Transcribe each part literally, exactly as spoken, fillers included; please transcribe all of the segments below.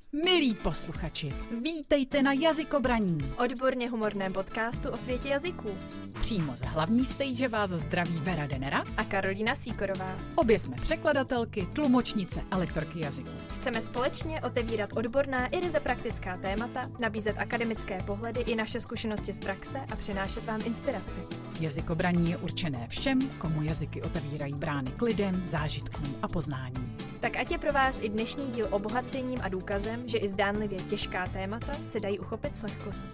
Milí posluchači, vítejte na Jazykobraní, odborně humorném podcastu o světě jazyků. Přímo z hlavní stage vás zdraví Vera Denera a Karolína Sýkorová. Obě jsme překladatelky, tlumočnice a lektorky jazyků. Chceme společně otevírat odborná i ryze praktická témata, nabízet akademické pohledy i naše zkušenosti z praxe a přinášet vám inspiraci. Jazykobraní je určené všem, komu jazyky otevírají brány k lidem, zážitkům a poznání. Tak ať je pro vás i dnešní díl obohacením a důkazem, že i zdánlivě těžká témata se dají uchopit s lehkostí.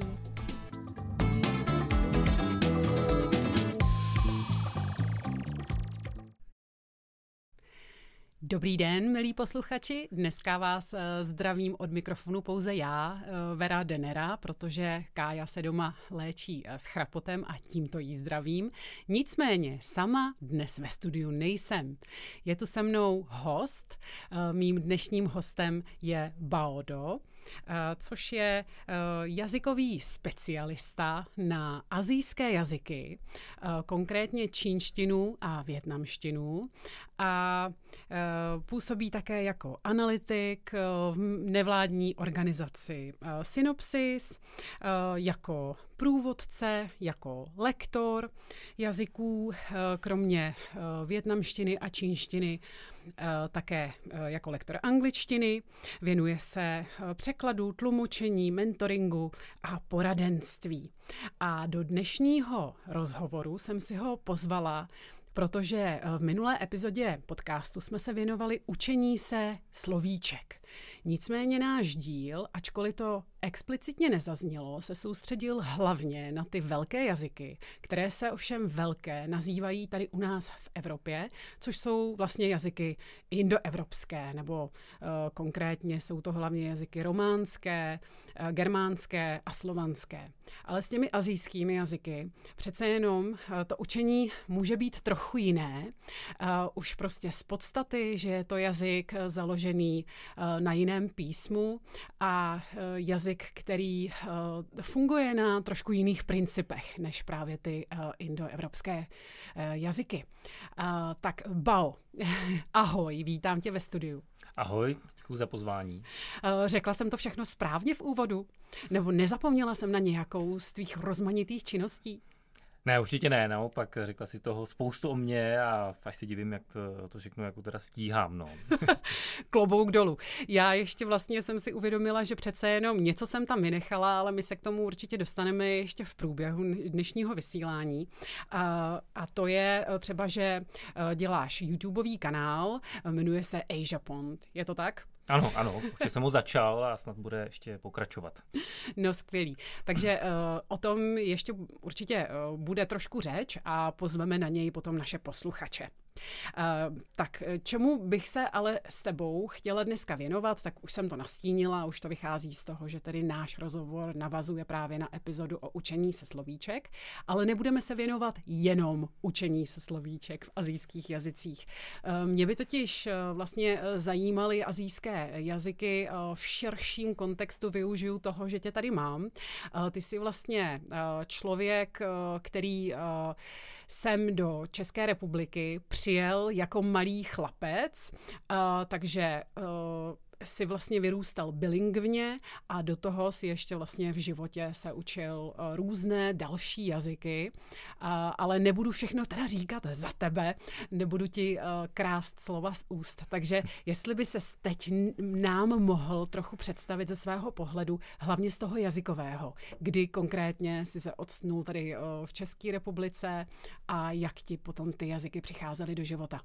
Dobrý den, milí posluchači. Dneska vás zdravím od mikrofonu pouze já, Vera Denera, protože Kája se doma léčí s chrapotem a tímto jí zdravím. Nicméně sama dnes ve studiu nejsem. Je tu se mnou host. Mým dnešním hostem je Baodo, což je jazykový specialista na asijské jazyky, konkrétně čínštinu a vietnamštinu, a působí také jako analytik v nevládní organizaci Synopsis, jako průvodce, jako lektor jazyků, kromě vietnamštiny a čínštiny, také jako lektor angličtiny. Věnuje se překladu, tlumočení, mentoringu a poradenství. A do dnešního rozhovoru jsem si ho pozvala, protože v minulé epizodě podcastu jsme se věnovali učení se slovíček. Nicméně náš díl, ačkoliv to explicitně nezaznělo, se soustředil hlavně na ty velké jazyky, které se ovšem velké nazývají tady u nás v Evropě, což jsou vlastně jazyky indoevropské, nebo uh, konkrétně jsou to hlavně jazyky románské, uh, germánské a slovanské. Ale s těmi asijskými jazyky přece jenom uh, to učení může být trochu jiné. Uh, už prostě z podstaty, že je to jazyk založený uh, na jiném písmu a uh, jazyk, který uh, funguje na trošku jiných principech než právě ty uh, indoevropské uh, jazyky. Uh, tak Bao, ahoj, vítám tě ve studiu. Ahoj, děkuji za pozvání. Uh, řekla jsem to všechno správně v úvodu? Nebo nezapomněla jsem na nějakou z tvých rozmanitých činností? Ne, určitě ne, naopak řekla si toho spoustu o mě a až si divím, jak to, to všechno jako teda stíhám, no. Klobouk dolů. Já ještě vlastně jsem si uvědomila, že přece jenom něco jsem tam vynechala, ale my se k tomu určitě dostaneme ještě v průběhu dnešního vysílání. A, a to je třeba, že děláš YouTubeový kanál, jmenuje se Asiapond. Je to tak? Ano, ano, určitě jsem ho začal a snad bude ještě pokračovat. No skvělý. Takže uh, o tom ještě určitě uh, bude trošku řeč a pozveme na něj potom naše posluchače. Uh, tak čemu bych se ale s tebou chtěla dneska věnovat, tak už jsem to nastínila, už to vychází z toho, že tedy náš rozhovor navazuje právě na epizodu o učení se slovíček, ale nebudeme se věnovat jenom učení se slovíček v asijských jazycích. Uh, mě by totiž uh, vlastně zajímaly asijské jazyky uh, v širším kontextu, využiju toho, že tě tady mám. Uh, ty jsi vlastně uh, člověk, uh, který uh, sem do České republiky přijel jako malý chlapec, uh, takže uh, si vlastně vyrůstal bilingvně a do toho si ještě vlastně v životě se učil uh, různé další jazyky, uh, ale nebudu všechno teda říkat za tebe, nebudu ti uh, krást slova z úst, takže jestli by ses teď nám mohl trochu představit ze svého pohledu, hlavně z toho jazykového, kdy konkrétně si se odstnul tady uh, v České republice a jak ti potom ty jazyky přicházely do života?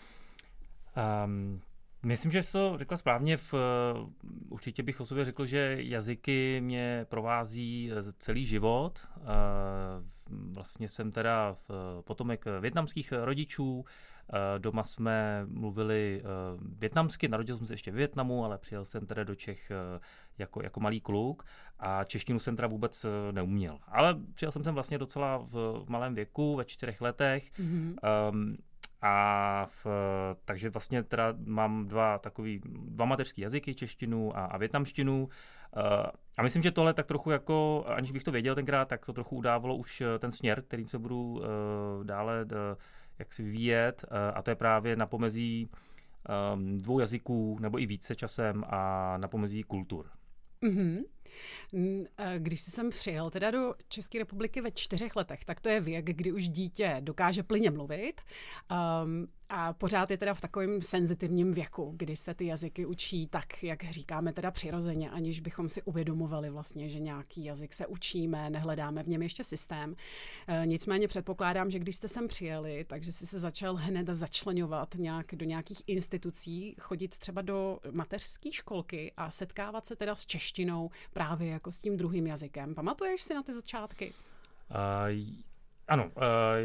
Um... Myslím, že jsi to řekla správně. V, určitě bych o sobě řekl, že jazyky mě provází celý život. Vlastně jsem teda potomek vietnamských rodičů. Doma jsme mluvili vietnamsky, narodil jsem se ještě v Vietnamu, ale přijel jsem teda do Čech jako, jako malý kluk a češtinu jsem teda vůbec neuměl. Ale přijel jsem sem vlastně docela v, v malém věku, ve čtyřech letech. Mm-hmm. Um, A v, takže vlastně teda mám dva takový, dva mateřský jazyky, češtinu a, a vietnamštinu. A myslím, že tohle tak trochu jako, aniž bych to věděl tenkrát, tak to trochu udávalo už ten směr, kterým se budu dále jak si vyvíjet. A to je právě na pomezí um, dvou jazyků nebo i více časem a na pomezí kultur. Mm-hmm. Když jsi sem přijel teda do České republiky ve čtyřech letech, tak to je věk, kdy už dítě dokáže plynně mluvit um, a pořád je teda v takovém senzitivním věku, kdy se ty jazyky učí tak, jak říkáme teda přirozeně, aniž bychom si uvědomovali vlastně, že nějaký jazyk se učíme, nehledáme v něm ještě systém. E, nicméně předpokládám, že když jste sem přijeli, takže jsi se začal hned začleňovat nějak do nějakých institucí, chodit třeba do mateřské školky a setkávat se teda s češtinou právě jako s tím druhým jazykem. Pamatuješ si na ty začátky? Uh, ano, uh,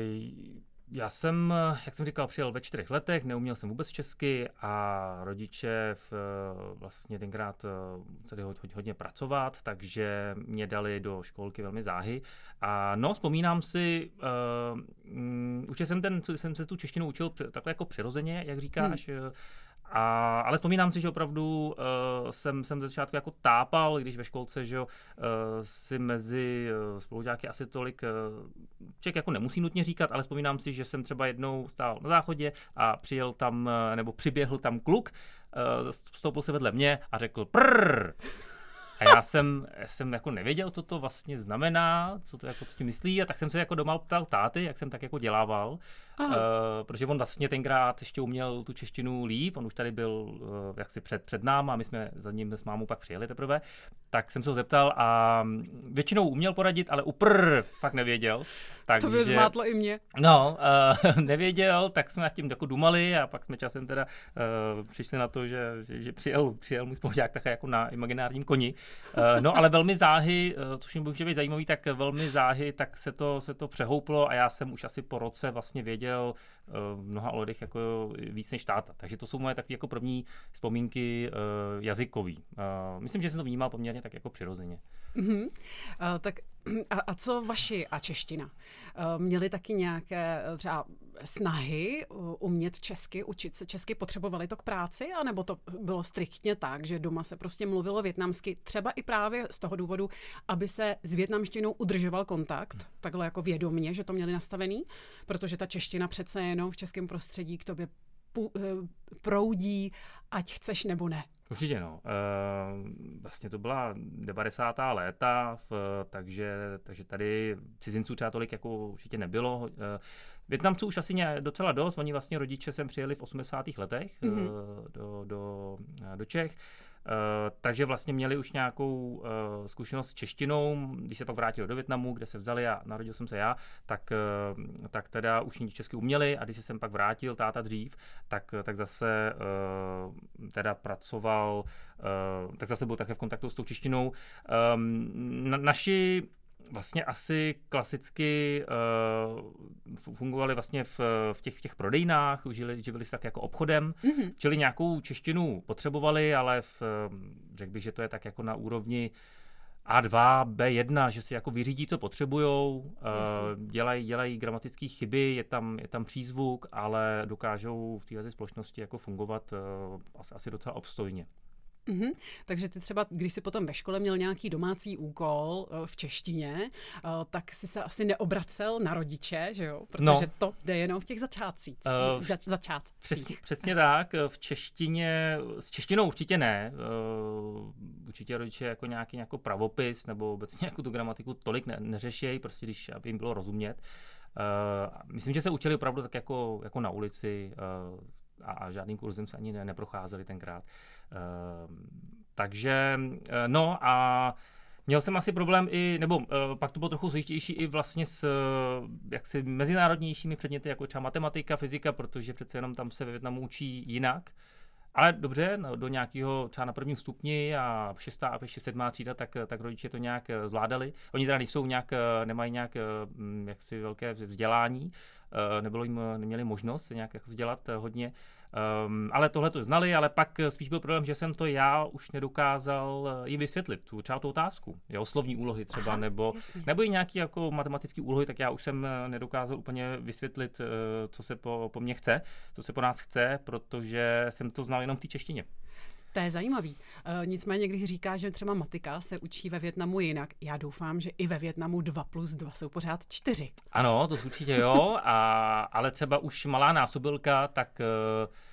já jsem, jak jsem říkal, přijel ve čtyřech letech, neuměl jsem vůbec česky a rodiče v, vlastně tenkrát tady hodně pracovat, takže mě dali do školky velmi záhy. A no, vzpomínám si, uh, um, učil jsem, ten, jsem se tu češtinu učil takhle jako přirozeně, jak říkáš, hmm. A, ale vzpomínám si, že opravdu uh, jsem, jsem ze začátku jako tápal, když ve školce, že uh, si mezi uh, spolužáky asi tolik uh, člověk jako nemusí nutně říkat, ale vzpomínám si, že jsem třeba jednou stál na záchodě a přijel tam, uh, nebo přiběhl tam kluk, uh, stoupil se vedle mě a řekl prrrr. A já jsem, jsem jako nevěděl, co to vlastně znamená, co to jako co tím myslí, a tak jsem se jako doma ptal táty, jak jsem tak jako dělával, uh, protože on vlastně tenkrát ještě uměl tu češtinu líp, on už tady byl uh, jaksi před, před náma a my jsme za ním s mámou pak přijeli teprve, tak jsem se ho zeptal a většinou uměl poradit, ale uprr fakt nevěděl. Takže, to by zmátlo i mě. No, uh, nevěděl, tak jsme nad tím jako dumali a pak jsme časem teda uh, přišli na to, že, že, že přijel, přijel můj spolužák také jako na imaginárním koni. Uh, no, ale velmi záhy, uh, což mi může být zajímavý, tak velmi záhy, tak se to, se to přehouplo a já jsem už asi po roce vlastně věděl uh, v mnoha ohledech jako víc než táta. Takže to jsou moje takové jako první vzpomínky uh, jazykový. Uh, myslím, že jsem to vnímal poměrně tak jako přirozeně. Mm-hmm. Uh, tak a, a co vaši a čeština? Uh, měli taky nějaké třeba snahy uh, umět česky, učit se česky, potřebovali to k práci, anebo to bylo striktně tak, že doma se prostě mluvilo vietnamsky, třeba i právě z toho důvodu, aby se s vietnamštinou udržoval kontakt, hmm. takhle jako vědomě, že to měli nastavený, protože ta čeština přece jenom v českém prostředí k tobě pu, uh, proudí, ať chceš nebo ne. Určitě no. E, vlastně to byla devadesátá léta, v, takže, takže tady cizinců třeba tolik jako určitě nebylo. E, Vietnamců už asi ně, docela dost, oni vlastně rodiče sem přijeli v osmdesátých letech mm-hmm. e, do, do, do Čech. Uh, takže vlastně měli už nějakou uh, zkušenost s češtinou, když se pak vrátili do Vietnamu, kde se vzali a narodil jsem se já, tak, uh, tak teda už česky uměli a když se sem pak vrátil táta dřív, tak, tak zase uh, teda pracoval, uh, tak zase byl také v kontaktu s tou češtinou. Um, na, naši vlastně asi klasicky uh, fungovali vlastně v, v, těch, v těch prodejnách, žili, živili se tak jako obchodem, mm-hmm. čili nějakou češtinu potřebovali, ale v, řekl bych, že to je tak jako na úrovni á dva, bé jedna, že si jako vyřídí, co potřebujou, uh, dělají, dělají gramatické chyby, je tam, je tam přízvuk, ale dokážou v této společnosti jako fungovat uh, asi, asi docela obstojně. Mm-hmm. Takže ty třeba, když jsi potom ve škole měl nějaký domácí úkol uh, v češtině, uh, tak jsi se asi neobracel na rodiče, že jo? Protože no. to jde jenom v těch začátcích. Uh, Za, začátcích. Přesně, přesně tak. V češtině, s češtinou určitě ne. Uh, určitě rodiče jako nějaký nějaký pravopis nebo obecně jako tu gramatiku tolik ne, neřešejí, prostě když aby jim bylo rozumět. Uh, myslím, že se učili opravdu tak jako, jako na ulici uh, a, a žádným kurzem se ani ne, neprocházeli tenkrát. Uh, takže no a měl jsem asi problém i, nebo uh, pak to bylo trochu složitější i vlastně s uh, jaksi mezinárodnějšími předměty, jako třeba matematika, fyzika, protože přece jenom tam se ve Vietnamu učí jinak. Ale dobře, no, do nějakého třeba na prvním stupni a šestá a ještě sedmá třída, tak, tak rodiče to nějak zvládali. Oni teda nejsou nějak, nemají nějak jaksi velké vzdělání, nebylo jim, neměli možnost se nějak jako vzdělat hodně. Um, ale tohle to znali, ale pak spíš byl problém, že jsem to já už nedokázal jí vysvětlit, tu, třeba tu otázku, jo, slovní úlohy třeba, Aha, nebo, nebo i nějaký jako matematický úlohy, tak já už jsem nedokázal úplně vysvětlit, co se po, po mně chce, co se po nás chce, protože jsem to znal jenom v té češtině. To je zajímavý. E, nicméně, když říká, že třeba matika se učí ve Vietnamu jinak, já doufám, že i ve Vietnamu dva plus dva jsou pořád čtyři. Ano, to určitě jo, a, ale třeba už malá násobilka, tak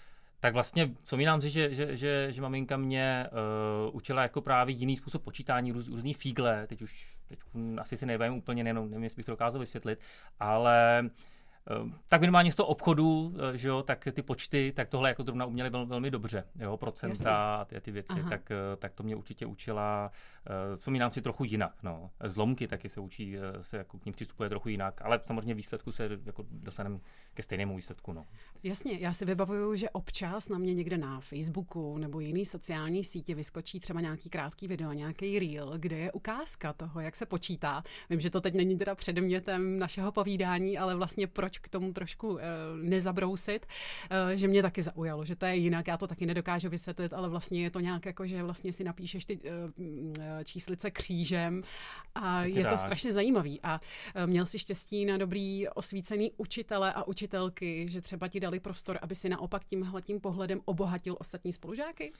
Tak vlastně vzpomínám si, že, že, že, že maminka mě uh, učila jako právě jiný způsob počítání, růz, různý fígle, teď už teď asi si nevím úplně, nejenom, nevím, jestli bych to dokázal vysvětlit, ale uh, tak minimálně z toho obchodu, uh, že jo, tak ty počty, tak tohle jako zrovna uměli vel, velmi dobře, jo, procenta a ty, ty věci, tak, uh, tak to mě určitě učila, uh, vzpomínám si trochu jinak, no. Zlomky taky se učí, uh, se jako k ním přistupuje trochu jinak, ale samozřejmě výsledku se jako dostaneme ke stejnému výsledku, no. Jasně, já si vybavuju, že občas na mě někde na Facebooku nebo jiný sociální sítě vyskočí třeba nějaký krátký video, nějaký reel, kde je ukázka toho, jak se počítá. Vím, že to teď není teda předmětem našeho povídání, ale vlastně proč k tomu trošku e, nezabrousit, e, že mě taky zaujalo, že to je jinak, já to taky nedokážu vysvětlit, ale vlastně je to nějak jako, že vlastně si napíšeš ty e, číslice křížem a Přesně je to tak. strašně zajímavý. A e, měl si štěstí na dobrý osvícený učitele a učitelky, že třeba ti dali prostor, aby si naopak tímhletím pohledem obohatil ostatní spolužáky?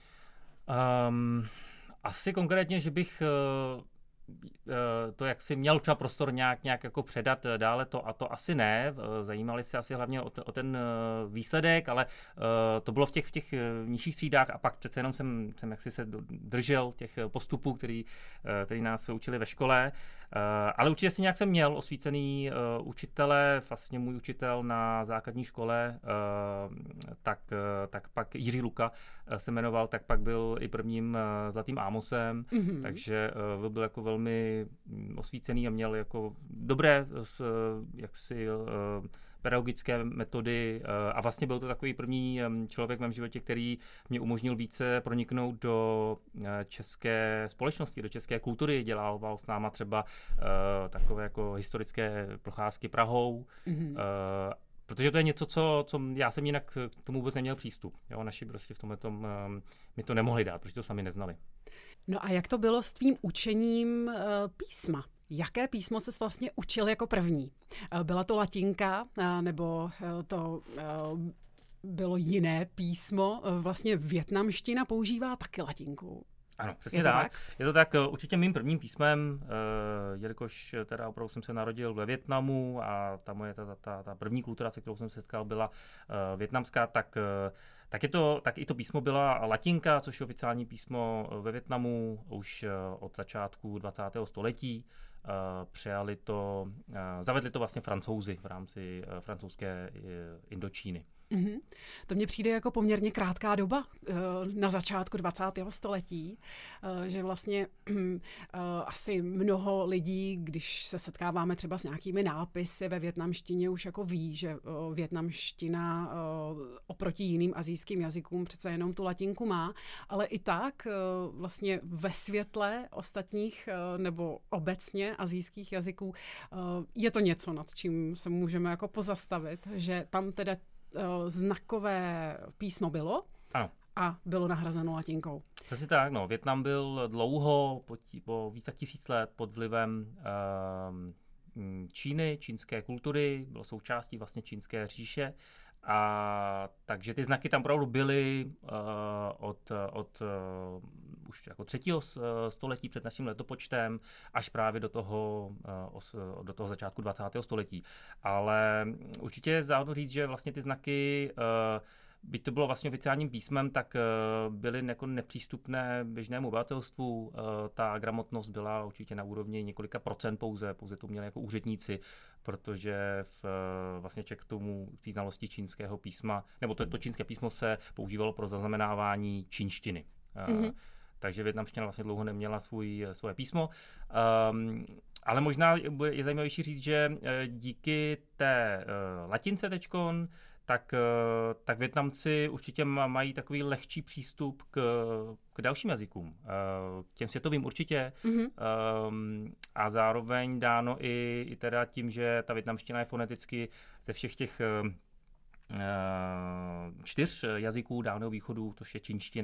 Um, asi konkrétně, že bych uh, uh, to jaksi měl třeba prostor nějak, nějak jako předat dále, to a to asi ne. Zajímali se asi hlavně o, t- o ten uh, výsledek, ale uh, to bylo v těch, v těch uh, nižších třídách a pak přece jenom jsem, jsem jaksi se držel těch postupů, který, uh, který nás učili ve škole. Uh, ale určitě si nějak jsem měl osvícený uh, učitele, vlastně můj učitel na základní škole, uh, tak, uh, tak pak Jiří Luka uh, se jmenoval, tak pak byl i prvním uh, Zlatým Ámosem, mm-hmm. takže uh, byl jako velmi osvícený a měl jako dobré uh, jaksi uh, pedagogické metody a vlastně byl to takový první člověk v mém životě, který mě umožnil více proniknout do české společnosti, do české kultury. Dělal s náma třeba uh, takové jako historické procházky Prahou, mm-hmm. uh, protože to je něco, co, co já jsem jinak k tomu vůbec neměl přístup. Jo, naši prostě v tomhle tom um, mi to nemohli dát, protože to sami neznali. No a jak to bylo s tvým učením uh, písma? Jaké písmo ses vlastně učil jako první? Byla to latinka, nebo to bylo jiné písmo? Vlastně vietnamština používá taky latinku. Ano, přesně je tak. tak. Je to tak, určitě mým prvním písmem, jelikož teda opravdu jsem se narodil ve Vietnamu a ta moje ta, ta, ta první kultura, se kterou jsem se setkal, byla vietnamská, tak Tak, je to, tak i to písmo byla latinka, což je oficiální písmo ve Vietnamu už od začátku dvacátého století. Uh, přijali to, uh, zavedli to vlastně Francouzi v rámci uh, francouzské uh, Indočíny. Mm-hmm. To mně přijde jako poměrně krátká doba uh, na začátku dvacátého století, uh, že vlastně uh, asi mnoho lidí, když se setkáváme třeba s nějakými nápisy ve vietnamštině, už jako ví, že uh, vietnamština uh, oproti jiným asijským jazykům přece jenom tu latinku má, ale i tak uh, vlastně ve světle ostatních uh, nebo obecně asijských jazyků uh, je to něco, nad čím se můžeme jako pozastavit, že tam teda znakové písmo bylo ano. A bylo nahrazeno latinkou. Přesně tak, no. Vietnam byl dlouho, po, tí, po více jak tisíc let pod vlivem uh, Číny, čínské kultury, bylo součástí vlastně čínské říše. A takže ty znaky tam opravdu byly uh, od, od uh, už jako třetího století před naším letopočtem až právě do toho, uh, os, do toho začátku dvacátého století. Ale určitě je záhodno říct, že vlastně ty znaky, uh, byť to bylo vlastně oficiálním písmem, tak uh, byly jako nepřístupné běžnému obyvatelstvu. Uh, ta gramotnost byla určitě na úrovni několika procent pouze, pouze to měli jako úředníci, protože v, vlastně člověk k tomu, k té znalosti čínského písma, nebo to, to čínské písmo se používalo pro zaznamenávání čínštiny. Mm-hmm. Uh, takže vietnamština vlastně dlouho neměla svůj, svoje písmo. Um, ale možná je zajímavější říct, že díky té uh, latince teďkon, tak, tak Vietnamci určitě mají takový lehčí přístup k, k dalším jazykům. K těm světovým určitě. Mm-hmm. Um, a zároveň dáno i, i teda tím, že ta vietnamština je foneticky ze všech těch uh, čtyř jazyků Dálného východu, to je čínština,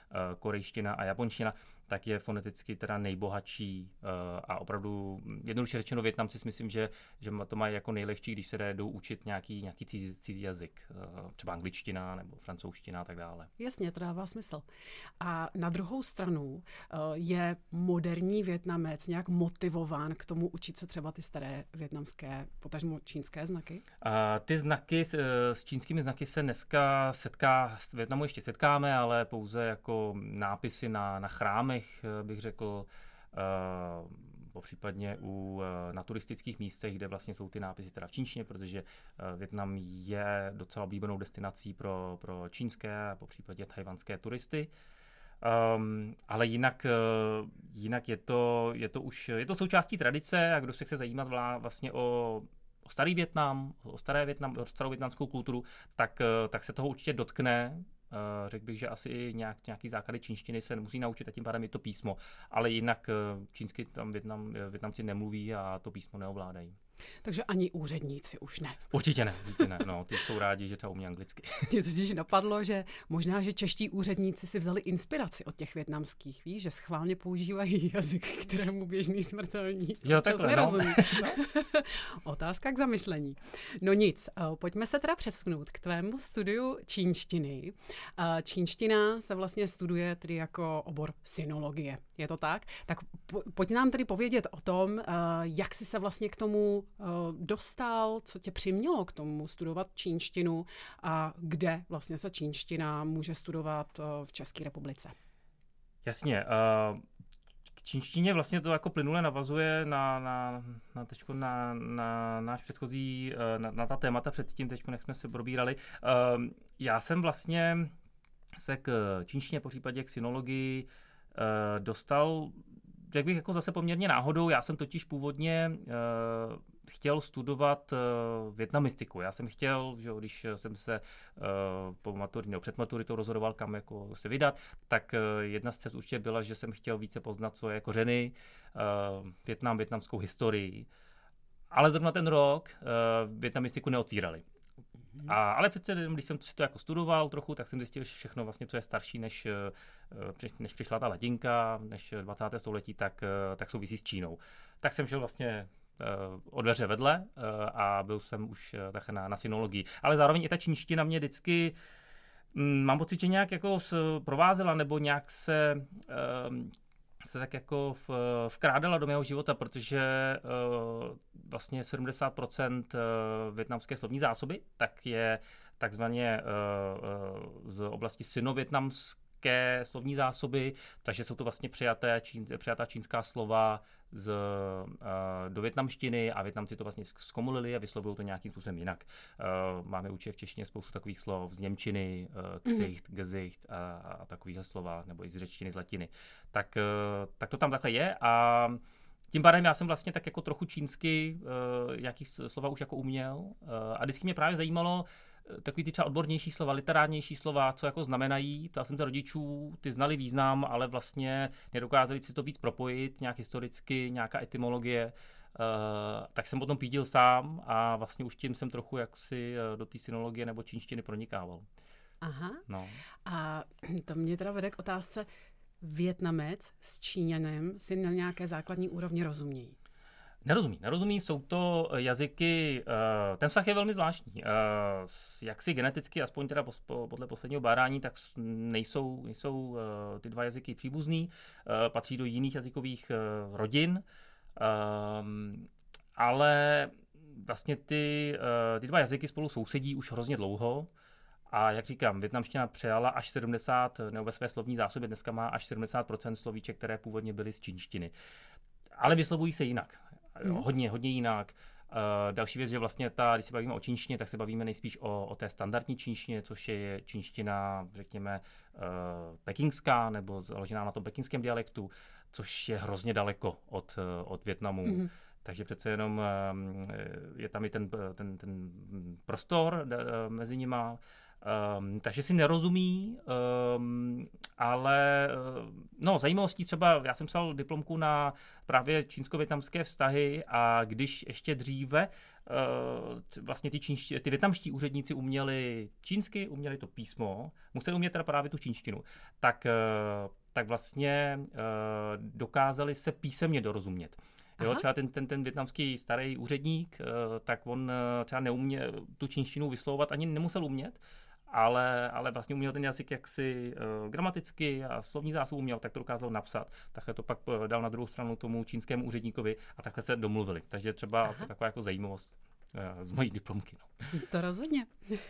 korejština a japonština, tak je foneticky teda nejbohatší a opravdu, jednoduše řečeno, Vietnamci si myslím, že, že to mají jako nejlehčí, když se jdou učit nějaký, nějaký cizí, cizí jazyk, třeba angličtina nebo francouzština a tak dále. Jasně, to dává smysl. A na druhou stranu je moderní Vietnamec nějak motivován k tomu učit se třeba ty staré vietnamské, potažmo čínské znaky? A ty znaky, s čínskými znaky se dneska setká, v Vietnamu ještě setkáme, ale pouze jako nápisy na, na chrámech, bych řekl, uh, popřípadně u, na turistických místech, kde vlastně jsou ty nápisy teda v čínštině, protože uh, Vietnam je docela oblíbenou destinací pro, pro čínské a popřípadě tajvanské turisty. Um, ale jinak, uh, jinak je to, je to už je to součástí tradice a kdo se chce zajímat vlá, vlastně o o starý Vietnam, o staré Vietnam, o starou vietnamskou kulturu, tak, tak se toho určitě dotkne. Řekl bych, že asi i nějak, nějaký základy čínštiny se musí naučit a tím pádem je to písmo. Ale jinak čínsky tam Vietnam, Vietnamci nemluví a to písmo neovládají. Takže ani úředníci už ne. Určitě ne, určitě ne. No, ty jsou rádi, že třeba umí anglicky. Mě totiž napadlo, že možná, že čeští úředníci si vzali inspiraci od těch vietnamských, víš, že schválně používají jazyk, kterému běžný smrtelník jo, takhle, nerozumí. No. Otázka k zamyšlení. No nic, pojďme se teda přesunout k tvému studiu čínštiny. Čínština se vlastně studuje tedy jako obor sinologie. Je to tak? Tak pojď nám tedy povědět o tom, jak jsi se vlastně k tomu dostal, co tě přimělo k tomu studovat čínštinu a kde vlastně se čínština může studovat v České republice. Jasně. K čínštině vlastně to jako plynule navazuje na, na, na, teďko na, na náš předchozí, na, na ta témata předtím, teďko, jak jsme se probírali. Já jsem vlastně se k čínštině, po případě k sinologii dostal, řekl bych, jako zase poměrně náhodou. Já jsem totiž původně uh, chtěl studovat uh, vietnamistiku. Já jsem chtěl, že když jsem se uh, po maturitě, nebo před maturitou rozhodoval, kam jako se vydat, tak uh, jedna z cest určitě byla, že jsem chtěl více poznat svoje kořeny, uh, Vietnam, vietnamskou historii. Ale zrovna ten rok uh, vietnamistiku neotvírali. A, ale přece, když jsem si to jako studoval trochu, tak jsem zjistil, že všechno vlastně, co je starší, než, než přišla ta latinka, než dvacátého století, tak, tak souvisí s Čínou. Tak jsem šel vlastně o dveře vedle a byl jsem už tak na, na sinologii. Ale zároveň i ta čínština mě vždycky, mám pocit, že nějak jako provázela, nebo nějak se... se tak jako v, vkrádala do mého života, protože uh, vlastně sedmdesát procent uh, vietnamské slovní zásoby tak je takzvaně uh, uh, z oblasti sino-vietnamské slovní zásoby, takže jsou to vlastně přijaté čín, přijatá čínská slova z, uh, do vietnamštiny a Vietnamci to vlastně zkomolili a vyslovují to nějakým způsobem jinak. Uh, máme určitě v češtině spoustu takových slov z němčiny, uh, ksicht, mm-hmm. gesicht a, a takovýhle slova, nebo i z řečtiny, z latiny. Tak, uh, tak to tam takhle je a tím pádem já jsem vlastně tak jako trochu čínsky uh, nějaký slova už jako uměl uh, a vždycky mě právě zajímalo, takový ty třeba odbornější slova, literárnější slova, co jako znamenají. Ptal jsem se rodičů, ty znali význam, ale vlastně nedokázali si to víc propojit, nějak historicky, nějaká etymologie. Uh, tak jsem potom pídil sám a vlastně už tím jsem trochu jaksi do té sinologie nebo čínštiny pronikával. Aha. No. A to mě teda vede k otázce, Vietnamec s Číňanem si na nějaké základní úrovni rozumějí? Nerozumí, nerozumí, jsou to jazyky, uh, ten vztah je velmi zvláštní. Uh, jak si geneticky, aspoň teda po, podle posledního bádání, tak nejsou, nejsou uh, ty dva jazyky příbuzný, uh, patří do jiných jazykových uh, rodin, uh, ale vlastně ty, uh, ty dva jazyky spolu sousedí už hrozně dlouho. A jak říkám, vietnamština přejala až sedmdesát, nebo ve své slovní zásobě dneska má až sedmdesát procent slovíček, které původně byly z čínštiny. Ale vyslovují se jinak. Jo, hodně, hodně jinak. Uh, další věc, že vlastně ta, když se bavíme o čínštině, tak se bavíme nejspíš o, o té standardní čínštině, což je čínština, řekněme, uh, pekingská, nebo založená na tom pekingském dialektu, což je hrozně daleko od, uh, od Vietnamu. Mm-hmm. Takže přece jenom uh, je tam i ten, ten, ten prostor uh, mezi nima. Um, takže si nerozumí, um, ale no, zajímavostí třeba, já jsem psal diplomku na právě čínsko-vietnamské vztahy a když ještě dříve uh, vlastně ty, čínští, ty vietnamští úředníci uměli čínsky, uměli to písmo, museli umět teda právě tu čínštinu, tak, uh, tak vlastně uh, dokázali se písemně dorozumět. Jo, třeba ten, ten, ten vietnamský starý úředník, uh, tak on uh, třeba neumě tu čínštinu vyslovovat ani nemusel umět, ale, ale vlastně uměl ten jazyk jaksi uh, gramaticky a slovní zásobu uměl, tak to dokázal napsat. Takhle to pak uh, dal na druhou stranu tomu čínskému úředníkovi a takhle se domluvili. Takže třeba to taková jako zajímavost uh, z mojí diplomky. No. To rozhodně.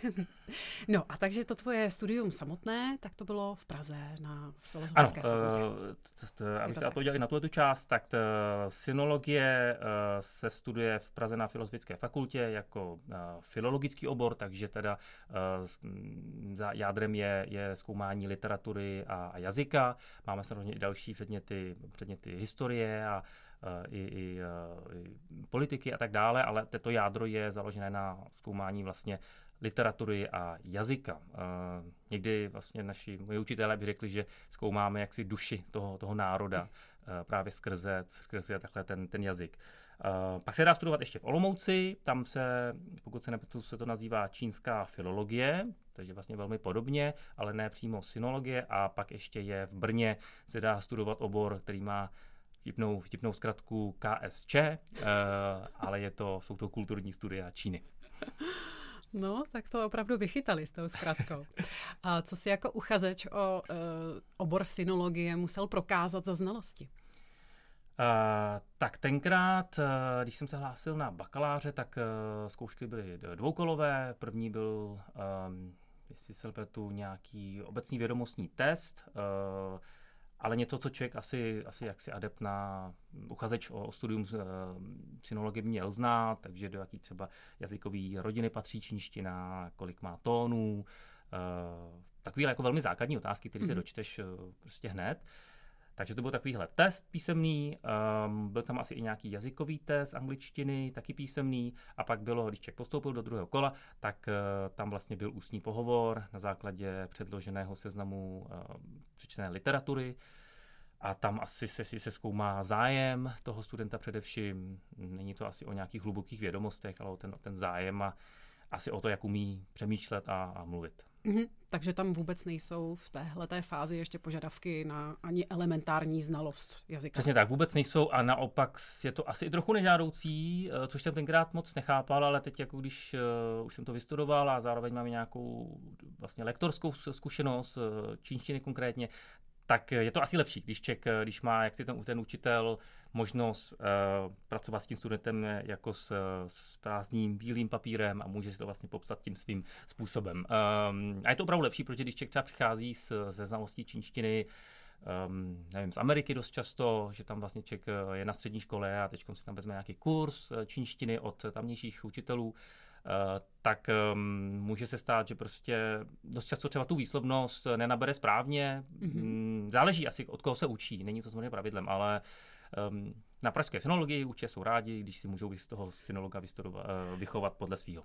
No a takže to tvoje studium samotné, tak to bylo v Praze na Filozofické fakultě. Abych to udělal i na tuhle část, tak t, sinologie uh, se studuje v Praze na Filozofické fakultě jako uh, filologický obor, takže teda uh, za jádrem je, je zkoumání literatury a, a jazyka. Máme samozřejmě i další předměty, předměty historie a uh, i, i, uh, i politiky a tak dále, ale toto jádro je založené na zkoumání vlastně literatury a jazyka. Uh, někdy vlastně naši moji učitelé by řekli, že zkoumáme jaksi duši toho, toho národa uh, právě skrze, skrze takhle ten, ten jazyk. Uh, pak se dá studovat ještě v Olomouci, tam se, pokud se nepletu, se to nazývá čínská filologie, takže vlastně velmi podobně, ale ne přímo sinologie, a pak ještě je v Brně, se dá studovat obor, který má vtipnou, vtipnou zkratku K S Č, uh, ale je to, jsou to kulturní studia Číny. No, tak to opravdu vychytali s tou zkratkou. A co si jako uchazeč o uh, obor sinologie musel prokázat za znalosti? Uh, tak tenkrát, uh, když jsem se hlásil na bakaláře, tak uh, zkoušky byly dvoukolové. První byl, um, jestli se pletu, nějaký obecný vědomostní test, uh, ale něco, co člověk asi, asi jaksi adept na uchazeč o, o studium uh, sinologie měl znát, takže do jaký třeba jazykový rodiny patří čínština, kolik má tónů, uh, takový jako velmi základní otázky, které mm. se dočteš uh, prostě hned. Takže to byl takovýhle test písemný, um, byl tam asi i nějaký jazykový test angličtiny, taky písemný, a pak bylo, když člověk postoupil do druhého kola, tak uh, tam vlastně byl ústní pohovor na základě předloženého seznamu uh, přečtené literatury, a tam asi se, si se zkoumá zájem toho studenta především. Není to asi o nějakých hlubokých vědomostech, ale o ten, o ten zájem a asi o to, jak umí přemýšlet a, a mluvit. Mm-hmm. Takže tam vůbec nejsou v téhleté fázi ještě požadavky na ani elementární znalost jazyka. Přesně tak, vůbec nejsou, a naopak je to asi i trochu nežádoucí, což jsem tenkrát moc nechápal, ale teď jako když uh, už jsem to vystudoval a zároveň mám nějakou vlastně lektorskou zkušenost, uh, čínštiny konkrétně, tak je to asi lepší, když ček, když má jak si ten, ten učitel možnost uh, pracovat s tím studentem jako s, s prázdným bílým papírem a může si to vlastně popsat tím svým způsobem. Um, a je to opravdu lepší, protože když člověk třeba přichází s, se znalostí čínštiny, um, nevím, z Ameriky dost často, že tam vlastně člověk je na střední škole a teď si tam vezme nějaký kurz čínštiny od tamnějších učitelů, Uh, tak um, může se stát, že prostě dost často třeba tu výslovnost nenabere správně. Mm-hmm. Záleží asi, od koho se učí, není to samozřejmě pravidlem, ale um, na pražské sinologii učitelé jsou rádi, když si můžou z toho sinologa vystudovat, uh, vychovat podle svýho.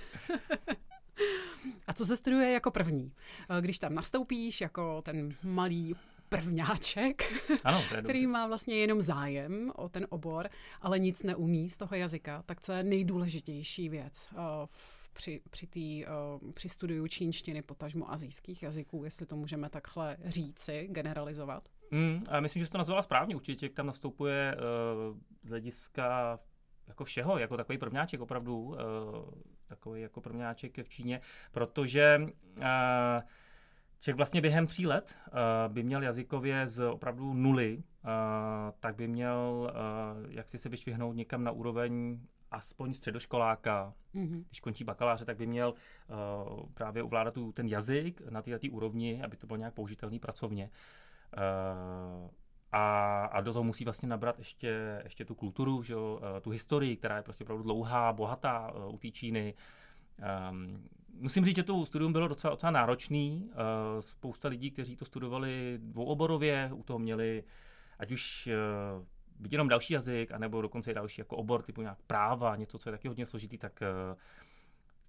A co se studuje jako první? Když tam nastoupíš jako ten malý prvňáček, ano, který má vlastně jenom zájem o ten obor, ale nic neumí z toho jazyka, tak co je nejdůležitější věc uh, při, při, tý, uh, při studiu čínštiny, potažmo asijských jazyků, jestli to můžeme takhle říci, generalizovat? Mm, a myslím, že jsi to nazvala správně. Určitě tam nastupuje uh, z hlediska jako všeho, jako takový prvňáček opravdu, uh, takový jako prvňáček v Číně, protože uh, člověk vlastně během tří let uh, by měl jazykově z opravdu nuly, uh, tak by měl uh, jak si se vyšvihnout někam na úroveň aspoň středoškoláka. Mm-hmm. Když končí bakaláře, tak by měl uh, právě ovládat tu, ten jazyk na té úrovni, aby to bylo nějak použitelný pracovně. Uh, a, a do toho musí vlastně nabrat ještě, ještě tu kulturu, že, uh, tu historii, která je prostě opravdu dlouhá, bohatá uh, u té Číny. Um, Musím říct, že to studium bylo docela, docela náročný. Uh, spousta lidí, kteří to studovali dvouoborově, u toho měli ať už uh, byť jenom další jazyk, anebo dokonce i další jako obor, typu nějak práva, něco, co je taky hodně složitý, tak, uh,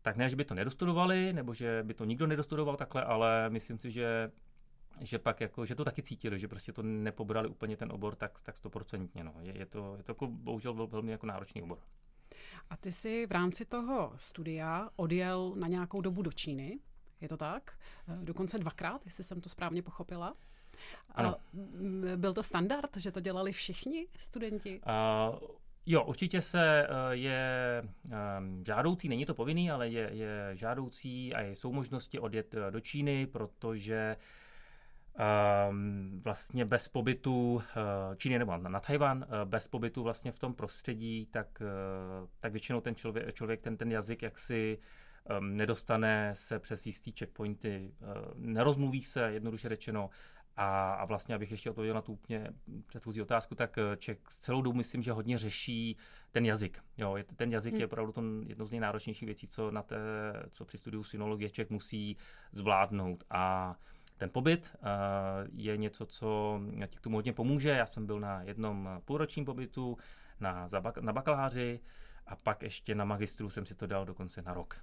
tak ne, že by to nedostudovali, nebo že by to nikdo nedostudoval takhle, ale myslím si, že že pak jako, že to taky cítili, že prostě to nepobrali úplně ten obor tak, tak stoprocentně. No. Je, je, to, je to jako, bohužel vel, velmi jako náročný obor. A ty jsi v rámci toho studia odjel na nějakou dobu do Číny, je to tak? Dokonce dvakrát, jestli jsem to správně pochopila. Ano. Byl to standard, že to dělali všichni studenti? Uh, jo, určitě se uh, je um, žádoucí, není to povinný, ale je, je žádoucí a jsou možnosti odjet uh, do Číny, protože Um, vlastně bez pobytu uh, Číny nebo na, na Tajvan, uh, bez pobytu vlastně v tom prostředí, tak, uh, tak většinou ten člověk, člověk ten, ten jazyk jaksi um, nedostane se přes jistý checkpointy, uh, nerozmluví se, jednoduše řečeno. A, a vlastně, abych ještě odpověděl na tu úplně předchozí otázku, tak Čech celou dobu myslím, že hodně řeší ten jazyk. Jo, ten jazyk hmm. je opravdu to jedno z nejnáročnějších věcí, co, na té, co při studiu sinologie Čech musí zvládnout. A ten pobyt uh, je něco, co ti k tomu hodně pomůže. Já jsem byl na jednom půlročním pobytu na, na bakaláři a pak ještě na magistru jsem si to dal dokonce na rok.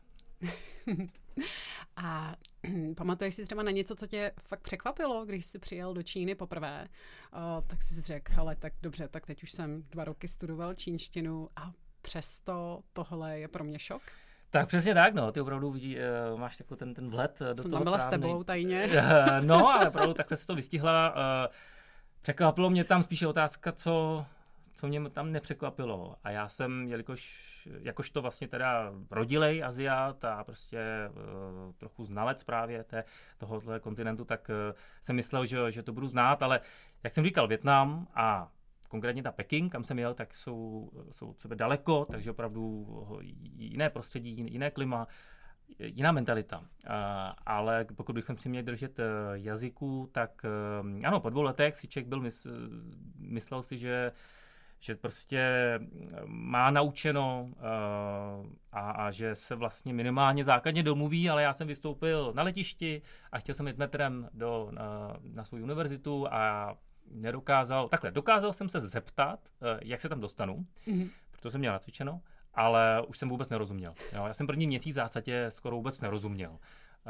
A pamatuješ si třeba na něco, co tě fakt překvapilo, když jsi přijel do Číny poprvé? Uh, tak jsi řekl, hele, tak dobře, tak teď už jsem dva roky studoval čínštinu a přesto tohle je pro mě šok. Tak přesně tak, no, ty opravdu vidí, uh, máš takový ten, ten vhled do jsem toho tam byla správnej. S tebou tajně. No, ale opravdu takhle se to vystihla. Uh, překvapilo mě tam spíše otázka, co, co mě tam nepřekvapilo. A já jsem, jelikož, jakož to vlastně teda rodilej Aziat a prostě uh, trochu znalec právě té, tohohle kontinentu, tak uh, jsem myslel, že, že to budu znát, ale jak jsem říkal, Vietnam a konkrétně ta Peking, kam jsem jel, tak jsou, jsou od sebe daleko, takže opravdu jiné prostředí, jiné klima, jiná mentalita. Uh, ale pokud bychom si měli držet uh, jazyku, tak uh, ano, po dvou letech si Čech byl mys- myslel si, že, že prostě má naučeno uh, a, a že se vlastně minimálně základně domluví, ale já jsem vystoupil na letišti a chtěl jsem jít metrem do, na, na svou univerzitu a nedokázal, takhle, dokázal jsem se zeptat, jak se tam dostanu, mm-hmm. protože jsem měl nacvičeno, ale už jsem vůbec nerozuměl. Jo? Já jsem první měsíc v zásadě skoro vůbec nerozuměl, uh,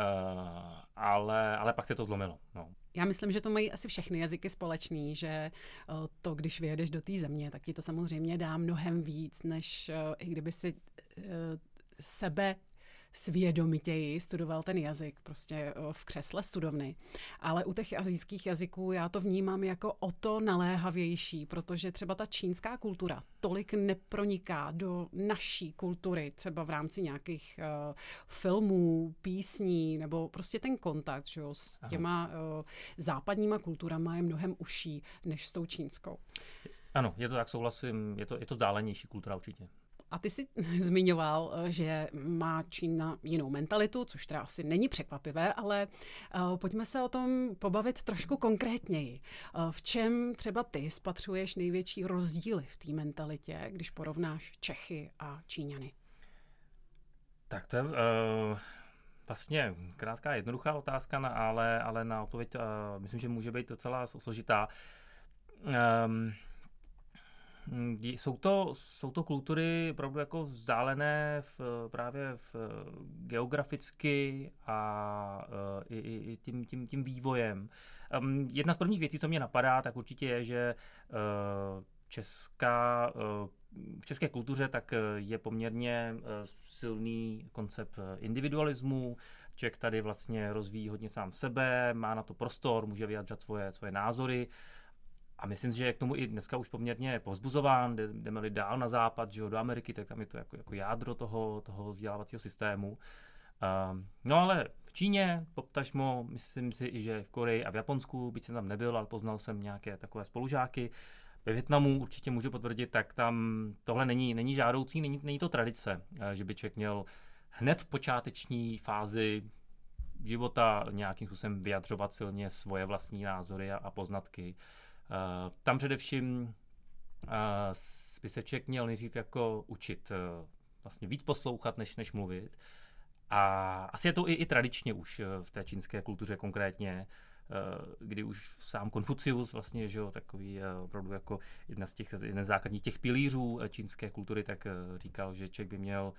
ale, ale pak se to zlomilo. No. Já myslím, že to mají asi všechny jazyky společný, že uh, to, když vyjedeš do té země, tak ti to samozřejmě dá mnohem víc, než uh, i kdyby si uh, sebe svědomitěji studoval ten jazyk prostě v křesle studovny. Ale u těch asijských jazyků já to vnímám jako o to naléhavější, protože třeba ta čínská kultura tolik neproniká do naší kultury, třeba v rámci nějakých uh, filmů, písní, nebo prostě ten kontakt, že jo, s těma uh, západníma kulturama je mnohem užší než s tou čínskou. Ano, je to tak, souhlasím, je to, je to vzdálenější kultura určitě. A ty jsi zmiňoval, že má Čína jinou mentalitu, což teda asi není překvapivé, ale uh, pojďme se o tom pobavit trošku konkrétněji. Uh, v čem třeba ty spatřuješ největší rozdíly v té mentalitě, když porovnáš Čechy a Číňany? Tak to je uh, vlastně krátká, jednoduchá otázka, na, ale, ale na odpověď uh, myslím, že může být docela složitá. Um, Jsou to, jsou to kultury opravdu jako vzdálené v, právě v geograficky a uh, i, i tím, tím, tím vývojem. Um, jedna z prvních věcí, co mě napadá, tak určitě je, že uh, česká, uh, v české kultuře tak je poměrně uh, silný koncept individualismu. Člověk tady vlastně rozvíjí hodně sám sebe, má na to prostor, může vyjadřovat svoje, svoje názory. A myslím, že je k tomu i dneska už poměrně povzbuzován, jdeme-li dál na západ, že jo, do Ameriky, tak tam je to jako, jako jádro toho, toho vzdělávacího systému. Um, no ale v Číně, potažmo, myslím si i, že v Koreji a v Japonsku, byť jsem tam nebyl, ale poznal jsem nějaké takové spolužáky. Ve Vietnamu určitě můžu potvrdit, tak tam tohle není, není žádoucí, není, není to tradice, že by člověk měl hned v počáteční fázi života nějakým způsobem vyjadřovat silně svoje vlastní názory a, a poznatky. Uh, tam především uh, by se člověk měl nejdřív jako učit uh, vlastně víc poslouchat, než, než mluvit. A asi je to i, i tradičně už uh, v té čínské kultuře konkrétně, uh, kdy už sám Konfucius vlastně, že jo, takový uh, opravdu jako jedna z těch jedna z základních těch pilířů čínské kultury, tak uh, říkal, že člověk by měl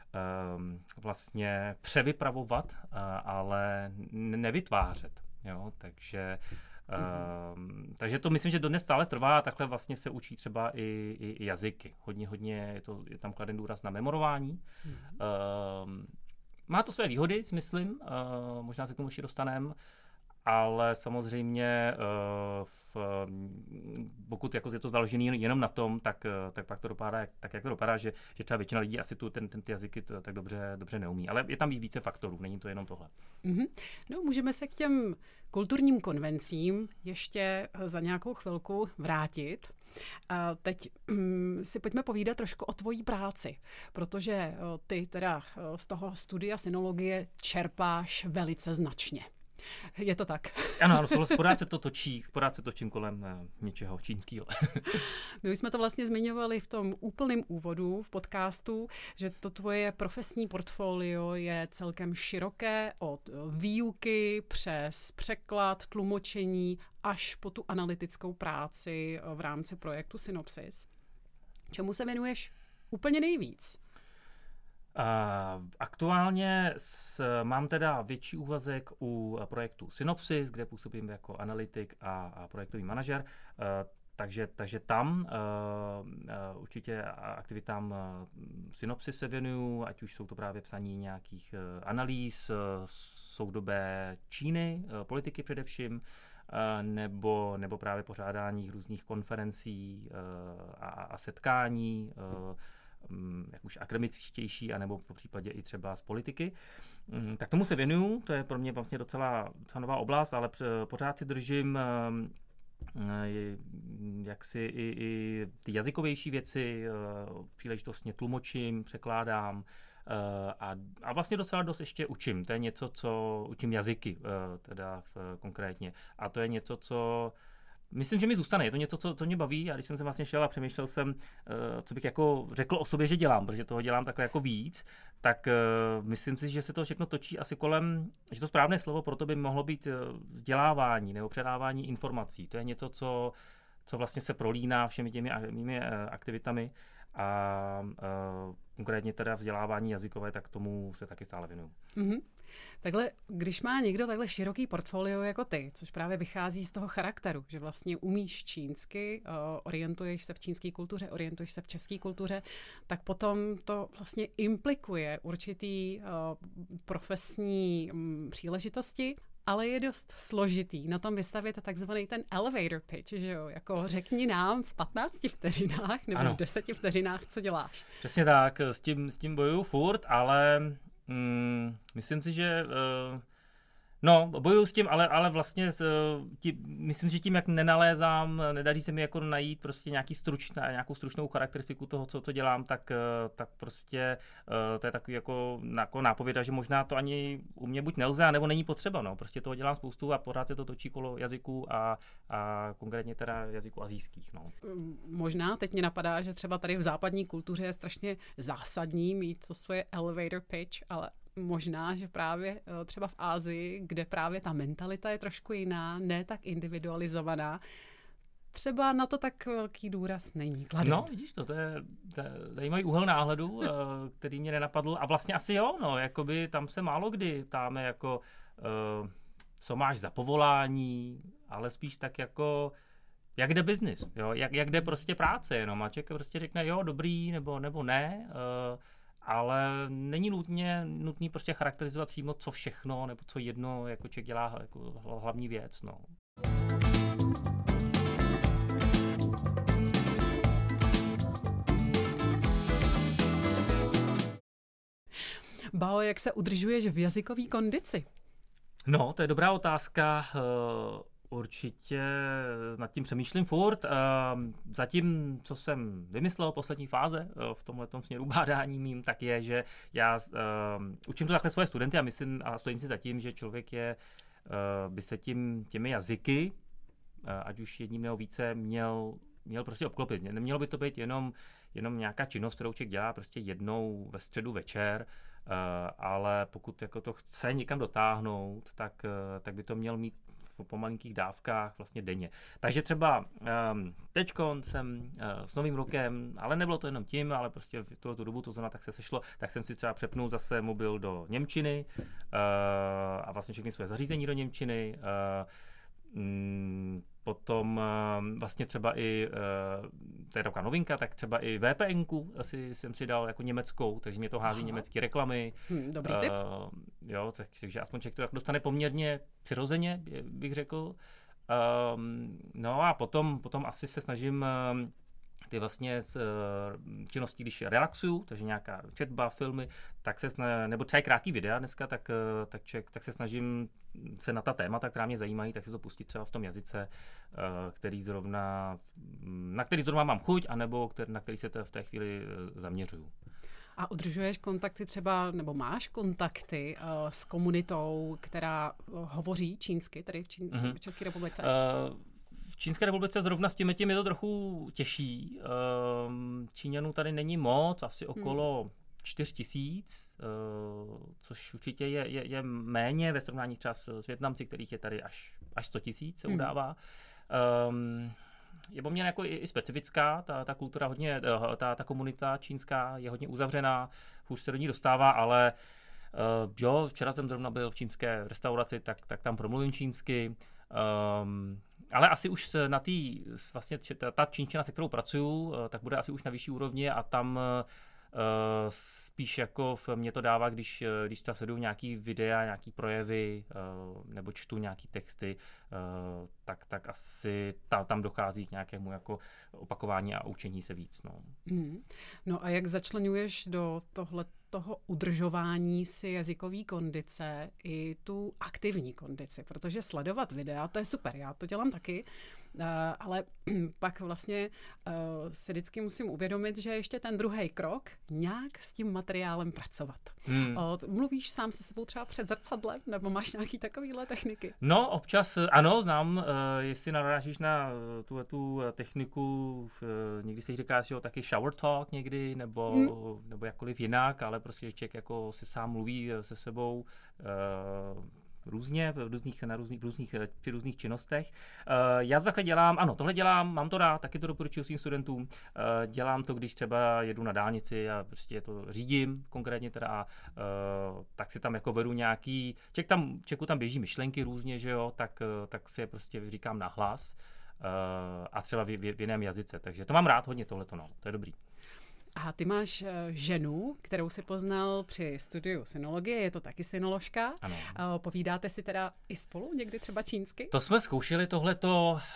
vlastně převypravovat, ale nevytvářet. Jo? Takže, mm-hmm. takže to myslím, že dodnes stále trvá, takhle vlastně se učí třeba i, i, i jazyky. Hodně, hodně je, to, je tam kladen důraz na memorování. Mm-hmm. Má to své výhody, si myslím, možná se k tomu ještě dostaneme, ale samozřejmě v, pokud jako je to založený jenom na tom, tak, tak pak to dopadá tak, jak to dopadá, že, že třeba většina lidí asi tu, ten, ten ty jazyky to, tak dobře, dobře neumí. Ale je tam více faktorů, není to jenom tohle. Mm-hmm. No, můžeme se k těm kulturním konvencím ještě za nějakou chvilku vrátit. A teď um, si pojďme povídat trošku o tvojí práci, protože uh, ty teda uh, z toho studia sinologie čerpáš velice značně. Je to tak? Ano, ano, pořád se to točí, pořád se točím kolem uh, něčeho čínského. My už jsme to vlastně zmiňovali v tom úplném úvodu v podcastu, že to tvoje profesní portfolio je celkem široké od výuky přes překlad, tlumočení až po tu analytickou práci v rámci projektu Synopsis. Čemu se věnuješ úplně nejvíc? Uh, aktuálně s, mám teda větší úvazek u projektu Synopsis, kde působím jako analytik a, a projektový manažer, uh, takže, takže tam uh, uh, určitě aktivitám uh, Synopsis se věnuju, ať už jsou to právě psaní nějakých uh, analýz uh, soudobé Číny, uh, politiky především, uh, nebo, nebo právě pořádání různých konferencí uh, a, a setkání, uh, jak už akademičtější, anebo po případě i třeba z politiky. Tak tomu se věnuju, to je pro mě vlastně docela, docela nová oblast, ale pořád si držím jaksi i, i ty jazykovější věci, příležitostně tlumočím, překládám a, a vlastně docela dost ještě učím. To je něco, co učím jazyky teda v, konkrétně. A to je něco, co myslím, že mi zůstane. Je to něco, co, co mě baví. A když jsem se vlastně šel a přemýšlel jsem, uh, co bych jako řekl o sobě, že dělám, protože toho dělám takhle jako víc, tak uh, myslím si, že se to všechno točí asi kolem, že to správné slovo pro to by mohlo být vzdělávání nebo předávání informací. To je něco, co, co vlastně se prolíná všemi těmi mými uh, aktivitami a uh, konkrétně teda vzdělávání jazykové, tak tomu se taky stále věnuju. Mm-hmm. Takhle, když má někdo takhle široký portfolio jako ty, což právě vychází z toho charakteru, že vlastně umíš čínsky, uh, orientuješ se v čínské kultuře, orientuješ se v české kultuře, tak potom to vlastně implikuje určitý uh, profesní um, příležitosti, ale je dost složitý na tom vystavit takzvaný ten elevator pitch, že jo, jako řekni nám v patnácti vteřinách nebo ano. v deseti vteřinách, co děláš. Přesně tak, s tím, s tím bojuju furt, ale mm, myslím si, že uh, no, bojuju s tím, ale, ale vlastně tím, myslím, že tím, jak nenalézám, nedaří se mi jako najít prostě nějaký stručná, nějakou stručnou charakteristiku toho, co, co dělám, tak, tak prostě to je takový jako, jako nápověda, že možná to ani u mě buď nelze, nebo není potřeba, no. Prostě toho dělám spoustu a pořád se to točí kolo jazyků a, a konkrétně teda jazyků asijských, no. Možná teď mě napadá, že třeba tady v západní kultuře je strašně zásadní mít to svoje elevator pitch, ale možná, že právě třeba v Asii, kde právě ta mentalita je trošku jiná, ne tak individualizovaná, třeba na to tak velký důraz není kladen. No, vidíš to, to je, to je zajímavý úhel náhledu, který mě nenapadl. A vlastně asi jo, no, jakoby tam se málo kdy ptáme jako, uh, co máš za povolání, ale spíš tak jako, jak jde biznis, jo, jak, jak jde prostě práce jenom. A člověk prostě řekne, jo, dobrý, nebo, nebo ne, uh, ale není nutně, nutný prostě charakterizovat přímo, co všechno, nebo co jedno jako člověk dělá jako hlavní věc, no. Bao, jak se udržuješ v jazykové kondici? No, to je dobrá otázka. Určitě nad tím přemýšlím furt. Zatím, co jsem vymyslel, poslední fáze v tomhletom směru bádání mým, tak je, že já učím to takhle svoje studenty a myslím a stojím si za tím, že člověk je, by se tím těmi jazyky, ať už jedním nebo více, měl, měl prostě obklopit. Nemělo by to být jenom, jenom nějaká činnost, kterou člověk dělá prostě jednou ve středu večer, ale pokud jako to chce někam dotáhnout, tak, tak by to měl mít v pomalinkých dávkách vlastně denně. Takže třeba um, teďkon jsem uh, s novým rokem, ale nebylo to jenom tím, ale prostě v tu dobu to znamená, tak se sešlo, tak jsem si třeba přepnul zase mobil do němčiny uh, a vlastně všechny své zařízení do němčiny. Uh, mm, Potom vlastně třeba i, to je taková novinka, tak třeba i V P N ku asi jsem si dal jako německou, takže mě to hází německé reklamy. Hmm, dobrý tip. Uh, jo, tak, takže aspoň člověk to jako dostane poměrně přirozeně, bych řekl. Um, no a potom, potom asi se snažím um, ty vlastně z uh, činností, když relaxuju, takže nějaká četba, filmy, tak se sna- nebo třeba krátký videa dneska, tak, uh, tak, ček, tak se snažím se na ta témata, která mě zajímají, tak si to pustit třeba v tom jazyce, uh, který zrovna, na který zrovna mám chuť, anebo který, na který se te, v té chvíli uh, zaměřuju. A udržuješ kontakty třeba, nebo máš kontakty uh, s komunitou, která uh, hovoří čínsky, tady v, Čín- mm-hmm. v České republice? Uh, v Čínské republice zrovna s tím tím je to trochu těžší. Uh, Číňanů tady není moc, asi okolo hmm. čtyři tisíc, uh, což určitě je, je, je méně ve srovnání třeba s, s Vietnamci, kterých je tady až, až sto tisíc se hmm. udává. Um, je poměrně jako i, i specifická, ta, ta kultura hodně, ta, ta komunita čínská je hodně uzavřená, hůř se do ní dostává, ale uh, jo, včera jsem zrovna byl v čínské restauraci, tak, tak tam promluvím čínsky, um, ale asi už na té, vlastně ta, ta čínština, se kterou pracuju, tak bude asi už na vyšší úrovni a tam Uh, spíš jako v mě to dává, když, když třeba sleduju nějaký videa, nějaký projevy uh, nebo čtu nějaký texty, uh, tak, tak asi ta, tam dochází k nějakému jako opakování a učení se víc. No, mm. no a jak začleňuješ do tohle toho udržování si jazykové kondice i tu aktivní kondici, protože sledovat videa, to je super, já to dělám taky, uh, ale pak vlastně uh, si vždycky musím uvědomit, že ještě ten druhý krok, nějak s tím materiálem pracovat. Hmm. Uh, mluvíš sám se sebou třeba před zrcadlem, nebo máš nějaký takovýhle techniky? No, občas, ano, znám, uh, jestli narážíš na uh, tu techniku, uh, někdy se říká, že jo, taky shower talk někdy, nebo, hmm. nebo jakkoliv jinak, ale prostě člověk jako si sám mluví se sebou uh, různě, v různých, na různých, různých, při různých činnostech. Uh, já to takhle dělám, ano, tohle dělám, mám to rád, taky to doporučuji svým studentům. Uh, dělám to, když třeba jedu na dálnici a prostě to řídím konkrétně teda a uh, tak si tam jako vedu nějaký, ček tam, čeku tam běží myšlenky různě, že jo, tak, uh, tak si je prostě říkám nahlas uh, a třeba v, v, v jiném jazyce, takže to mám rád hodně tohleto, no, to je dobrý. A ty máš ženu, kterou si poznal při studiu synologie, je to taky synoložka. Ano. Povídáte si teda i spolu někdy třeba čínsky? To jsme zkoušeli tohleto, uh,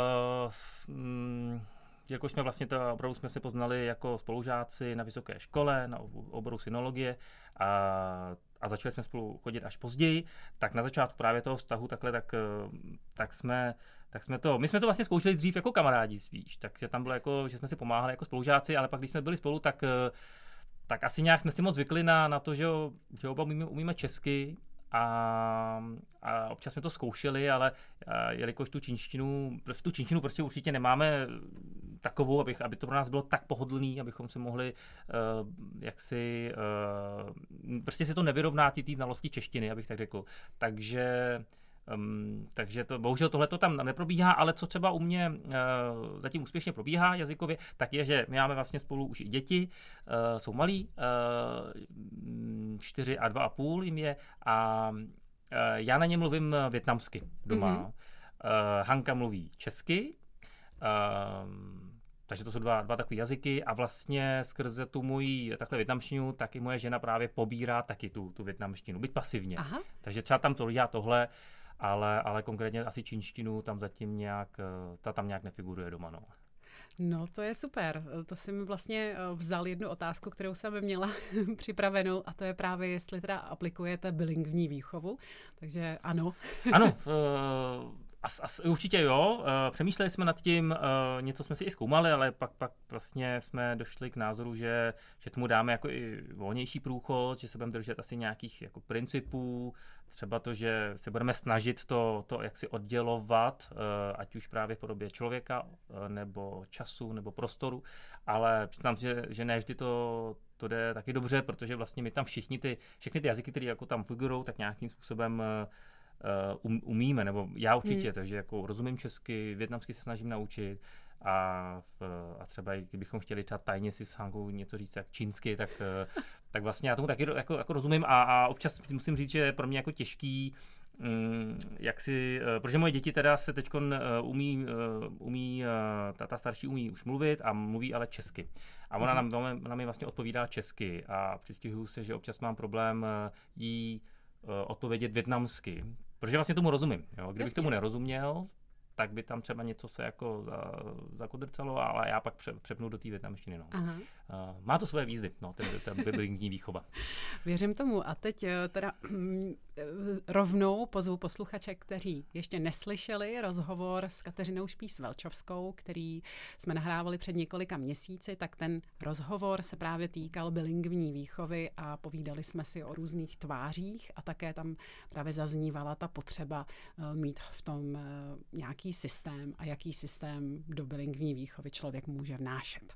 s, mm, jako jsme vlastně to, opravdu jsme se poznali jako spolužáci na vysoké škole, na oboru synologie a, a začali jsme spolu chodit až později, tak na začátku právě toho vztahu takhle, tak, tak jsme Tak jsme to, my jsme to vlastně zkoušeli dřív jako kamarádi spíš, takže tam bylo jako, že jsme si pomáhali jako spolužáci, ale pak když jsme byli spolu, tak, tak asi nějak jsme si moc zvykli na, na to, že, že oba umíme, umíme česky a, a občas jsme to zkoušeli, ale a, jelikož tu čínštinu, v tu čínštinu prostě určitě nemáme takovou, abych, aby to pro nás bylo tak pohodlný, abychom si mohli uh, jaksi, uh, prostě si to nevyrovná ty znalosti češtiny, abych tak řekl, takže Um, takže to, bohužel tohle to tam neprobíhá, ale co třeba u mě uh, zatím úspěšně probíhá jazykově, tak je, že my máme vlastně spolu už i děti, uh, jsou malí, uh, čtyři a dva a půl jim je a uh, já na ně mluvím vietnamsky doma. Mm-hmm. Uh, Hanka mluví česky, uh, takže to jsou dva, dva takové jazyky a vlastně skrze tu moji takhle vietnamštinu, tak i moje žena právě pobírá taky tu, tu vietnamštinu, byť pasivně. Aha. Takže třeba tam to dělá tohle, ale, ale konkrétně asi čínštinu tam zatím nějak, ta tam nějak nefiguruje doma, no. No, to je super. To si mi vlastně vzal jednu otázku, kterou jsem měla připravenou a to je právě, jestli teda aplikujete bilingvní výchovu. Takže ano. Ano, uh... As, as, určitě jo, uh, přemýšleli jsme nad tím, uh, něco jsme si i zkoumali, ale pak, pak vlastně jsme došli k názoru, že, že tomu dáme jako i volnější průchod, že se budeme držet asi nějakých jako principů, třeba to, že se budeme snažit to, to jak si oddělovat, uh, ať už právě v podobě člověka, uh, nebo času, nebo prostoru, ale přiznám, že, že ne vždy to, to jde taky dobře, protože vlastně my tam všichni ty, všechny ty jazyky, které jako tam figurou, tak nějakým způsobem uh, um, umíme, nebo já určitě, Hmm. takže jako rozumím česky, vietnamsky se snažím naučit a, v, a třeba kdybychom chtěli třeba tajně si s Hankou něco říct tak čínsky, tak, tak vlastně já tomu taky jako, jako rozumím a, a občas musím říct, že je pro mě jako těžký, Mm, jak si, uh, protože moje děti teda se teďkon uh, umí, uh, umí uh, ta, ta starší umí už mluvit a mluví ale česky. A ona mm. nám, nám mi vlastně odpovídá česky a přistihuju se, že občas mám problém uh, jí uh, odpovědět vietnamsky, protože vlastně tomu rozumím. Jo? Kdybych Jasně. tomu nerozuměl, tak by tam třeba něco se jako za, zakodrcalo, ale já pak pře, přepnu do té vietnamštiny. No. Uh, má to svoje výzvy, no, ten, ten bilingvní výchova. Věřím tomu. A teď teda mm, rovnou pozvu posluchače, kteří ještě neslyšeli rozhovor s Kateřinou Špís-Velčovskou, který jsme nahrávali před několika měsíci, tak ten rozhovor se právě týkal bilingvní výchovy a povídali jsme si o různých tvářích a také tam právě zaznívala ta potřeba uh, mít v tom uh, nějaký systém a jaký systém do bilingvní výchovy člověk může vnášet.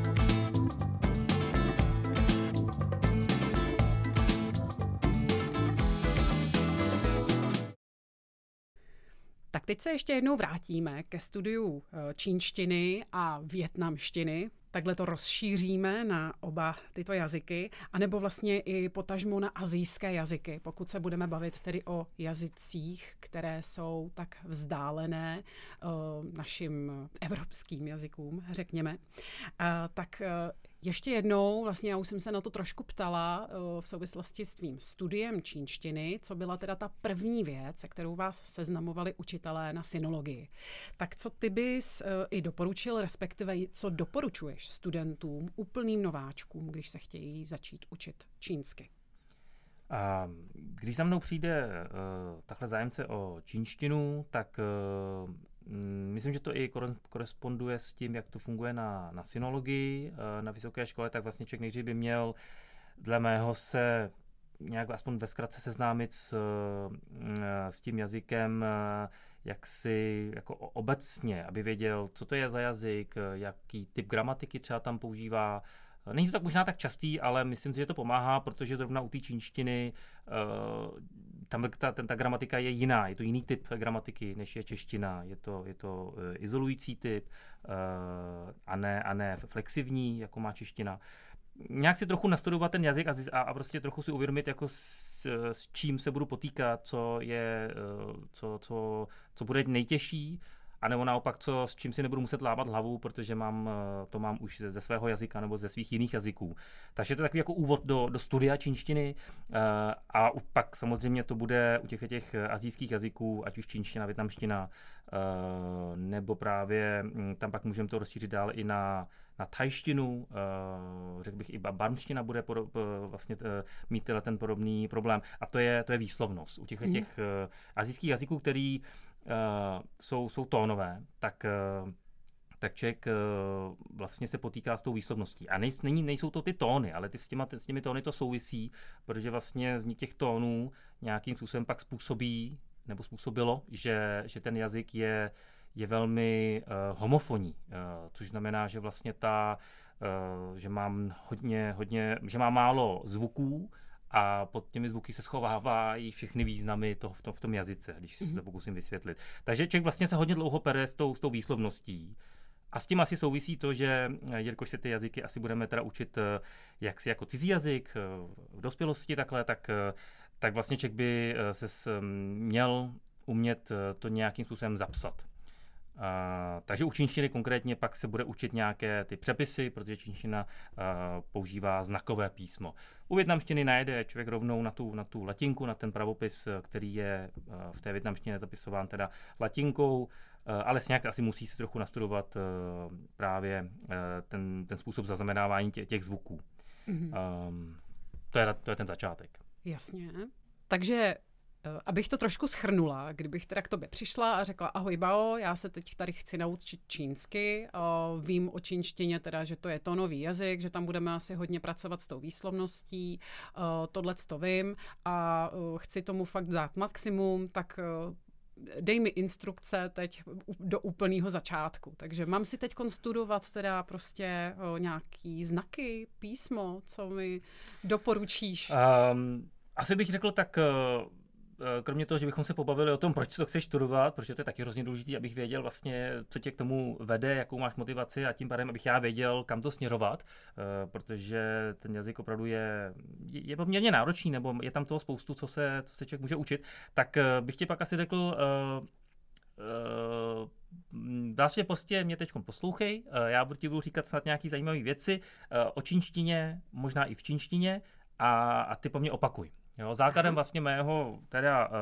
Tak teď se ještě jednou vrátíme ke studiu čínštiny a vietnamštiny. Takhle to rozšíříme na oba tyto jazyky, anebo vlastně i potažmo na asijské jazyky, pokud se budeme bavit tedy o jazycích, které jsou tak vzdálené uh, našim evropským jazykům, řekněme. Uh, tak uh, ještě jednou, vlastně já už jsem se na to trošku ptala uh, v souvislosti s tvým studiem čínštiny, co byla teda ta první věc, se kterou vás seznamovali učitelé na sinologii. Tak co ty bys uh, i doporučil, respektive co doporučuješ studentům, úplným nováčkům, když se chtějí začít učit čínsky? A když za mnou přijde uh, takhle zájemce o čínštinu, tak uh, myslím, že to i koresponduje s tím, jak to funguje na, na sinologii, uh, na vysoké škole, tak vlastně člověk nejdřív by měl dle mého se nějak aspoň ve zkratce seznámit s, s tím jazykem, jak si jako obecně, aby věděl, co to je za jazyk, jaký typ gramatiky třeba tam používá. Není to tak možná tak častý, ale myslím si, že to pomáhá, protože zrovna u té čínštiny tam ta, ta, ta gramatika je jiná, je to jiný typ gramatiky, než je čeština. Je to, je to izolující typ a ne, a ne flexivní, jako má čeština. Nějak si trochu nastudovat ten jazyk a, a prostě trochu si uvědomit, jako s, s čím se budu potýkat, co je, co, co, co bude nejtěžší, anebo naopak, co, s čím si nebudu muset lámat hlavu, protože mám, to mám už ze, ze svého jazyka nebo ze svých jiných jazyků. Takže to je takový jako úvod do, do studia čínštiny a pak samozřejmě to bude u těch, těch asijských jazyků, ať už čínština, vietnamština, nebo právě tam pak můžeme to rozšířit dál i na na thajštinu, uh, řekl bych i barmština bude poro, uh, vlastně uh, mít tenhle ten podobný problém. A to je, to je výslovnost. U těch, mm. těch uh, asijských jazyků, který uh, jsou, jsou tónové, tak, uh, tak člověk uh, vlastně se potýká s tou výslovností. A nej, není, nejsou to ty tóny, ale ty s, těma, s těmi tóny to souvisí, protože vlastně vznik těch tónů nějakým způsobem pak způsobí, nebo způsobilo, že, že ten jazyk je je velmi uh, homofonní, uh, což znamená, že vlastně ta, uh, že mám hodně, hodně, že mám málo zvuků a pod těmi zvuky se schovávají všechny významy toho, v, tom, v tom jazyce, když mm-hmm. se to pokusím vysvětlit. Takže člověk vlastně se hodně dlouho pere s tou, s tou výslovností. A s tím asi souvisí to, že jelikož se ty jazyky asi budeme teda učit jak si jako cizí jazyk v dospělosti takhle, tak, tak vlastně člověk by se měl umět to nějakým způsobem zapsat. Uh, takže u čínštiny konkrétně pak se bude učit nějaké ty přepisy, protože čínština uh, používá znakové písmo. U vietnamštiny najde člověk rovnou na tu, na tu latinku, na ten pravopis, který je uh, v té vietnamštině zapisován teda latinkou, uh, ale nějak asi musí se trochu nastudovat uh, právě uh, ten, ten způsob zaznamenávání tě, těch zvuků. Mm-hmm. Um, to, je, to je ten začátek. Jasně. Takže abych to trošku shrnula, kdybych teda k tobě přišla a řekla ahoj Bao, já se teď tady chci naučit čínsky, vím o čínštině teda, že to je tónový jazyk, že tam budeme asi hodně pracovat s tou výslovností, tohleto vím a chci tomu fakt dát maximum, tak dej mi instrukce teď do úplného začátku. Takže mám si teď studovat teda prostě nějaký znaky, písmo, co mi doporučíš? Um, asi bych řekl tak kromě toho, že bychom se pobavili o tom, proč to chceš studovat, protože to je taky hrozně důležité, abych věděl vlastně, co tě k tomu vede, jakou máš motivaci a tím pádem, abych já věděl, kam to směrovat, protože ten jazyk opravdu je, je poměrně náročný, nebo je tam toho spoustu, co se, co se člověk může učit, tak bych ti pak asi řekl, Uh, vlastně prostě mě teď poslouchej, uh, já ti budu říkat snad nějaký zajímavé věci uh, o čínštině, možná i v čínštině a, a ty po mně opakuj. Jo, základem vlastně mého teda uh,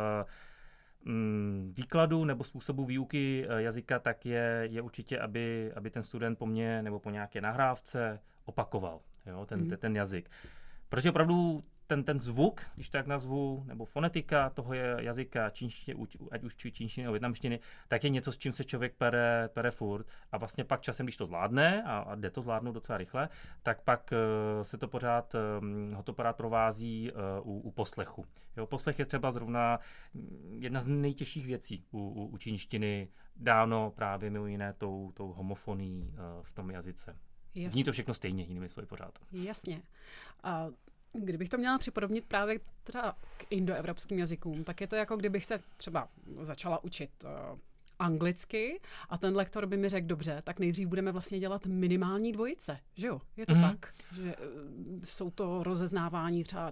um, výkladu nebo způsobu výuky uh, jazyka tak je, je určitě, aby, aby ten student po mně nebo po nějaké nahrávce opakoval, jo, ten, mm. ten, ten jazyk. Protože opravdu ten, ten zvuk, když tak nazvu, nebo fonetika toho je jazyka, čínštiny, ať už čínštiny nebo vietnamštiny, tak je něco, s čím se člověk pere, pere furt. A vlastně pak časem, když to zvládne, a, a jde to zvládnout docela rychle, tak pak uh, se to pořád, um, ho to pořád provází uh, u, u poslechu. Jo, poslech je třeba zrovna jedna z nejtěžších věcí u, u, u čínštiny, dáno právě mimo jiné tou, tou homofoní uh, v tom jazyce. Jasně. Zní to všechno stejně, jinými slovy pořád. Jasně. A kdybych to měla připodobnit právě třeba k indoevropským jazykům, tak je to jako kdybych se třeba začala učit uh, anglicky a ten lektor by mi řekl, dobře, tak nejdřív budeme vlastně dělat minimální dvojice, že jo? Je to mm. tak, že uh, jsou to rozeznávání třeba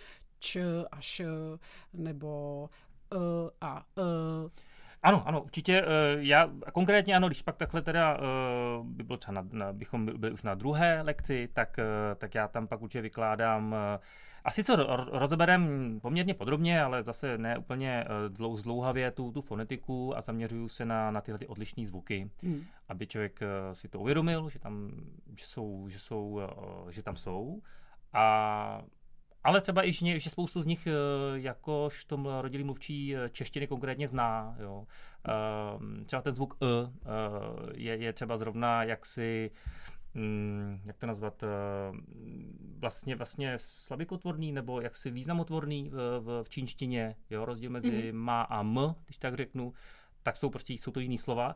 č a š, nebo uh, a uh. Ano, ano, určitě. Já konkrétně ano, když pak takhle teda by byl třeba na, na, bychom byli už na druhé lekci, tak, tak já tam pak určitě vykládám. Asi co rozeberem poměrně podrobně, ale zase ne úplně dlou, zdlouhavě tu, tu fonetiku a zaměřuju se na, na tyhle ty odlišné zvuky, hmm. aby člověk si to uvědomil, že tam, že jsou, že jsou, že tam jsou. A ale třeba i že spoustu z nich, jakož tom rodilý mluvčí češtiny konkrétně zná. Jo. Třeba ten zvuk e je, je třeba zrovna jaksi, jak to nazvat, vlastně, vlastně slabikotvorný nebo jaksi významotvorný v, v, v čínštině. Jo. Rozdíl mezi mm-hmm. ma a m, když tak řeknu, tak jsou prostě jsou to jiný slova.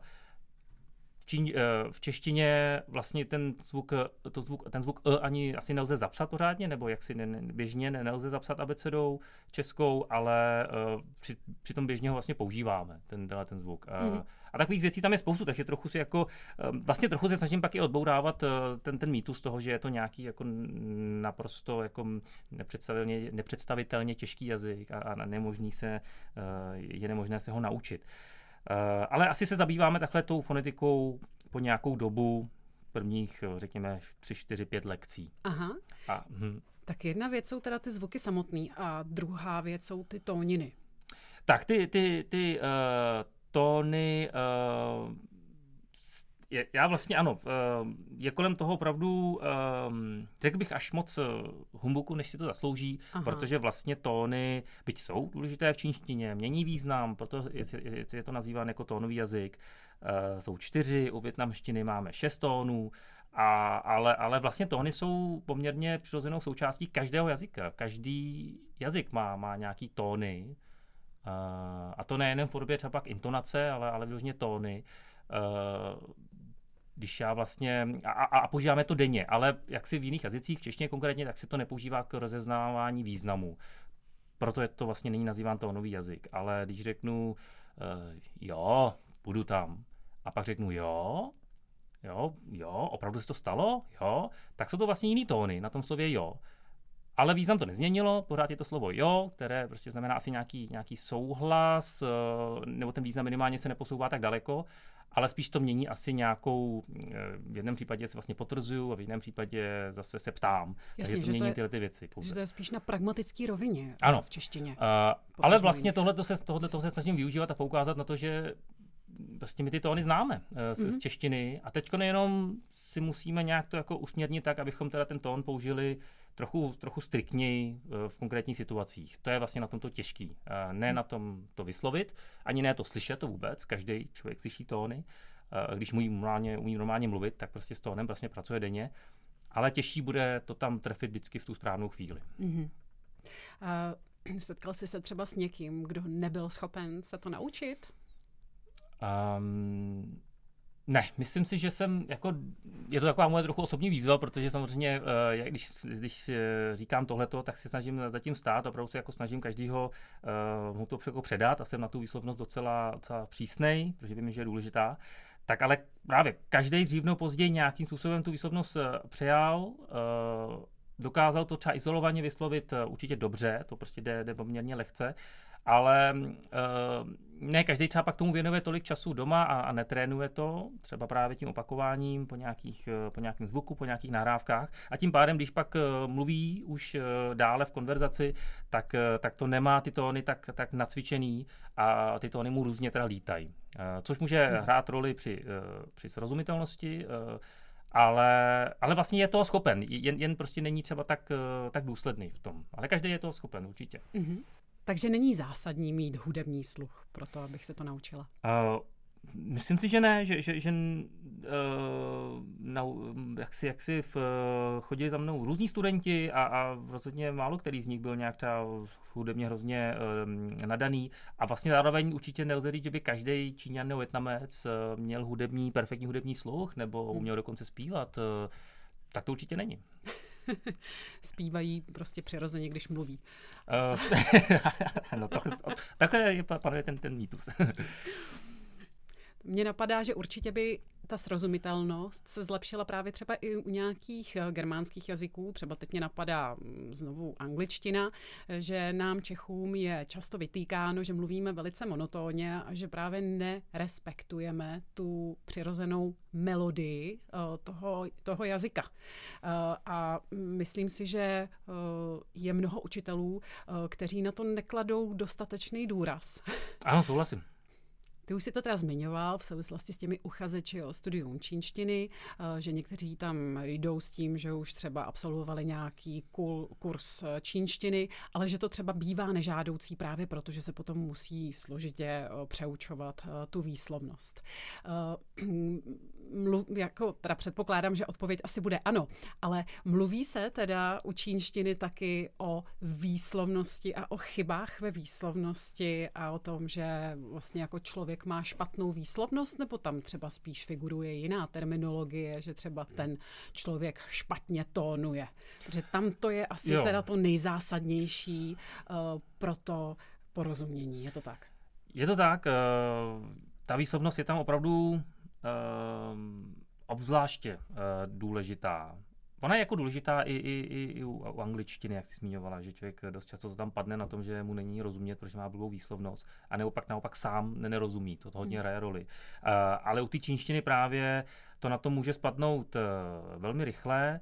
Číň, v češtině vlastně ten zvuk, to zvuk, ten zvuk e ani asi nelze zapsat pořádně, nebo jak si ne, běžně nelze zapsat abecedou českou, ale uh, při, při tom běžně ho vlastně používáme, ten, ten zvuk. Mm. Uh, a takových věcí tam je spoustu, takže trochu si jako, uh, vlastně trochu se snažím pak i odbourávat uh, ten, ten mýtus toho, že je to nějaký jako naprosto jako nepředstavitelně, nepředstavitelně těžký jazyk a, a nemožný se, uh, je nemožné se ho naučit. Uh, ale asi se zabýváme takhle tou fonetikou po nějakou dobu, prvních, řekněme, tři, čtyři, pět lekcí. Aha. A, hm. Tak jedna věc jsou teda ty zvuky samotný a druhá věc jsou ty tóniny. Tak ty, ty, ty uh, tóny, uh, je, já vlastně ano, uh, je kolem toho opravdu, um, řekl bych až moc humbuku, než si to zaslouží, aha. protože vlastně tóny, byť jsou důležité v čínštině, mění význam, proto je, je, je to nazýván jako tónový jazyk. Uh, jsou čtyři, u vietnamštiny máme šest tónů, a, ale, ale vlastně tóny jsou poměrně přirozenou součástí každého jazyka. Každý jazyk má, má nějaký tóny, uh, a to nejen v podobě třeba pak intonace, ale, ale vyloženě tóny. Uh, když já vlastně, a, a, a používáme to denně, ale jak si v jiných jazycích, v češtině konkrétně, tak se to nepoužívá k rozeznávání významu. Proto je to vlastně není nazýván tónový jazyk. Ale když řeknu, uh, jo, budu tam, a pak řeknu jo, jo, jo, opravdu se to stalo, jo, tak jsou to vlastně jiný tóny na tom slově jo. Ale význam to nezměnilo, pořád je to slovo jo, které prostě znamená asi nějaký, nějaký souhlas, nebo ten význam minimálně se neposouvá tak daleko, ale spíš to mění asi nějakou, v jednom případě se vlastně potvrzuju a v jiném případě zase se ptám. Jasně, takže to že mění to je, tyhle ty věci. Pouze. Že to je spíš na pragmatické rovině ano. v češtině. Uh, ale vlastně tohleto se, tohleto se snažím využívat a poukázat na to, že prostě my ty tóny známe uh, z, mm-hmm. z češtiny a teď nejenom si musíme nějak to jako usměrnit tak, abychom teda ten tón použili trochu, trochu striktněji uh, v konkrétních situacích. To je vlastně na tom to těžký. Uh, ne mm. na tom to vyslovit, ani ne to slyšet to vůbec. Každý člověk slyší tóny. Uh, když umí normálně, umí normálně mluvit, tak prostě s tónem vlastně pracuje denně. Ale těžší bude to tam trefit vždycky v tu správnou chvíli. Mm-hmm. Uh, setkal jsi se třeba s někým, kdo nebyl schopen se to naučit? Um, Ne, myslím si, že jsem jako, je to taková moje trochu osobní výzva, protože samozřejmě, jak když, když říkám tohleto, tak si snažím zatím stát, opravdu se jako snažím každýho uh, mu to jako předat a jsem na tu výslovnost docela, docela přísnej, protože vím, že je důležitá. Tak ale právě každý dřív nebo později nějakým způsobem tu výslovnost přejal, uh, dokázal to třeba izolovaně vyslovit uh, určitě dobře, to prostě jde, jde poměrně lehce, ale uh, ne každý třeba pak tomu věnuje tolik času doma a, a netrénuje to, třeba právě tím opakováním po, nějakých, po nějakém zvuku, po nějakých nahrávkách a tím pádem, když pak uh, mluví už uh, dále v konverzaci, tak, uh, tak to nemá ty tóny tak, tak nacvičený a ty tóny mu různě teda lítají. Uh, což může hmm. hrát roli při, uh, při srozumitelnosti, uh, ale, ale vlastně je toho schopen, jen, jen prostě není třeba tak, uh, tak důsledný v tom, ale každý je toho schopen určitě. Mm-hmm. Takže není zásadní mít hudební sluch pro to, abych se to naučila? Uh, myslím si, že ne, že, že, že uh, na, jak si, jak si v, uh, chodili za mnou různí studenti a, a rozhodně málo který z nich byl nějak třeba hudebně hrozně uh, nadaný a vlastně zároveň určitě nelze říct, že by každý Číňan nebo Vietnamec uh, měl hudební, perfektní hudební sluch nebo uměl dokonce zpívat. Uh, tak to určitě není. Zpívají prostě přirozeně, když mluví. Uh, no, takhle, takhle panuje ten, ten mýtus. Mně napadá, že určitě by ta srozumitelnost se zlepšila právě třeba i u nějakých germánských jazyků. Třeba teď mě napadá znovu angličtina, že nám Čechům je často vytýkáno, že mluvíme velice monotónně a že právě nerespektujeme tu přirozenou melodii toho, toho jazyka. A myslím si, že je mnoho učitelů, kteří na to nekladou dostatečný důraz. Ano, souhlasím. Ty už si to teda zmiňoval v souvislosti s těmi uchazeči o studium čínštiny, že někteří tam jdou s tím, že už třeba absolvovali nějaký kurz čínštiny, ale že to třeba bývá nežádoucí právě proto, že se potom musí složitě přeučovat tu výslovnost. Mluv, jako teda předpokládám, že odpověď asi bude ano, ale mluví se teda u čínštiny taky o výslovnosti a o chybách ve výslovnosti a o tom, že vlastně jako člověk má špatnou výslovnost, nebo tam třeba spíš figuruje jiná terminologie, že třeba ten člověk špatně tónuje. Protože tam to je asi jo. teda to nejzásadnější uh, pro to porozumění. Je to tak? Je to tak. Uh, ta výslovnost je tam opravdu Uh, obzvláště uh, důležitá. Ona je jako důležitá i, i, i, i u, u angličtiny, jak jsi zmiňovala, že člověk dost často to tam padne na tom, že mu není rozumět, protože má blbou výslovnost, a nebo pak naopak sám nerozumí, to, to hodně hraje roli. Uh, ale u té čínštiny právě to na to může spadnout uh, velmi rychle.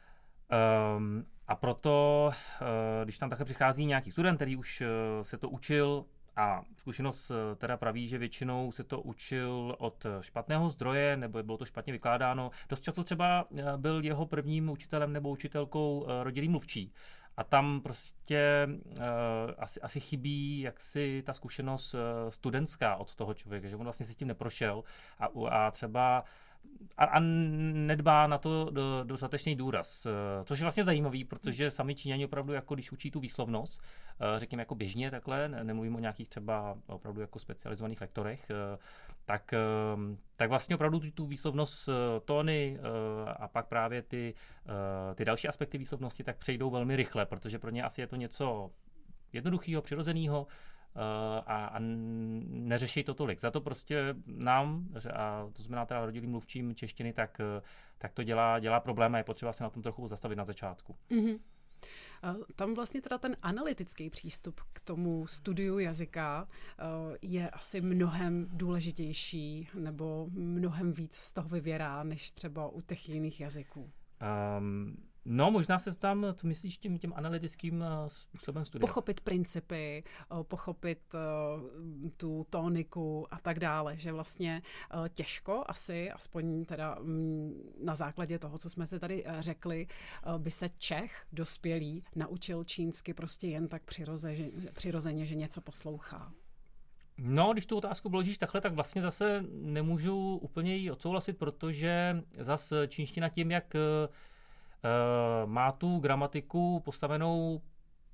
Um, a proto, uh, když tam také přichází nějaký student, který už uh, se to učil, a zkušenost teda praví, že většinou se to učil od špatného zdroje, nebo bylo to špatně vykládáno. Dost často třeba byl jeho prvním učitelem nebo učitelkou rodilý mluvčí. A tam prostě uh, asi, asi chybí jaksi ta zkušenost uh, studentská od toho člověka, že on vlastně si s tím neprošel a, a třeba a, a nedbá na to do, dostatečný důraz. Což je vlastně zajímavý, protože sami Číňani opravdu, jako když učí tu výslovnost, řekněme jako běžně takhle, nemluvím o nějakých třeba opravdu jako specializovaných lektorech, tak, tak vlastně opravdu tu, tu výslovnost, tóny a pak právě ty, ty další aspekty výslovnosti tak přejdou velmi rychle, protože pro ně asi je to něco jednoduchého, přirozeného, a, a neřeší to tolik. Za to prostě nám, a to znamená teda rodilým mluvčím češtiny, tak, tak to dělá, dělá problém a je potřeba se na tom trochu zastavit na začátku. Mm-hmm. Tam vlastně teda ten analytický přístup k tomu studiu jazyka je asi mnohem důležitější nebo mnohem víc z toho vyvěrá, než třeba u těch jiných jazyků. Um, No, možná se tam, co myslíš tím, tím analytickým způsobem studia? Pochopit principy, pochopit uh, tu tóniku a tak dále, že vlastně uh, těžko asi, aspoň teda um, na základě toho, co jsme se tady uh, řekli, uh, by se Čech dospělý naučil čínsky prostě jen tak přirozeně, přirozeně, že něco poslouchá. No, když tu otázku položíš takhle, tak vlastně zase nemůžu úplně ji odsouhlasit, protože zase čínština tím, jak Uh, má tu gramatiku postavenou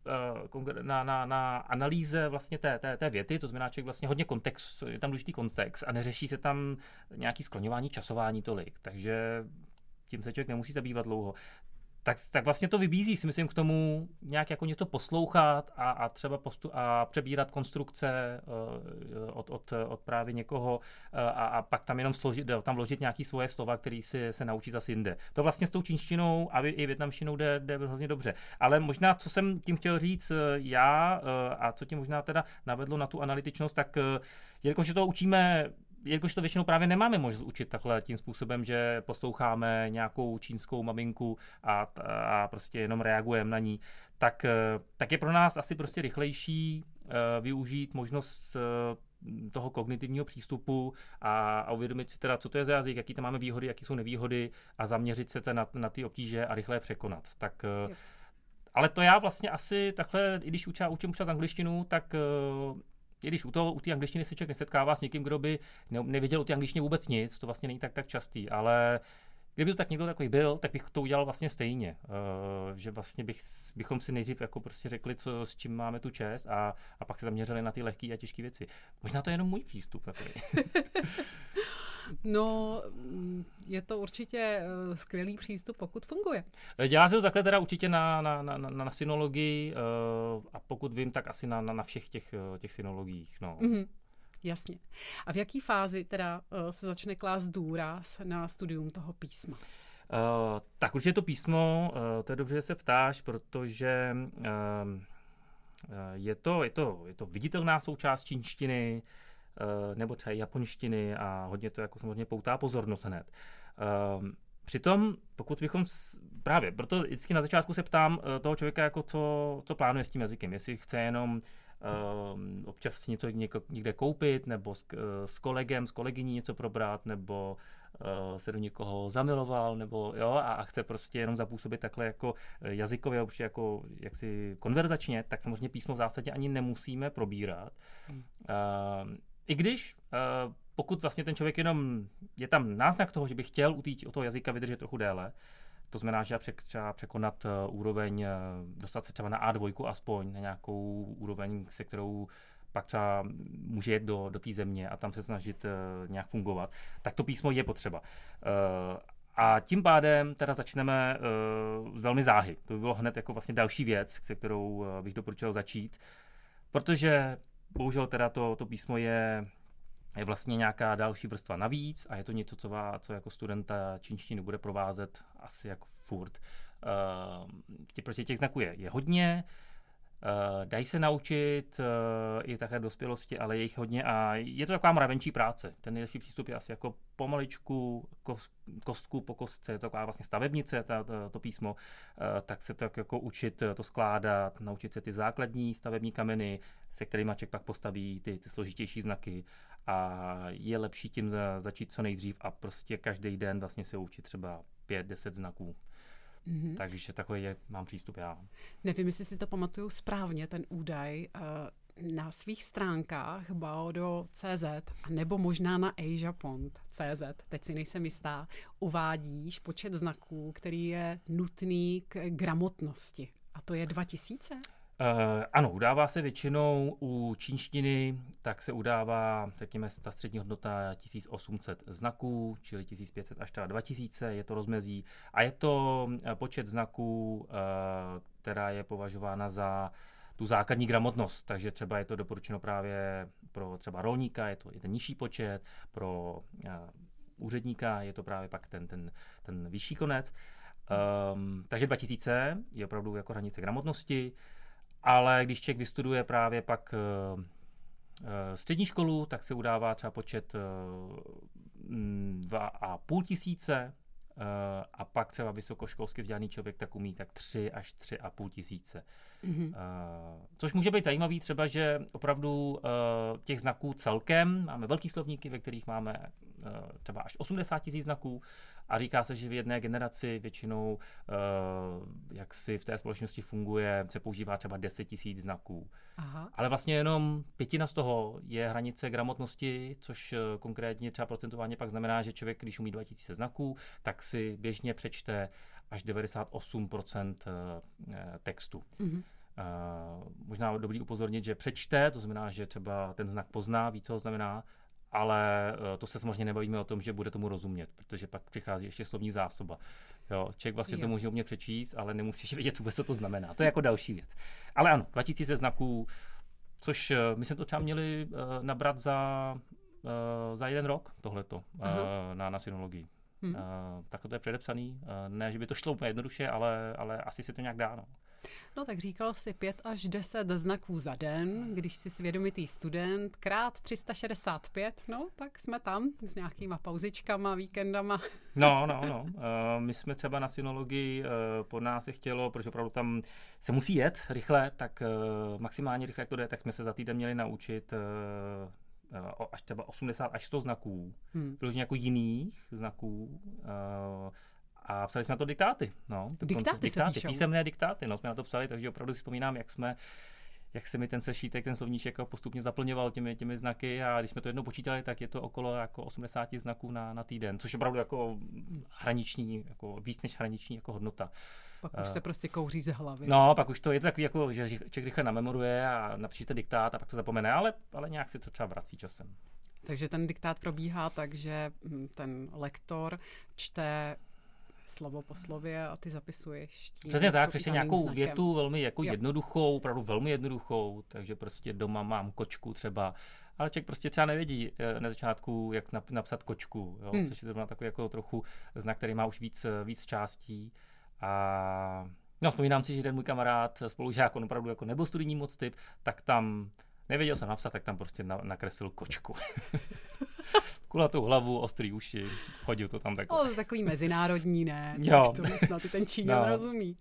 na, na, na analýze vlastně té, té, té věty, to znamená člověk vlastně hodně kontext, je tam důležitý kontext a neřeší se tam nějaký skloňování, časování tolik, takže tím se člověk nemusí zabývat dlouho. Tak, tak vlastně to vybízí, si myslím, k tomu nějak jako něco poslouchat a, a třeba postu, a přebírat konstrukce uh, od, od, od právě někoho uh, a, a pak tam jenom složit, tam vložit nějaké svoje slova, které si se naučí zase jinde. To vlastně s tou čínštinou a i vietnamštinou jde, jde hrozně dobře. Ale možná, co jsem tím chtěl říct já uh, a co tím možná teda navedlo na tu analytičnost, tak uh, jelikož to učíme jelikož to většinou právě nemáme možnost učit takhle tím způsobem, že posloucháme nějakou čínskou maminku a, a prostě jenom reagujeme na ní, tak, tak je pro nás asi prostě rychlejší uh, využít možnost uh, toho kognitivního přístupu a, a uvědomit si teda, co to je za jazyk, jaký tam máme výhody, jaký jsou nevýhody a zaměřit se na, na ty obtíže a rychle je překonat. Tak, uh, ale to já vlastně asi takhle, i když učím, učím třeba z angličtinu, tak uh, i když u toho, u té angličtiny se člověk nesetkává s někým, kdo by ne, nevěděl o té angličtině vůbec nic, to vlastně není tak tak častý, ale kdyby to tak někdo takový byl, tak bych to udělal vlastně stejně, uh, že vlastně bych, bychom si nejdřív jako prostě řekli, co, s čím máme tu čest a, a pak se zaměřili na ty lehké a těžké věci. Možná to je jenom můj přístup takový. No, je to určitě uh, skvělý přístup, pokud funguje. Dělá se to takhle teda určitě na, na, na, na synologii uh, a pokud vím, tak asi na, na, na všech těch, těch synologiích. No. Mm-hmm. Jasně. A v jaký fázi teda uh, se začne klást důraz na studium toho písma? Uh, tak určitě to písmo, uh, to je dobře, že se ptáš, protože uh, je, to, je, to, je to viditelná součást čínštiny, uh, nebo třeba japonštiny a hodně to jako samozřejmě poutá pozornost hned. Uh, Přitom, pokud bychom s, právě, proto vždycky na začátku se ptám uh, toho člověka, jako co, co plánuje s tím jazykem, jestli chce jenom Uh, občas si něco něko, někde koupit, nebo s, uh, s kolegem, s kolegyní něco probrat, nebo uh, se do někoho zamiloval, nebo jo, a, a chce prostě jenom zapůsobit takhle jako jazykově, určitě jako jaksi konverzačně, tak samozřejmě písmo v zásadě ani nemusíme probírat. Hmm. Uh, I když, uh, pokud vlastně ten člověk jenom, je tam náznak toho, že by chtěl u, tý, u toho jazyka vydržet trochu déle, to znamená, že třeba překonat uh, úroveň, uh, dostat se třeba na á dva aspoň, na nějakou úroveň, se kterou pak třeba může jet do, do té země a tam se snažit uh, nějak fungovat, tak to písmo je potřeba. Uh, a tím pádem teda začneme uh, velmi záhy. To by bylo hned jako vlastně další věc, se kterou uh, bych doporučil začít, protože bohužel teda to, to písmo je je vlastně nějaká další vrstva navíc a je to něco, co, vás, co jako studenta čínštiny bude provázet asi jako furt. Uh, tě, prostě těch znaků je, je hodně, uh, dají se naučit uh, i také dospělosti, ale je jich hodně a je to taková mravenčí práce. Ten nejlepší přístup je asi jako pomaličku, kos, kostku po kostce, je to taková vlastně stavebnice, ta, ta, to písmo, uh, tak se to jako učit to skládat, naučit se ty základní stavební kameny, se kterými člověk pak postaví ty, ty složitější znaky. A je lepší tím za, začít co nejdřív a prostě každý den vlastně se učit třeba pět, deset znaků. Mm-hmm. Takže takový je, mám přístup já. Nevím, jestli si to pamatuju správně, ten údaj. Na svých stránkách baodo tečka cé zet nebo možná na ajapont tečka cé zet, teď si nejsem jistá, uvádíš počet znaků, který je nutný k gramotnosti. A to je dva tisíce? Uh, ano, udává se většinou u čínštiny, tak se udává, řekněme, ta střední hodnota tisíc osm set znaků, čili tisíc pět set až dva tisíce, je to rozmezí. A je to počet znaků, uh, která je považována za tu základní gramotnost, takže třeba je to doporučeno právě pro třeba rolníka, je to je ten nižší počet, pro uh, úředníka je to právě pak ten, ten, ten vyšší konec. Um, takže dva tisíce je opravdu jako hranice gramotnosti. Ale když člověk vystuduje právě pak uh, uh, střední školu, tak se udává třeba počet uh, dva a půl tisíce uh, a pak třeba vysokoškolsky vzdělaný člověk tak umí tak tři až tři a půl tisíce. Mm-hmm. Uh, což může být zajímavý třeba, že opravdu uh, těch znaků celkem, máme velký slovníky, ve kterých máme uh, třeba až osmdesát tisíc znaků, a říká se, že v jedné generaci většinou, uh, jak si v té společnosti funguje, se používá třeba deset tisíc znaků. Aha. Ale vlastně jenom pětina z toho je hranice gramotnosti, což uh, konkrétně třeba procentuálně pak znamená, že člověk, když umí dva tisíce znaků, tak si běžně přečte až devadesát osm procent uh, textu. Mhm. Uh, možná dobrý upozornit, že přečte, to znamená, že třeba ten znak pozná, ví, co ho znamená, ale uh, to se samozřejmě nebavíme o tom, že bude tomu rozumět, protože pak přichází ještě slovní zásoba. Jo, člověk vlastně jo. to může umět přečíst, ale nemusíš vědět vůbec, co to znamená. To je jako další věc. Ale ano, dva tisíce znaků, což uh, my jsme to třeba měli uh, nabrat za, uh, za jeden rok, tohleto, uh, na, na synologii. Hmm. Uh, tak to je předepsaný. Uh, ne, že by to šlo úplně jednoduše, ale, ale asi se to nějak dá. No. No tak říkal si pět až deset znaků za den, když jsi svědomitý student, krát tři sta šedesát pět, no tak jsme tam s nějakýma pauzičkama, víkendama. No, no, no. Uh, my jsme třeba na synologii, uh, po nás se chtělo, protože opravdu tam se musí jet rychle, tak uh, maximálně rychle, jak to jde, tak jsme se za týden měli naučit uh, uh, až třeba osmdesát až sto znaků, hmm. vyloženě jako jiných znaků. Uh, A psali jsme na to diktáty. No, diktáty, diktáty písemné diktáty. No, jsme na to psali, takže opravdu si vzpomínám, jak jsme, jak se mi ten sešítek, ten slovníček postupně zaplňoval těmi, těmi znaky a když jsme to jednou počítali, tak je to okolo jako osmdesát znaků na, na týden, což je opravdu jako hraniční, jako víc než hraniční jako hodnota. Pak už uh, se prostě kouří ze hlavy. No, pak už to je to takový, jako, že člověk rychle namemoruje a napíšete diktát a pak to zapomene, ale, ale nějak si to třeba vrací časem. Takže ten diktát probíhá tak, že ten lektor čte slovo po slově a ty zapisuješ tím. Přesně tak, přesně nějakou znakem. Větu velmi jako jo. jednoduchou, opravdu velmi jednoduchou, takže prostě doma mám kočku třeba, ale člověk prostě třeba nevědí na začátku, jak napsat kočku, jo? Hmm. Což je to takový jako trochu znak, který má už víc, víc částí. A no, vzpomínám si, že jeden můj kamarád, spolužák, on opravdu jako nebyl studijní moc typ, tak tam nevěděl jsem napsat, tak tam prostě na, nakreslil kočku. Kulatou hlavu, ostrý uši, hodil to tam takhle. O, takový mezinárodní, ne? Jo. To snad ty ten Číňan no. rozumí.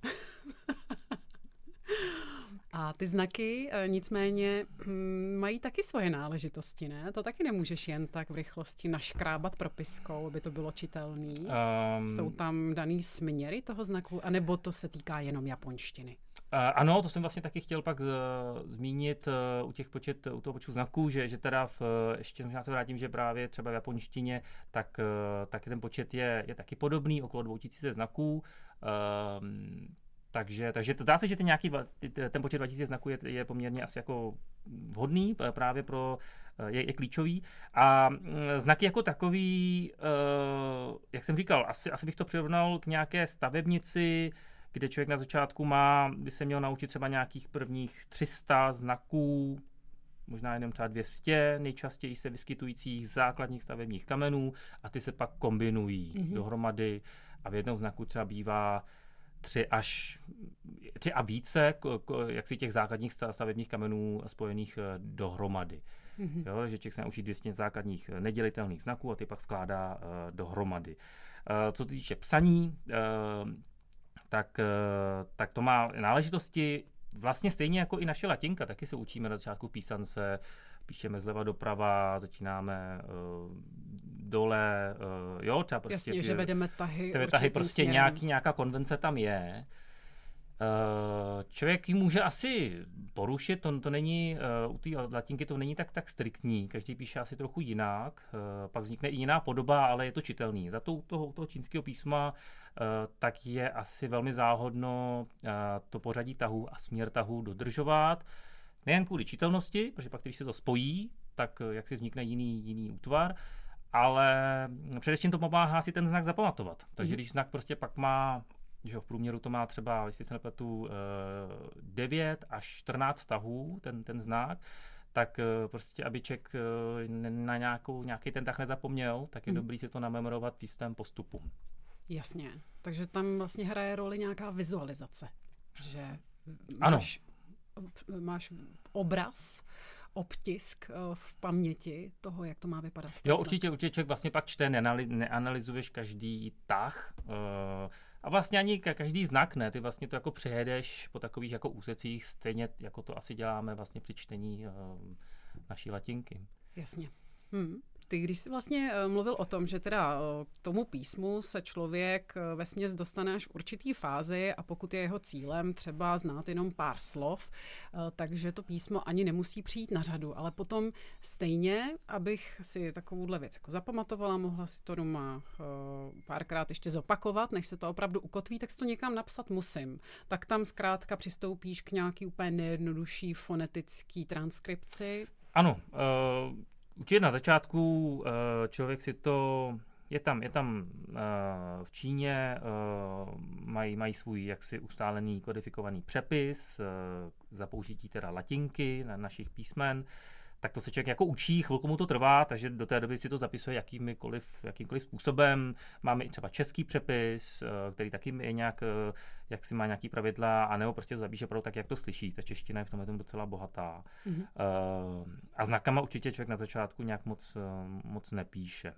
A ty znaky nicméně mají taky svoje náležitosti, ne? To taky nemůžeš jen tak v rychlosti naškrábat propiskou, aby to bylo čitelný. Um, Jsou tam daný směry toho znaku, anebo to se týká jenom japonštiny? Uh, ano, to jsem vlastně taky chtěl pak uh, zmínit uh, u těch počet, u toho počtu znaků, že, že teda v, ještě možná se vrátím, že právě třeba v japonštině, tak uh, taky ten počet je, je taky podobný, okolo dvě tisíce znaků. Uh, takže, takže to zdá se, že ten, nějaký, ten počet dva tisíce znaků je, je poměrně asi jako vhodný právě pro, je, je klíčový. A znaky jako takový, uh, jak jsem říkal, asi, asi bych to přirovnal k nějaké stavebnici, kde člověk na začátku má, by se měl naučit třeba nějakých prvních tři sta znaků, možná jenom třeba dvě stě nejčastěji se vyskytujících základních stavebních kamenů a ty se pak kombinují mm-hmm. dohromady a v jednom znaku třeba bývá tři až tři a více jak si těch základních stavebních kamenů spojených dohromady. Mm-hmm. Jo, že člověk se naučí dvě stě základních nedělitelných znaků a ty pak skládá uh, dohromady. Uh, co se týče psaní, uh, Tak, tak to má náležitosti vlastně stejně jako i naše latinka. Taky se učíme na začátku písance, píšeme zleva doprava, začínáme uh, dole, uh, jo, třeba prostě... Jasně, ty, že vedeme tahy. Ty tahy prostě nějaký, nějaká konvence tam je. Uh, člověk ji může asi porušit, to, to není, uh, u té latinky to není tak, tak striktní, každý píše asi trochu jinak, uh, pak vznikne i jiná podoba, ale je to čitelný. Za to u toho, toho čínského písma uh, tak je asi velmi záhodno uh, to pořadí tahů a směr tahů dodržovat, nejen kvůli čitelnosti, protože pak když se to spojí, tak uh, jak si vznikne jiný, jiný útvar, ale především to pomáhá si ten znak zapamatovat. Takže mm. když znak prostě pak má, že v průměru to má třeba, jestli se nepletu, devět až čtrnáct tahů, ten, ten znak, tak prostě, aby člověk na nějakou, nějaký ten tah nezapomněl, tak je mm. dobrý si to namemorovat v jistém postupu. Jasně, takže tam vlastně hraje roli nějaká vizualizace, že ano. Máš, máš obraz, obtisk v paměti toho, jak to má vypadat. Jo, určitě, určitě člověk vlastně pak čte, neanalyzuješ každý tah, a vlastně ani každý znak ne, ty vlastně to jako přejedeš po takových jako úsecích, stejně jako to asi děláme vlastně při čtení uh, naší latinky. Jasně. Hmm. Ty, když jsi vlastně mluvil o tom, že teda k tomu písmu se člověk vesměs dostane až v určitý fázi a pokud je jeho cílem třeba znát jenom pár slov, takže to písmo ani nemusí přijít na řadu, ale potom stejně, abych si takovouhle věc jako zapamatovala, mohla si to doma párkrát ještě zopakovat, než se to opravdu ukotví, tak si to někam napsat musím. Tak tam zkrátka přistoupíš k nějaký úplně nejjednodušší fonetický transkripci. Ano, uh... určitě na začátku člověk si to, je tam, je tam v Číně, mají, mají svůj jaksi ustálený kodifikovaný přepis za použití teda latinky na našich písmen, tak to se člověk jako učí, chvilku mu to trvá, takže do té doby si to zapisuje jakýmkoliv, jakýmkoliv způsobem. Máme i třeba český přepis, který taky je nějak, jak si má nějaký pravidla, anebo prostě zapíše opravdu tak, jak to slyší. Ta čeština je v tomhle docela bohatá. Mm-hmm. A znakama určitě člověk na začátku nějak moc, moc nepíše.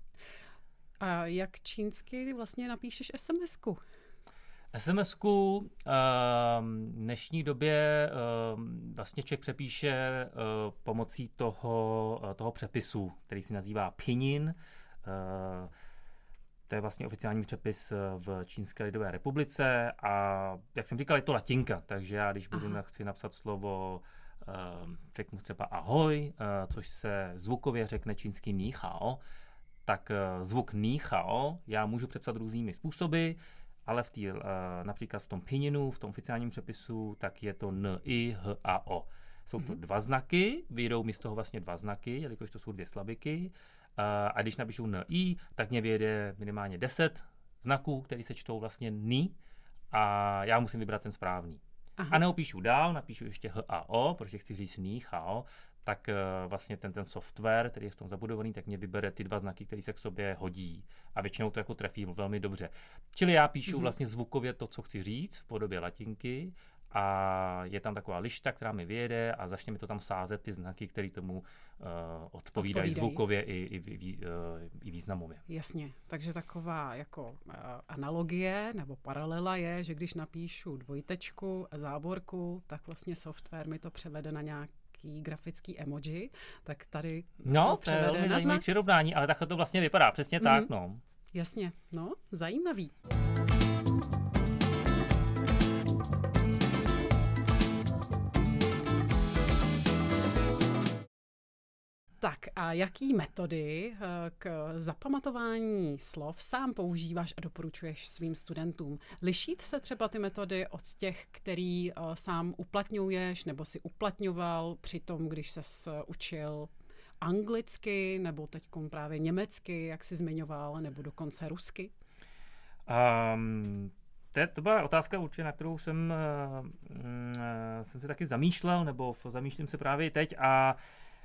A jak čínsky vlastně napíšeš es em esku? es em esku uh, v dnešní době uh, vlastně člověk přepíše uh, pomocí toho, uh, toho přepisu, který se nazývá Pinyin. Uh, to je vlastně oficiální přepis v Čínské lidové republice a jak jsem říkal, je to latinka, takže já když budu na, chci napsat slovo, uh, řeknu třeba ahoj, uh, což se zvukově řekne čínsky ni hao, tak uh, zvuk ni hao já můžu přepsat různými způsoby, ale v tý, uh, například v tom Pinyinu, v tom oficiálním přepisu, tak je to n, i, h a o. Jsou to mm-hmm. dva znaky, vyjdou mi z toho vlastně dva znaky, jelikož to jsou dvě slabiky. Uh, a když napíšu n, i, tak mě vyjede minimálně deset znaků, které se čtou vlastně ni a já musím vybrat ten správný. Aha. A neopíšu dál, napíšu ještě h a o, protože chci říct ni, chao, tak uh, vlastně ten, ten software, který je v tom zabudovaný, tak mě vybere ty dva znaky, které se k sobě hodí. A většinou to jako trefí velmi dobře. Čili já píšu mm-hmm. vlastně zvukově to, co chci říct v podobě latinky a je tam taková lišta, která mi vyjede a začne mi to tam sázet ty znaky, které tomu uh, odpovídají, odpovídají zvukově i, i, i, uh, i významově. Jasně, takže taková jako uh, analogie nebo paralela je, že když napíšu dvojtečku a závorku, tak vlastně software mi to převede na nějak grafický emoji, tak tady no, to je velmi zajímavé přirovnání, ale takhle to vlastně vypadá, přesně mm-hmm. tak, no. Jasně, no, zajímavý. Tak a jaký metody k zapamatování slov sám používáš a doporučuješ svým studentům? Liší se třeba ty metody od těch, který sám uplatňuješ nebo si uplatňoval při tom, když ses učil anglicky nebo teď právě německy, jak jsi zmiňoval, nebo dokonce rusky? Um... To byla otázka určitě, na kterou jsem, uh, jsem se taky zamýšlel, nebo zamýšlím se právě teď a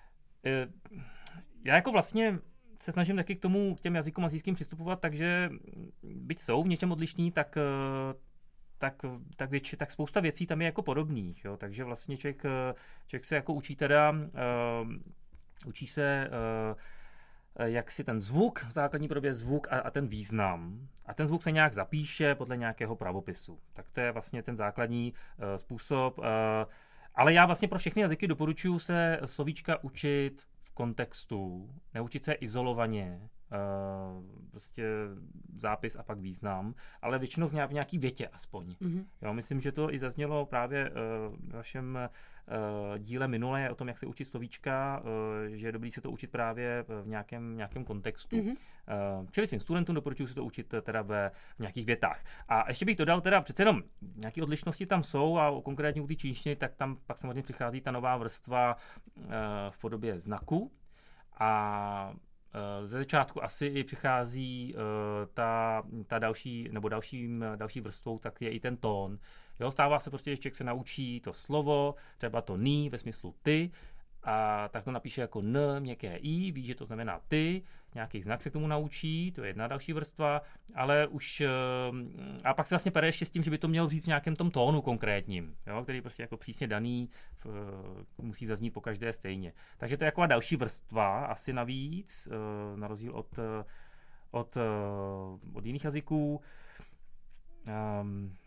já jako vlastně se snažím taky k tomu, k těm jazykům asijským přistupovat, takže byť jsou v něčem odlišní, tak, tak, tak, větši, tak spousta věcí tam je jako podobných. Jo? Takže vlastně člověk, člověk se jako učí teda, uh, učí se, uh, jak si ten zvuk, v základní podobě zvuk a, a ten význam. A ten zvuk se nějak zapíše podle nějakého pravopisu. Tak to je vlastně ten základní uh, způsob. Uh, Ale já vlastně pro všechny jazyky doporučuji se slovíčka učit v kontextu, neučit se izolovaně, uh, prostě zápis a pak význam, ale většinou v nějaký větě aspoň. Mm-hmm. Jo, myslím, že to i zaznělo právě uh, v vašem uh, díle minulé o tom, jak se učit slovíčka, uh, že je dobrý se to učit právě v nějakém, nějakém kontextu. Mm-hmm. Uh, čili svým studentům doporučuji se to učit teda ve, v nějakých větách. A ještě bych dodal teda, přece jenom nějaké odlišnosti tam jsou a konkrétně u té čínštiny, tak tam pak samozřejmě přichází ta nová vrstva uh, v podobě znaku a ze začátku asi i přichází uh, ta, ta další, nebo dalším, další vrstvou, tak je i ten tón. Jo, stává se prostě, že člověk se naučí to slovo, třeba to ní ve smyslu ty, a tak to napíše jako n, měkké i, ví, že to znamená ty, nějaký znak se k tomu naučí, to je jedna další vrstva, ale už, a pak se vlastně pere ještě s tím, že by to mělo říct v nějakém tom tónu konkrétním, jo, který je prostě jako přísně daný, v, musí zaznít po každé stejně. Takže to je jako další vrstva, asi navíc, na rozdíl od, od, od jiných jazyků. Um,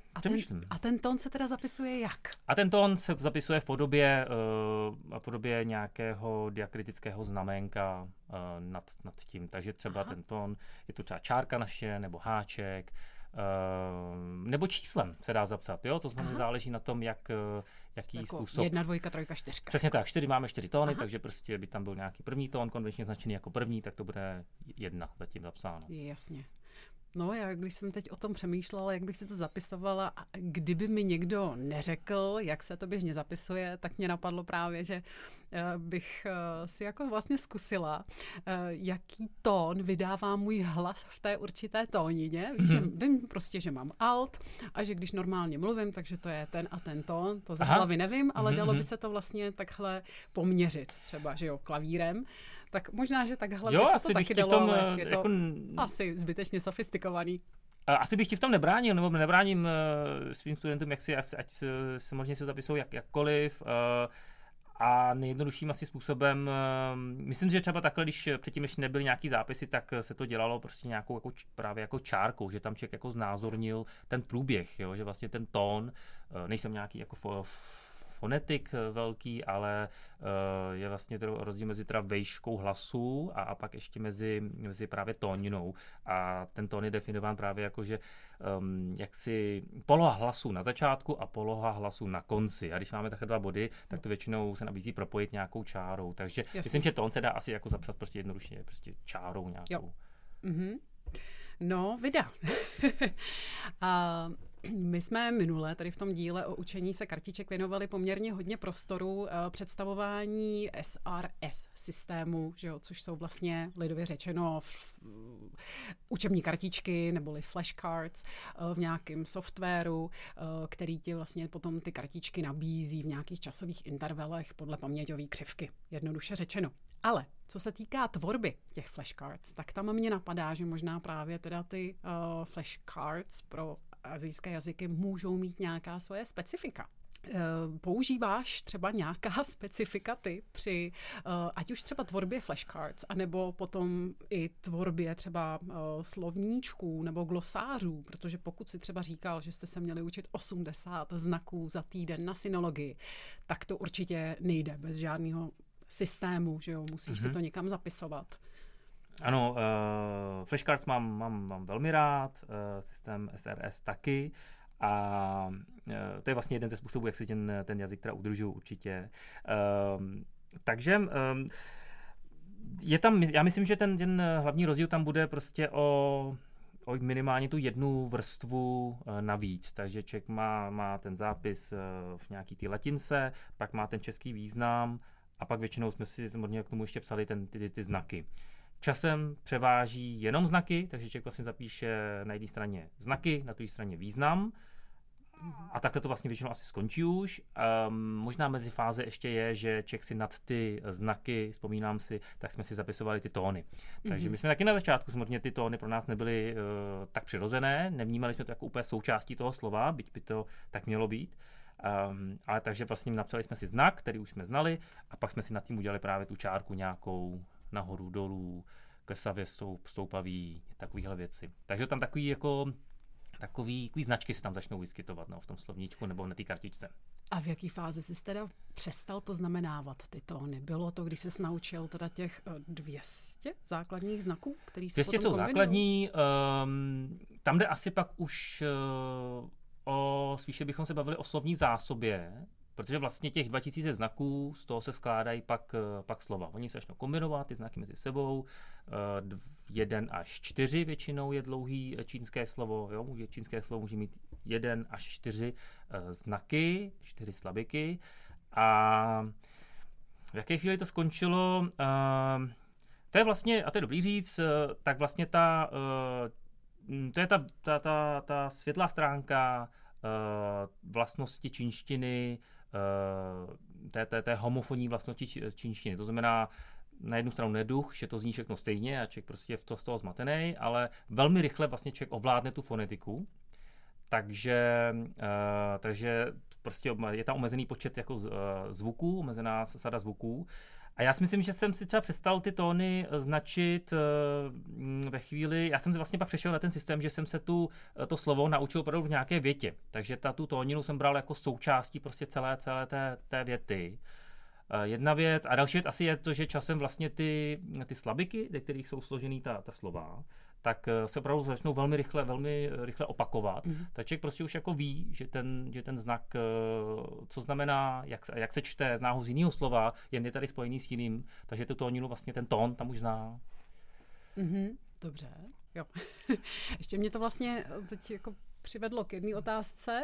A ten, a ten tón se teda zapisuje jak? A ten tón se zapisuje v podobě, uh, v podobě nějakého diakritického znaménka uh, nad, nad tím. Takže třeba Aha. ten tón, je to třeba čárka naše, nebo háček, uh, nebo číslem se dá zapsat. Jo? To samozřejmě záleží na tom, jak, jaký jako způsob. Jedna, dvojka, trojka, čtyřka. Přesně tak, čtyři máme čtyři tóny, Aha. takže prostě by tam byl nějaký první tón, konvenčně značený jako první, tak to bude jedna zatím zapsáno. Jasně. No, já když jsem teď o tom přemýšlela, jak bych si to zapisovala, a kdyby mi někdo neřekl, jak se to běžně zapisuje, tak mě napadlo právě, že bych si jako vlastně zkusila, jaký tón vydává můj hlas v té určité tónině. Víš, mm-hmm. Vím prostě, že mám alt a že když normálně mluvím, takže to je ten a ten tón, to z hlavy nevím, ale mm-hmm. dalo by se to vlastně takhle poměřit, třeba, že jo, klavírem. Tak možná, že takhle jo, by se to taky dalo, tom, ale je to jako... asi zbytečně sofistikovaný. Asi bych ti v tom nebránil, nebo nebráním svým studentům, jak si, ať se možná si zapisují jak, jakkoliv. A nejjednodušším asi způsobem, myslím, že třeba takhle, když předtím ještě nebyly nějaký zápisy, tak se to dělalo prostě nějakou jako, právě jako čárkou, že tam člověk jako znázornil ten průběh, jo, že vlastně ten tón, nejsem nějaký jako fo, fonetik velký, ale uh, je vlastně rozdíl mezi teda vejškou hlasu a, a pak ještě mezi, mezi právě tóninou. A ten tón je definován právě jako, že um, jaksi poloha hlasu na začátku a poloha hlasu na konci. A když máme takhle dva body, tak to většinou se nabízí propojit nějakou čárou. Takže Jasně. myslím, že tón se dá asi jako zapsat prostě jednoduše, prostě čárou nějakou. Jo. Mhm. No, vida. a... My jsme minule tady v tom díle o učení se kartiček věnovali poměrně hodně prostoru představování S R S systému, že jo, což jsou vlastně lidově řečeno v, učební kartičky neboli flashcards v nějakém softwaru, který ti vlastně potom ty kartičky nabízí v nějakých časových intervalech podle paměťové křivky, jednoduše řečeno. Ale co se týká tvorby těch flashcards, tak tam mě napadá, že možná právě teda ty uh, flashcards pro asijské jazyky můžou mít nějaká svoje specifika. Používáš třeba nějaká specifika ty při, ať už třeba tvorbě flashcards, anebo potom i tvorbě třeba slovníčků nebo glosářů, protože pokud si třeba říkal, že jste se měli učit osmdesát znaků za týden na synologii, tak to určitě nejde bez žádného systému, že jo, musíš mm-hmm. si to někam zapisovat. Ano, uh, flashcards mám, mám, mám velmi rád, uh, systém S R S taky a uh, to je vlastně jeden ze způsobů, jak si ten, ten jazyk teda udržuju určitě. Uh, takže um, je tam, já myslím, že ten, ten hlavní rozdíl tam bude prostě o, o minimálně tu jednu vrstvu uh, navíc, takže člověk má, má ten zápis uh, v nějaký té latince, pak má ten český význam a pak většinou jsme si samozřejmě k tomu ještě psali ten, ty, ty, ty znaky. Časem převáží jenom znaky, takže člověk vlastně zapíše na jedné straně znaky, na druhé straně význam a takhle to vlastně většinou asi skončí už. Um, možná mezi fáze ještě je, že člověk si nad ty znaky, vzpomínám si, tak jsme si zapisovali ty tóny. Takže mm-hmm. my jsme taky na začátku, samozřejmě ty tóny pro nás nebyly uh, tak přirozené, nevnímali jsme to jako úplně součástí toho slova, byť by to tak mělo být. Um, ale takže vlastně napsali jsme si znak, který už jsme znali a pak jsme si nad tím udělali právě tu čárku nějakou nahoru, dolů, klesavě stoup, stoupavý, takovýhle věci. Takže tam takový jako takový, takový značky se tam začnou vyskytovat, no, v tom slovníčku nebo na té kartičce. A v jaký fázi jsi teda přestal poznamenávat ty tóny? Bylo to, když jsi naučil teda těch dvě stě základních znaků, který se dvě stě potom jsou kombinují? základní, um, tam jde asi pak už uh, o, spíše bychom se bavili o slovní zásobě, protože vlastně těch dva tisíce znaků, z toho se skládají pak, pak slova. Oni se začnou kombinovat, ty znaky mezi sebou. Jeden až čtyři většinou je dlouhý čínské slovo. Jo? Může, čínské slovo může mít jeden až čtyři znaky, čtyři slabiky. A v jaké chvíli to skončilo? To je vlastně, a to je dobrý říct, tak vlastně ta, to je ta, ta, ta, ta světlá stránka vlastnosti čínštiny, té, té, té homofonní vlastnosti čínštiny. To znamená na jednu stranu neduch, že to zní všechno stejně a člověk prostě je v to, z toho zmatený, ale velmi rychle vlastně člověk ovládne tu fonetiku. Takže, uh, takže prostě je tam omezený počet jako zvuků, omezená sada zvuků. A já si myslím, že jsem si třeba přestal ty tóny značit ve chvíli, já jsem si vlastně pak přešel na ten systém, že jsem se tu, to slovo naučil opravdu v nějaké větě. Takže ta, tu tóninu jsem bral jako součástí prostě celé, celé té, té věty. Jedna věc. A další věc asi je to, že časem vlastně ty, ty slabiky, ze kterých jsou složený ta, ta slova, tak se opravdu začnou velmi rychle, velmi rychle opakovat. Mm. Tak člověk prostě už jako ví, že ten, že ten znak, co znamená, jak, jak se čte, zná ho z jiného slova, jen je tady spojený s jiným, takže tu tóninu, vlastně ten tón tam už zná. Mm-hmm. Dobře, jo. Ještě mě to vlastně teď jako přivedlo k jedné otázce,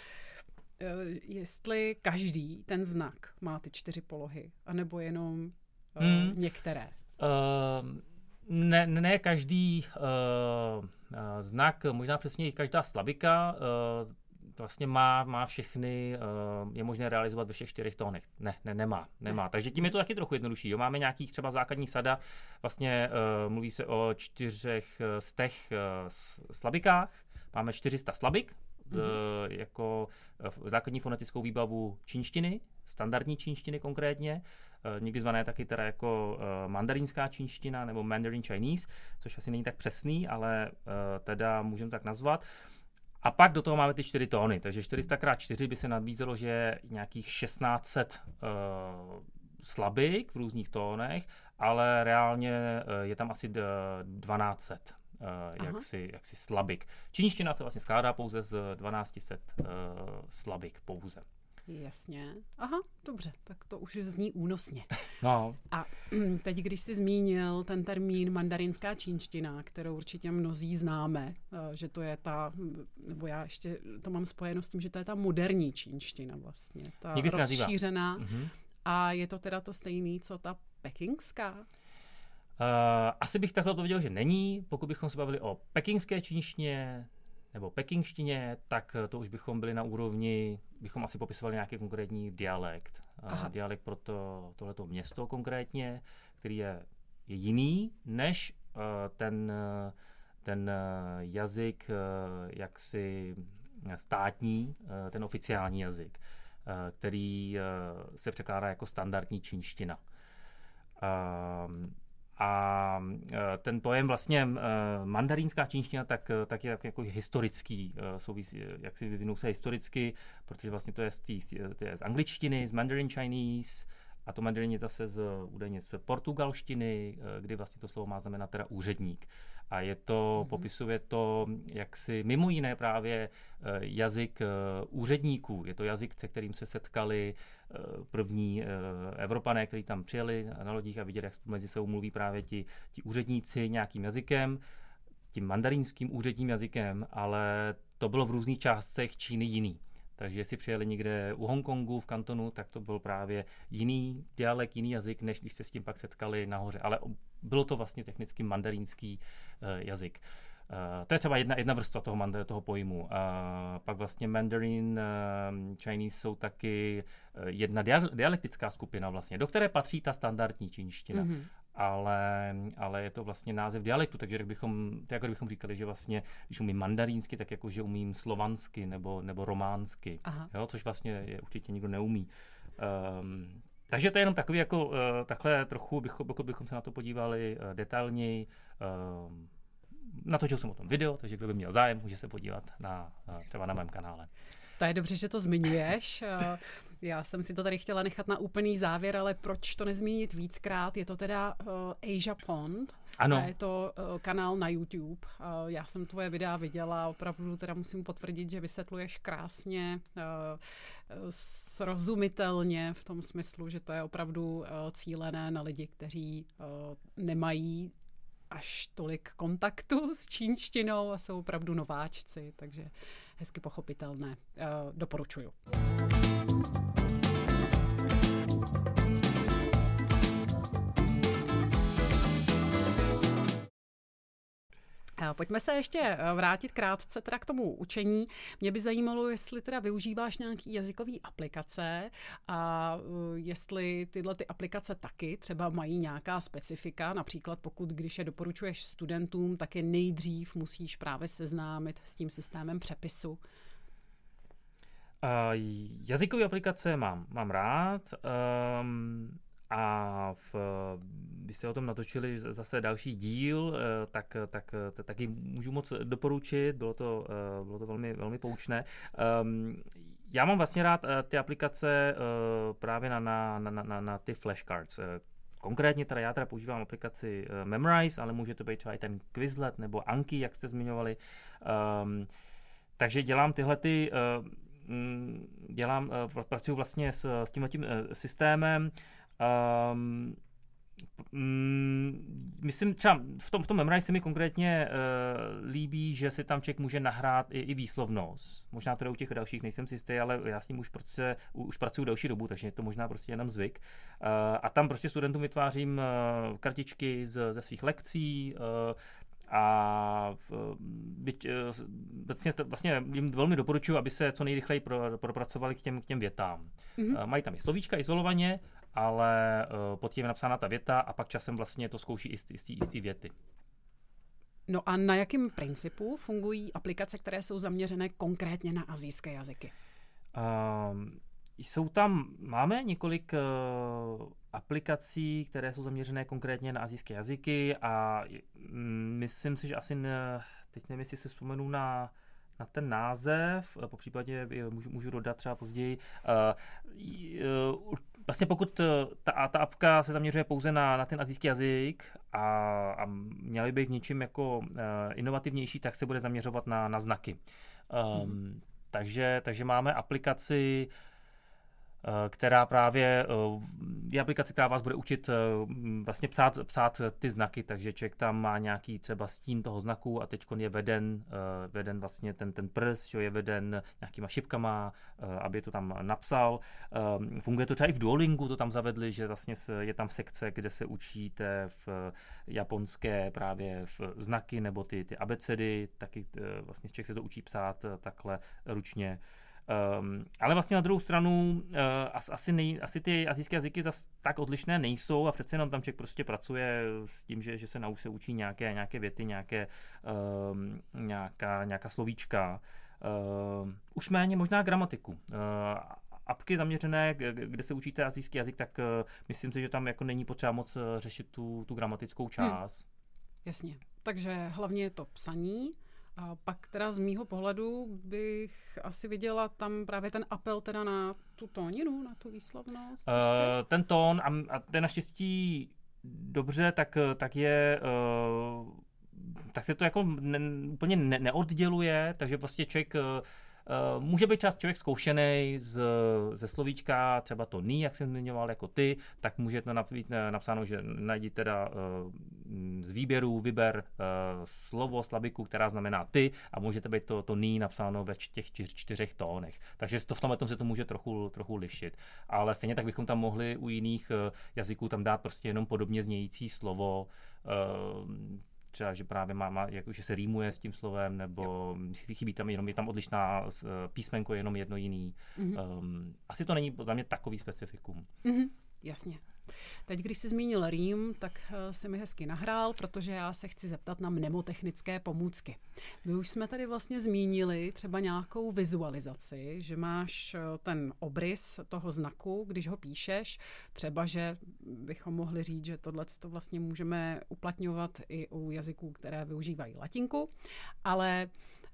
jestli každý ten znak má ty čtyři polohy, anebo jenom mm. některé. Uh... Ne, ne každý uh, uh, znak, možná přesně každá slabika uh, vlastně má, má všechny, uh, je možné realizovat ve všech čtyřech tónech. Ne, ne, nemá, nemá. Ne. Takže tím je to taky trochu jednodušší. Jo? Máme nějakých třeba základní sada, vlastně uh, mluví se o čtyřech z těch uh, slabikách, máme čtyři sta slabik, mm-hmm. uh, jako uh, základní fonetickou výbavu čínštiny, standardní čínštiny konkrétně, Uh, někdy zvané taky teda jako uh, mandarínská čínština nebo Mandarin Chinese, což asi není tak přesný, ale uh, teda můžeme tak nazvat. A pak do toho máme ty čtyři tóny, takže čtyři sta krát čtyři by se nabízelo, že je nějakých šestnáct set uh, slabik v různých tónech, ale reálně uh, je tam asi dvanáct set uh, jaksi, jaksi slabik. Čínština se vlastně skládá pouze z dvanáct set uh, slabik pouze. Jasně. Aha, dobře, tak to už zní únosně. No. A teď, když jsi zmínil ten termín mandarinská čínština, kterou určitě mnozí známe, že to je ta, nebo já ještě to mám spojeno s tím, že to je ta moderní čínština vlastně, ta rozšířená. Mm-hmm. A je to teda to stejný, co ta pekingská? Uh, asi bych takhle odpověděl, že není. Pokud bychom se bavili o pekingské čínštině, nebo pekingštině, tak to už bychom byli na úrovni, bychom asi popisovali nějaký konkrétní dialekt. A dialekt pro to, tohleto město konkrétně, který je, je jiný než uh, ten, ten uh, jazyk uh, jaksi státní, uh, ten oficiální jazyk, uh, který uh, se překládá jako standardní čínština. Uh, A ten pojem vlastně mandarínská čínština tak, tak je jako historický, souvisí, jak si vyvinul se historicky, protože vlastně to je z, tý, to je z angličtiny, z Mandarin Chinese, a to mandarin je zase z, údajně z portugalštiny, kdy vlastně to slovo má znamenat teda úředník. A je to, mm-hmm. popisuje to jaksi mimo jiné právě jazyk úředníků. Je to jazyk, se kterým se setkali první Evropané, kteří tam přijeli na lodích a viděli, jak mezi sebou mluví právě ti, ti úředníci nějakým jazykem, tím mandarínským úředním jazykem, ale to bylo v různých částech Číny jiný. Takže jestli přijeli někde u Hongkongu, v Kantonu, tak to byl právě jiný dialekt, jiný jazyk, než když se s tím pak setkali nahoře. Ale bylo to vlastně technicky mandarínský uh, jazyk. Uh, to je třeba jedna, jedna vrstva toho, mandar, toho pojmu. Uh, pak vlastně Mandarin uh, Chinese jsou taky uh, jedna dialektická skupina vlastně, do které patří ta standardní čínština. Mm-hmm. Ale, ale je to vlastně název dialektu, takže jak bychom, jako bychom říkali, že vlastně, když umím mandarínsky, tak jako, že umím slovansky nebo, nebo románsky, jo, což vlastně je, určitě nikdo neumí. Um, takže to je jenom takový, jako uh, takhle trochu, bychom, pokud bychom se na to podívali uh, detailněji. Um, natočil jsem o tom video, takže kdo by měl zájem, může se podívat na, uh, třeba na mém kanále. To je dobře, že to zmiňuješ. Já jsem si to tady chtěla nechat na úplný závěr, ale proč to nezmínit víckrát? Je to teda uh, Asia Pond. Ano. A je to uh, kanál na YouTube. Uh, já jsem tvoje videa viděla, opravdu teda musím potvrdit, že vysvětluješ krásně, uh, srozumitelně v tom smyslu, že to je opravdu uh, cílené na lidi, kteří uh, nemají až tolik kontaktu s čínštinou a jsou opravdu nováčci, takže hezky pochopitelné. Uh, doporučuju. Pojďme se ještě vrátit krátce teda k tomu učení. Mě by zajímalo, jestli teda využíváš nějaký jazykový aplikace a jestli tyhle ty aplikace taky třeba mají nějaká specifika. Například pokud, když je doporučuješ studentům, tak je nejdřív musíš právě seznámit s tím systémem přepisu. Uh, jazykové aplikace mám, mám rád. Um... a v, když jste o tom natočili zase další díl, tak, tak, tak taky můžu moc doporučit, bylo to, bylo to velmi, velmi poučné. Já mám vlastně rád ty aplikace právě na, na, na, na, na ty flashcards. Konkrétně teda já teda používám aplikaci Memrise, ale může to být třeba i ten Quizlet nebo Anki, jak jste zmiňovali. Um, takže dělám tyhle ty, uh, dělám, uh, pracuji vlastně s, s tímhletím uh, systémem. Um, Mm, myslím, třeba v tom, v tom Memrise se mi konkrétně uh, líbí, že si tam člověk může nahrát i, i výslovnost. Možná to u těch dalších nejsem si jistý, ale já s ním už, prostě, už pracuji delší dobu, takže je to možná prostě jenom zvyk. Uh, a tam prostě studentům vytvářím uh, kartičky z, ze svých lekcí, uh, a byť, vlastně, vlastně jim velmi doporučuji, aby se co nejrychleji pro, propracovali k těm, k těm větám. Mm-hmm. Mají tam i slovíčka izolovaně, ale pod tím je napsána ta věta a pak časem vlastně to zkouší i z té věty. No a na jakém principu fungují aplikace, které jsou zaměřené konkrétně na asijské jazyky? Um, Jsou tam, máme několik uh, aplikací, které jsou zaměřené konkrétně na asijské jazyky a mm, myslím si, že asi, ne, teď nevím, jestli se vzpomenu na, na ten název, po případě můžu, můžu dodat třeba později. Uh, uh, vlastně pokud ta, ta apka se zaměřuje pouze na, na ten asijský jazyk a, a měly by v něčím jako uh, inovativnější, tak se bude zaměřovat na, na znaky. Um, hmm. takže, takže máme aplikaci, která právě je aplikace, která vás bude učit vlastně psát, psát ty znaky, takže člověk tam má nějaký třeba stín toho znaku a teď je veden, veden vlastně ten, ten prst, je veden nějakýma šipkama, aby to tam napsal. Funguje to třeba i v Duolingu, to tam zavedli, že vlastně je tam sekce, kde se učíte v japonské právě v znaky nebo ty, ty abecedy, taky vlastně člověk se to učí psát takhle ručně. Um, ale vlastně na druhou stranu uh, as, asi, nej, asi ty asijské jazyky zas tak odlišné nejsou a přece jenom tam člověk prostě pracuje s tím, že, že se na se učí nějaké, nějaké věty, nějaké, um, nějaká, nějaká slovíčka. Uh, už méně možná gramatiku. Uh, apky zaměřené, kde se učíte asijský jazyk, tak uh, myslím si, že tam jako není potřeba moc řešit tu, tu gramatickou část. Hmm. Jasně. Takže hlavně je to psaní. A pak teda z mýho pohledu bych asi viděla tam právě ten apel teda na tu tóninu, na tu výslovnost. Uh, ten tón a, a ten naštěstí dobře, tak, tak je, uh, tak se to jako ne, úplně ne, neodděluje, takže vlastně člověk Uh, může být čas člověk zkoušený z, ze slovíčka, třeba to ní, jak jsem zmiňoval, jako ty, tak může to být napsáno, že najdi teda uh, z výběru, vyber uh, slovo, slabiku, která znamená ty a můžete být to, to ní napsáno ve těch čtyř, čtyřech tónech. Takže to v tomhle tom se to může trochu, trochu lišit. Ale stejně tak bychom tam mohli u jiných uh, jazyků tam dát prostě jenom podobně znějící slovo, uh, třeba, že právě má, má jako, že se rýmuje s tím slovem, nebo jo. chybí tam jenom, je tam odlišná písmenko, jenom jedno jiný. Mm-hmm. Um, asi to není za mě takový specifikum. Mm-hmm. Jasně. Teď, když jsi zmínil rým, tak uh, si mi hezky nahrál, protože já se chci zeptat na mnemotechnické pomůcky. My už jsme tady vlastně zmínili třeba nějakou vizualizaci, že máš uh, ten obrys toho znaku, když ho píšeš, třeba, že bychom mohli říct, že tohle to vlastně můžeme uplatňovat i u jazyků, které využívají latinku, ale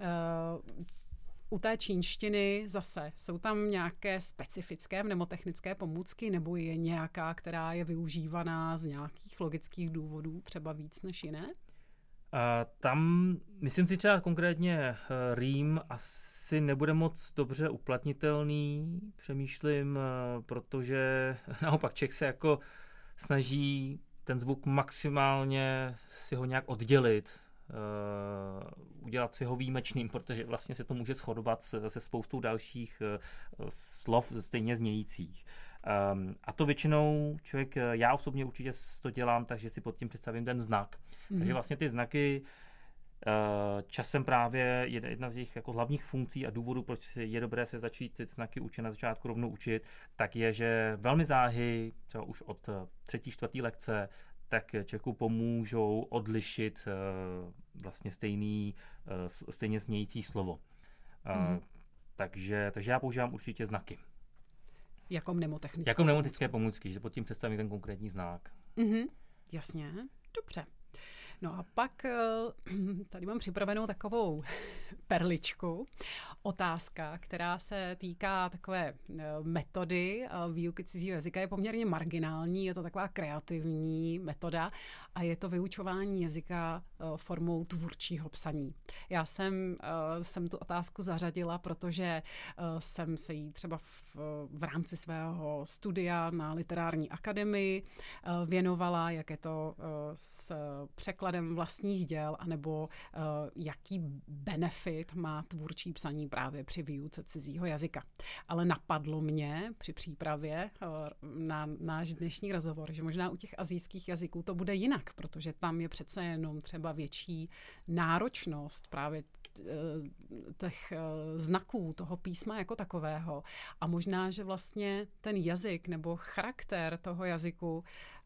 uh, u té čínštiny zase jsou tam nějaké specifické mnemotechnické pomůcky nebo je nějaká, která je využívaná z nějakých logických důvodů, třeba víc než jiné? Uh, tam, myslím si třeba konkrétně uh, rým asi nebude moc dobře uplatnitelný, přemýšlím, uh, protože naopak člověk se jako snaží ten zvuk maximálně si ho nějak oddělit, Uh, udělat si ho výjimečným, protože vlastně se to může shodovat se, se spoustou dalších uh, slov stejně znějících. Um, a to většinou člověk, já osobně určitě to dělám, takže si pod tím představím ten znak. Mm-hmm. Takže vlastně ty znaky uh, časem právě jedna z jejich jako hlavních funkcí a důvodů, proč je dobré se začít ty znaky učit na začátku rovnou učit, tak je, že velmi záhy, třeba už od třetí, čtvrtý lekce, tak člověku pomůžou odlišit uh, vlastně stejný, uh, stejně znějící slovo. Uh, mm. takže, takže já používám určitě znaky. Jako mnemotechnické Jako mnemotechnické pomůcky, že pod tím představím ten konkrétní znak. Mm-hmm, jasně, dobře. No a pak tady mám připravenou takovou perličku. Otázka, která se týká takové metody výuky cizího jazyka, je poměrně marginální, je to taková kreativní metoda a je to vyučování jazyka formou tvůrčího psaní. Já jsem, jsem tu otázku zařadila, protože jsem se jí třeba v, v rámci svého studia na literární akademii věnovala, jak je to s překladem vlastních děl, anebo uh, jaký benefit má tvůrčí psaní právě při výuce cizího jazyka. Ale napadlo mě při přípravě uh, na náš dnešní rozhovor, že možná u těch asijských jazyků to bude jinak, protože tam je přece jenom třeba větší náročnost právě těch znaků, toho písma jako takového. A možná, že vlastně ten jazyk nebo charakter toho jazyku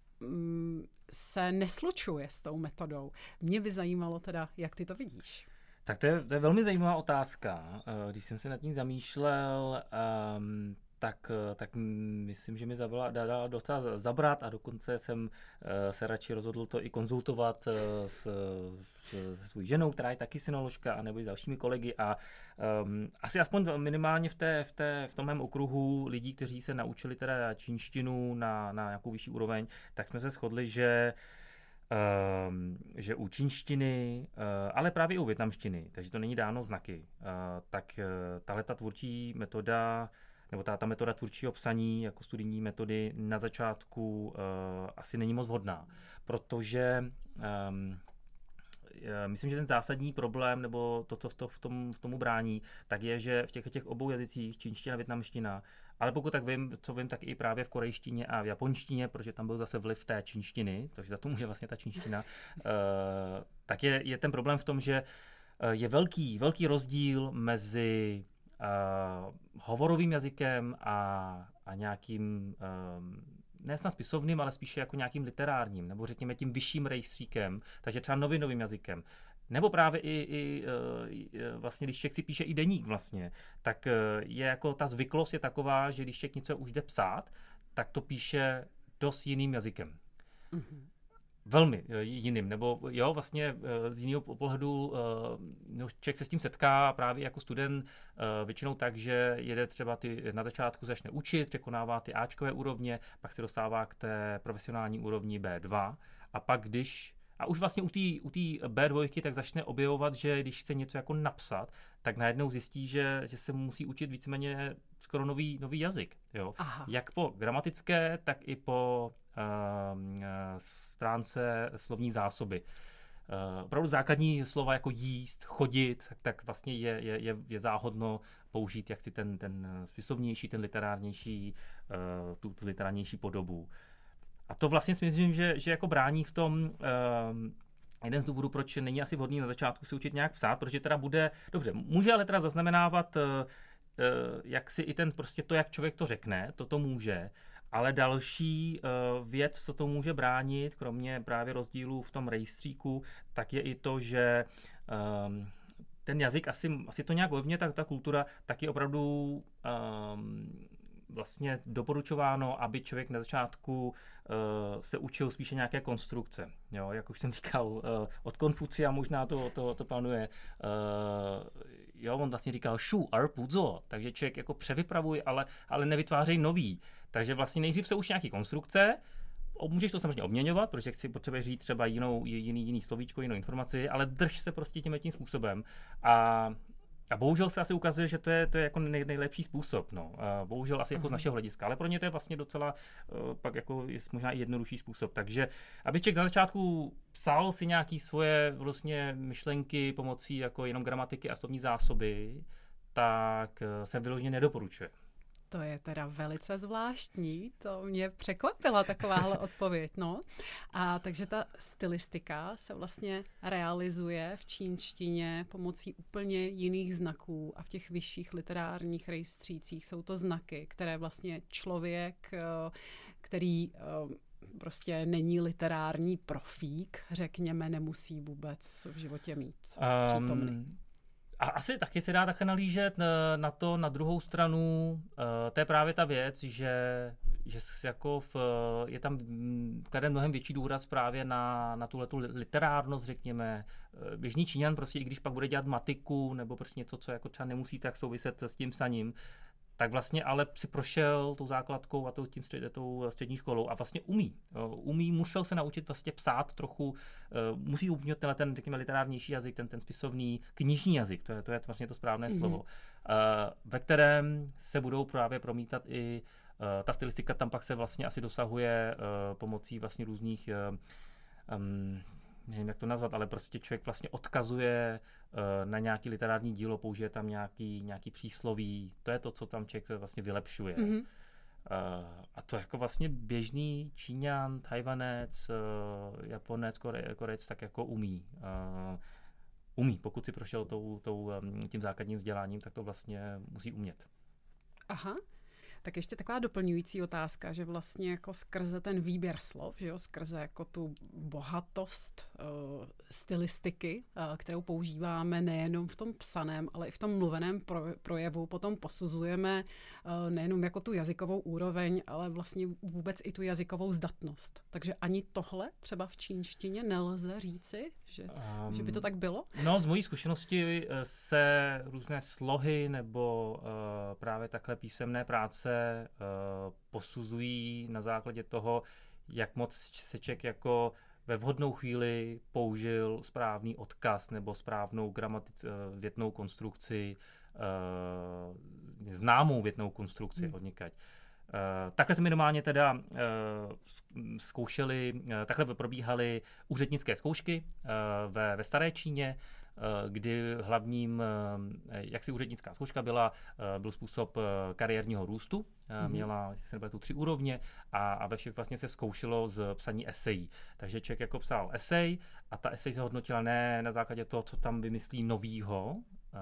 se neslučuje s tou metodou. Mě by zajímalo teda, jak ty to vidíš. Tak to je, to je velmi zajímavá otázka. Když jsem se nad ní zamýšlel, um, tak, tak myslím, že mi dala, dala docela zabrat a dokonce jsem uh, se radši rozhodl to i konzultovat uh, s, s, se svou ženou, která je taky synoložka, anebo i s dalšími kolegy a um, asi aspoň minimálně v, té, v, té, v tom mém okruhu lidí, kteří se naučili teda čínštinu na, na nějakou vyšší úroveň, tak jsme se shodli, že Um, že u čínštiny, uh, ale právě i u vietnamštiny, takže to není dáno znaky, uh, tak uh, tahle ta tvůrčí metoda, nebo ta, ta metoda tvůrčího psaní jako studijní metody na začátku uh, asi není moc vhodná, protože um, myslím, že ten zásadní problém, nebo to, co v, to, v, tom, v tomu brání, tak je, že v těch, těch obou jazycích, čínština a vietnamština, ale pokud tak vím, co vím, tak i právě v korejštině a v japonštině, protože tam byl zase vliv té čínštiny, takže za to může vlastně ta čínština, uh, tak je, je ten problém v tom, že je velký, velký rozdíl mezi uh, hovorovým jazykem a, a nějakým um, ne snad spisovným, ale spíše jako nějakým literárním, nebo řekněme tím vyšším rejstříkem, takže třeba novinovým jazykem. Nebo právě i, i vlastně, když člověk si píše i deník vlastně, tak je jako ta zvyklost je taková, že když člověk něco už jde psát, tak to píše dost jiným jazykem. Mm-hmm. Velmi jiným, nebo jo, vlastně z jiného pohledu no, člověk se s tím setká právě jako student většinou tak, že jede třeba ty, na začátku začne učit, překonává ty áčkové úrovně, pak se dostává k té profesionální úrovni bé dva a pak když A už vlastně u té u té bé dva tak začne objevovat, že když chce něco jako napsat, tak najednou zjistí, že, že se musí učit víceméně skoro nový, nový jazyk. Jo? Jak po gramatické, tak i po uh, stránce slovní zásoby. Uh, opravdu základní slova jako jíst, chodit, tak vlastně je, je, je, je záhodno použít jaksi ten, ten spisovnější, ten literárnější, uh, tu, tu literárnější podobu. A to vlastně si myslím, že, že jako brání v tom uh, jeden z důvodů, proč není asi vhodný na začátku se učit nějak psát, protože teda bude, dobře, může ale teda zaznamenávat uh, uh, jak si i ten prostě to, jak člověk to řekne, to to může, ale další uh, věc, co to může bránit, kromě právě rozdílů v tom rejstříku, tak je i to, že um, ten jazyk asi, asi to nějak ovlivňuje, ta, ta kultura, tak je opravdu um, vlastně doporučováno, aby člověk na začátku uh, se učil spíše nějaké konstrukce. Jo, jak už jsem říkal, uh, od Konfucia možná to, to, to panuje. Uh, jo, on vlastně říkal shu er pu zuo, takže člověk jako převypravuj, ale, ale nevytvářej nový. Takže vlastně nejdřív se učí nějaký konstrukce, můžeš to samozřejmě obměňovat, protože chci potřebuje říct třeba jinou, jiný, jiný slovíčko, jinou informaci, ale drž se prostě tím tím způsobem. A A bohužel se asi ukazuje, že to je, to je jako nej, nejlepší způsob. No. A bohužel asi jako z našeho hlediska, ale pro ně to je vlastně docela uh, pak jako je možná i jednodušší způsob. Takže aby člověk na začátku psal si nějaké svoje vlastně myšlenky pomocí jako jenom gramatiky a slovní zásoby, tak uh, se vyloženě nedoporučuje. To je teda velice zvláštní, to mě překvapila takováhle odpověď, no. A takže ta stylistika se vlastně realizuje v čínštině pomocí úplně jiných znaků a v těch vyšších literárních rejstřících jsou to znaky, které vlastně člověk, který prostě není literární profík, řekněme, nemusí vůbec v životě mít přítomný. Um... A asi taky se dá také nalížet na to, na druhou stranu, to je právě ta věc, že, že jako v, je tam kladen mnohem větší důraz právě na, na tuhletu literárnost, řekněme. Běžný Číňan prostě, i když pak bude dělat matiku nebo prostě něco, co jako třeba nemusí tak souviset s tím psaním, tak vlastně ale si prošel tou základkou a tou, tím střed, tou střední školou a vlastně umí. Umí, musel se naučit vlastně psát trochu, musí umět ten, ten řekněme, literárnější jazyk, ten, ten spisovný knižní jazyk, to je, to je vlastně to správné mm-hmm. slovo, ve kterém se budou právě promítat i ta stylistika, tam pak se vlastně asi dosahuje pomocí vlastně různých um, nevím, jak to nazvat, ale prostě člověk vlastně odkazuje uh, na nějaký literární dílo, použije tam nějaký, nějaký přísloví, to je to, co tam člověk vlastně vylepšuje. Mm-hmm. Uh, a to jako vlastně běžný Číňan, Tajvanec, uh, Japonec, Kore, Korejec tak jako umí. Uh, umí, pokud si prošel tou, tou, tím základním vzděláním, tak to vlastně musí umět. Aha. Tak ještě taková doplňující otázka, že vlastně jako skrze ten výběr slov, že jo, skrze jako tu bohatost uh, stylistiky, uh, kterou používáme nejenom v tom psaném, ale i v tom mluveném pro, projevu, potom posuzujeme uh, nejenom jako tu jazykovou úroveň, ale vlastně vůbec i tu jazykovou zdatnost. Takže ani tohle třeba v čínštině nelze říci, že, um, že by to tak bylo? No, z mojí zkušenosti se různé slohy nebo uh, právě takhle písemné práce Uh, posuzují na základě toho, jak moc se člověk jako ve vhodnou chvíli použil správný odkaz nebo správnou gramatic, uh, větnou konstrukci, uh, známou větnou konstrukci hmm. odnikať. Uh, takhle jsme normálně teda uh, zkoušeli, uh, takhle probíhaly úřednické zkoušky uh, ve, ve Staré Číně, kdy hlavním, jak si úřednická zkouška byla, byl způsob kariérního růstu, mm-hmm. měla se tu tři úrovně a, a ve všech vlastně se zkoušelo z psaní esejí. Takže člověk jako psal esej a ta esej se hodnotila ne na základě toho, co tam vymyslí novýho,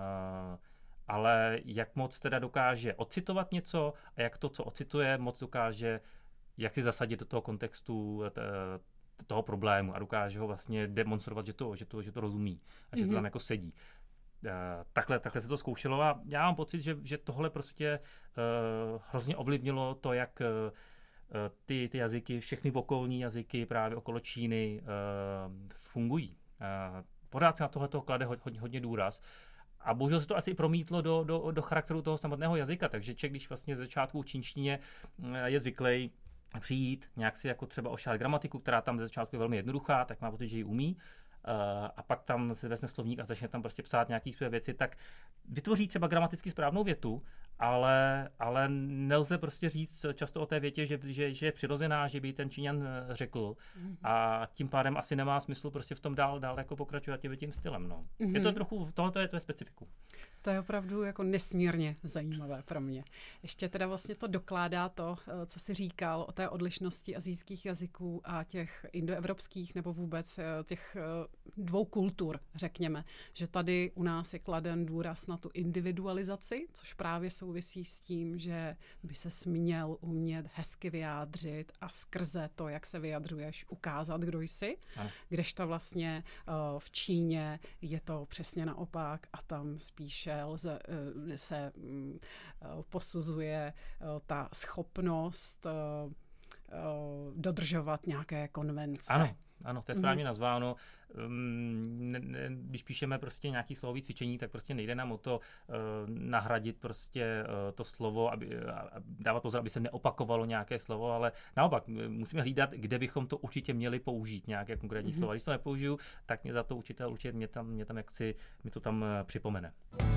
ale jak moc teda dokáže ocitovat něco a jak to, co ocituje, moc dokáže, jak si zasadit do toho kontextu toho problému a dokáže ho vlastně demonstrovat, že to, že to, že to rozumí a že mm-hmm. to tam jako sedí. Uh, takhle, takhle se to zkoušelo a já mám pocit, že, že tohle prostě uh, hrozně ovlivnilo to, jak uh, ty, ty jazyky, všechny okolní jazyky právě okolo Číny uh, fungují. Uh, pořád se na tohle klade hodně, hodně důraz. A bohužel se to asi promítlo do, do, do charakteru toho samotného jazyka, takže člověk, když vlastně z začátku v čínštině je zvyklý přijít, nějak si jako třeba ošálit gramatiku, která tam ze začátku je velmi jednoduchá, tak má pocit, že ji umí. Uh, a pak tam si vezme slovník a začne tam prostě psát nějaké své věci, tak vytvoří třeba gramaticky správnou větu, ale, ale nelze prostě říct často o té větě, že, že, že je přirozená, že by ten Číňan řekl mm-hmm. a tím pádem asi nemá smysl prostě v tom dál, dál jako pokračovat tím, tím stylem. No. Mm-hmm. Je to trochu, tohle je, to je specifikum. To je opravdu jako nesmírně zajímavé pro mě. Ještě teda vlastně to dokládá to, co jsi říkal o té odlišnosti asijských jazyků a těch indoevropských nebo vůbec těch dvou kultur, řekněme. Že tady u nás je kladen důraz na tu individualizaci, což právě souvisí s tím, že by se směl umět hezky vyjádřit a skrze to, jak se vyjadřuješ, ukázat, kdo jsi. Ano. Kdežto vlastně v Číně je to přesně naopak a tam spíše lze, se posuzuje ta schopnost dodržovat nějaké konvence. Ano. Ano, to je správně mm. nazváno. Um, ne, ne, když píšeme prostě nějaký slovové cvičení, tak prostě nejde nám o to uh, nahradit prostě uh, to slovo, aby, uh, dávat pozor, aby se neopakovalo nějaké slovo, ale naopak musíme hlídat, kde bychom to určitě měli použít, nějaké konkrétní mm. slovo. Když to nepoužiju, tak mě za to učitel určitě mě tam, mě tam jaksi, mi to tam uh, připomene.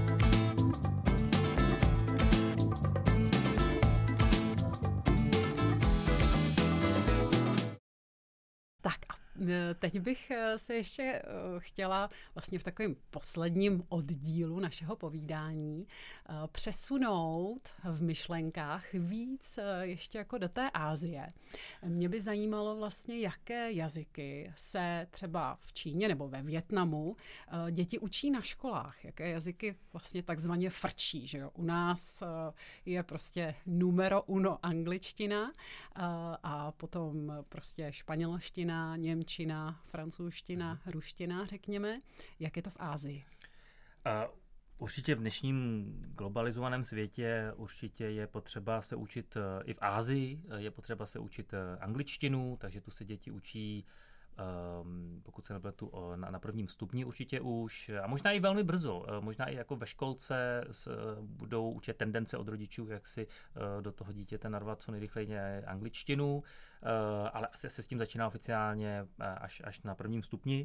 Tak a teď bych se ještě chtěla vlastně v takovém posledním oddílu našeho povídání přesunout v myšlenkách víc ještě jako do té Asie. Mě by zajímalo vlastně, jaké jazyky se třeba v Číně nebo ve Vietnamu děti učí na školách, jaké jazyky vlastně takzvaně frčí. Že jo? U nás je prostě numero uno angličtina a potom prostě španělština, němčina, Čina, francouzština, ruština, řekněme. Jak je to v Asii? Uh, Určitě v dnešním globalizovaném světě určitě je potřeba se učit i v Asii, je potřeba se učit angličtinu, takže tu se děti učí, pokud se nepletu, na prvním stupni určitě už, a možná i velmi brzo, možná i jako ve školce budou učit tendence od rodičů, jak si do toho dítěte narvat co nejrychleji angličtinu, ale asi se s tím začíná oficiálně až, až na prvním stupni.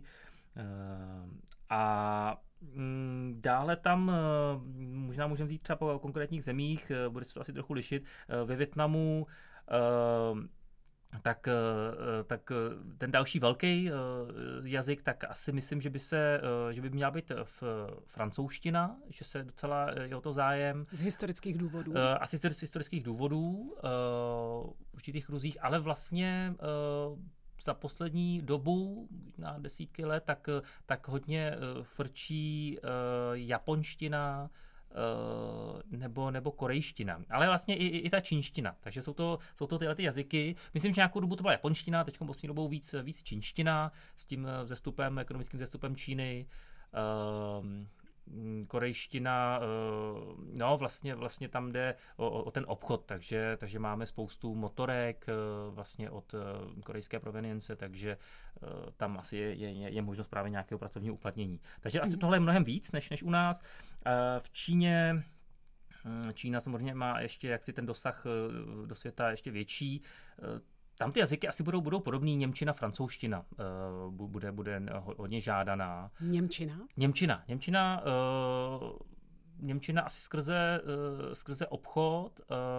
A dále tam, možná můžeme vzít třeba po konkrétních zemích, bude se to asi trochu lišit, ve Vietnamu, tak, tak ten další velký jazyk, tak asi myslím, že by se, že by měla být v francouzština, že se docela je o to zájem. Z historických důvodů. Asi z historických důvodů, v určitých kruzích, ale vlastně za poslední dobu, na desítky let, tak, tak hodně frčí japonština, nebo, nebo korejština, ale vlastně i, i, i ta čínština. Takže jsou to, jsou to tyhle ty jazyky. Myslím, že nějakou dobu to byla japonština, teď poslední dobou víc, víc čínština s tím vzestupem, ekonomickým vzestupem Číny. Um, korejština, no vlastně, vlastně tam jde o, o ten obchod, takže, takže máme spoustu motorek vlastně od korejské provenience, takže tam asi je, je, je možnost právě nějakého pracovního uplatnění. Takže asi tohle je mnohem víc než, než u nás. V Číně, Čína samozřejmě má ještě jaksi ten dosah do světa ještě větší. Tam ty jazyky asi budou, budou podobný, němčina, francouzština uh, bude, bude hodně žádaná. Němčina? Němčina. Němčina, uh, Němčina asi skrze, uh, skrze obchod.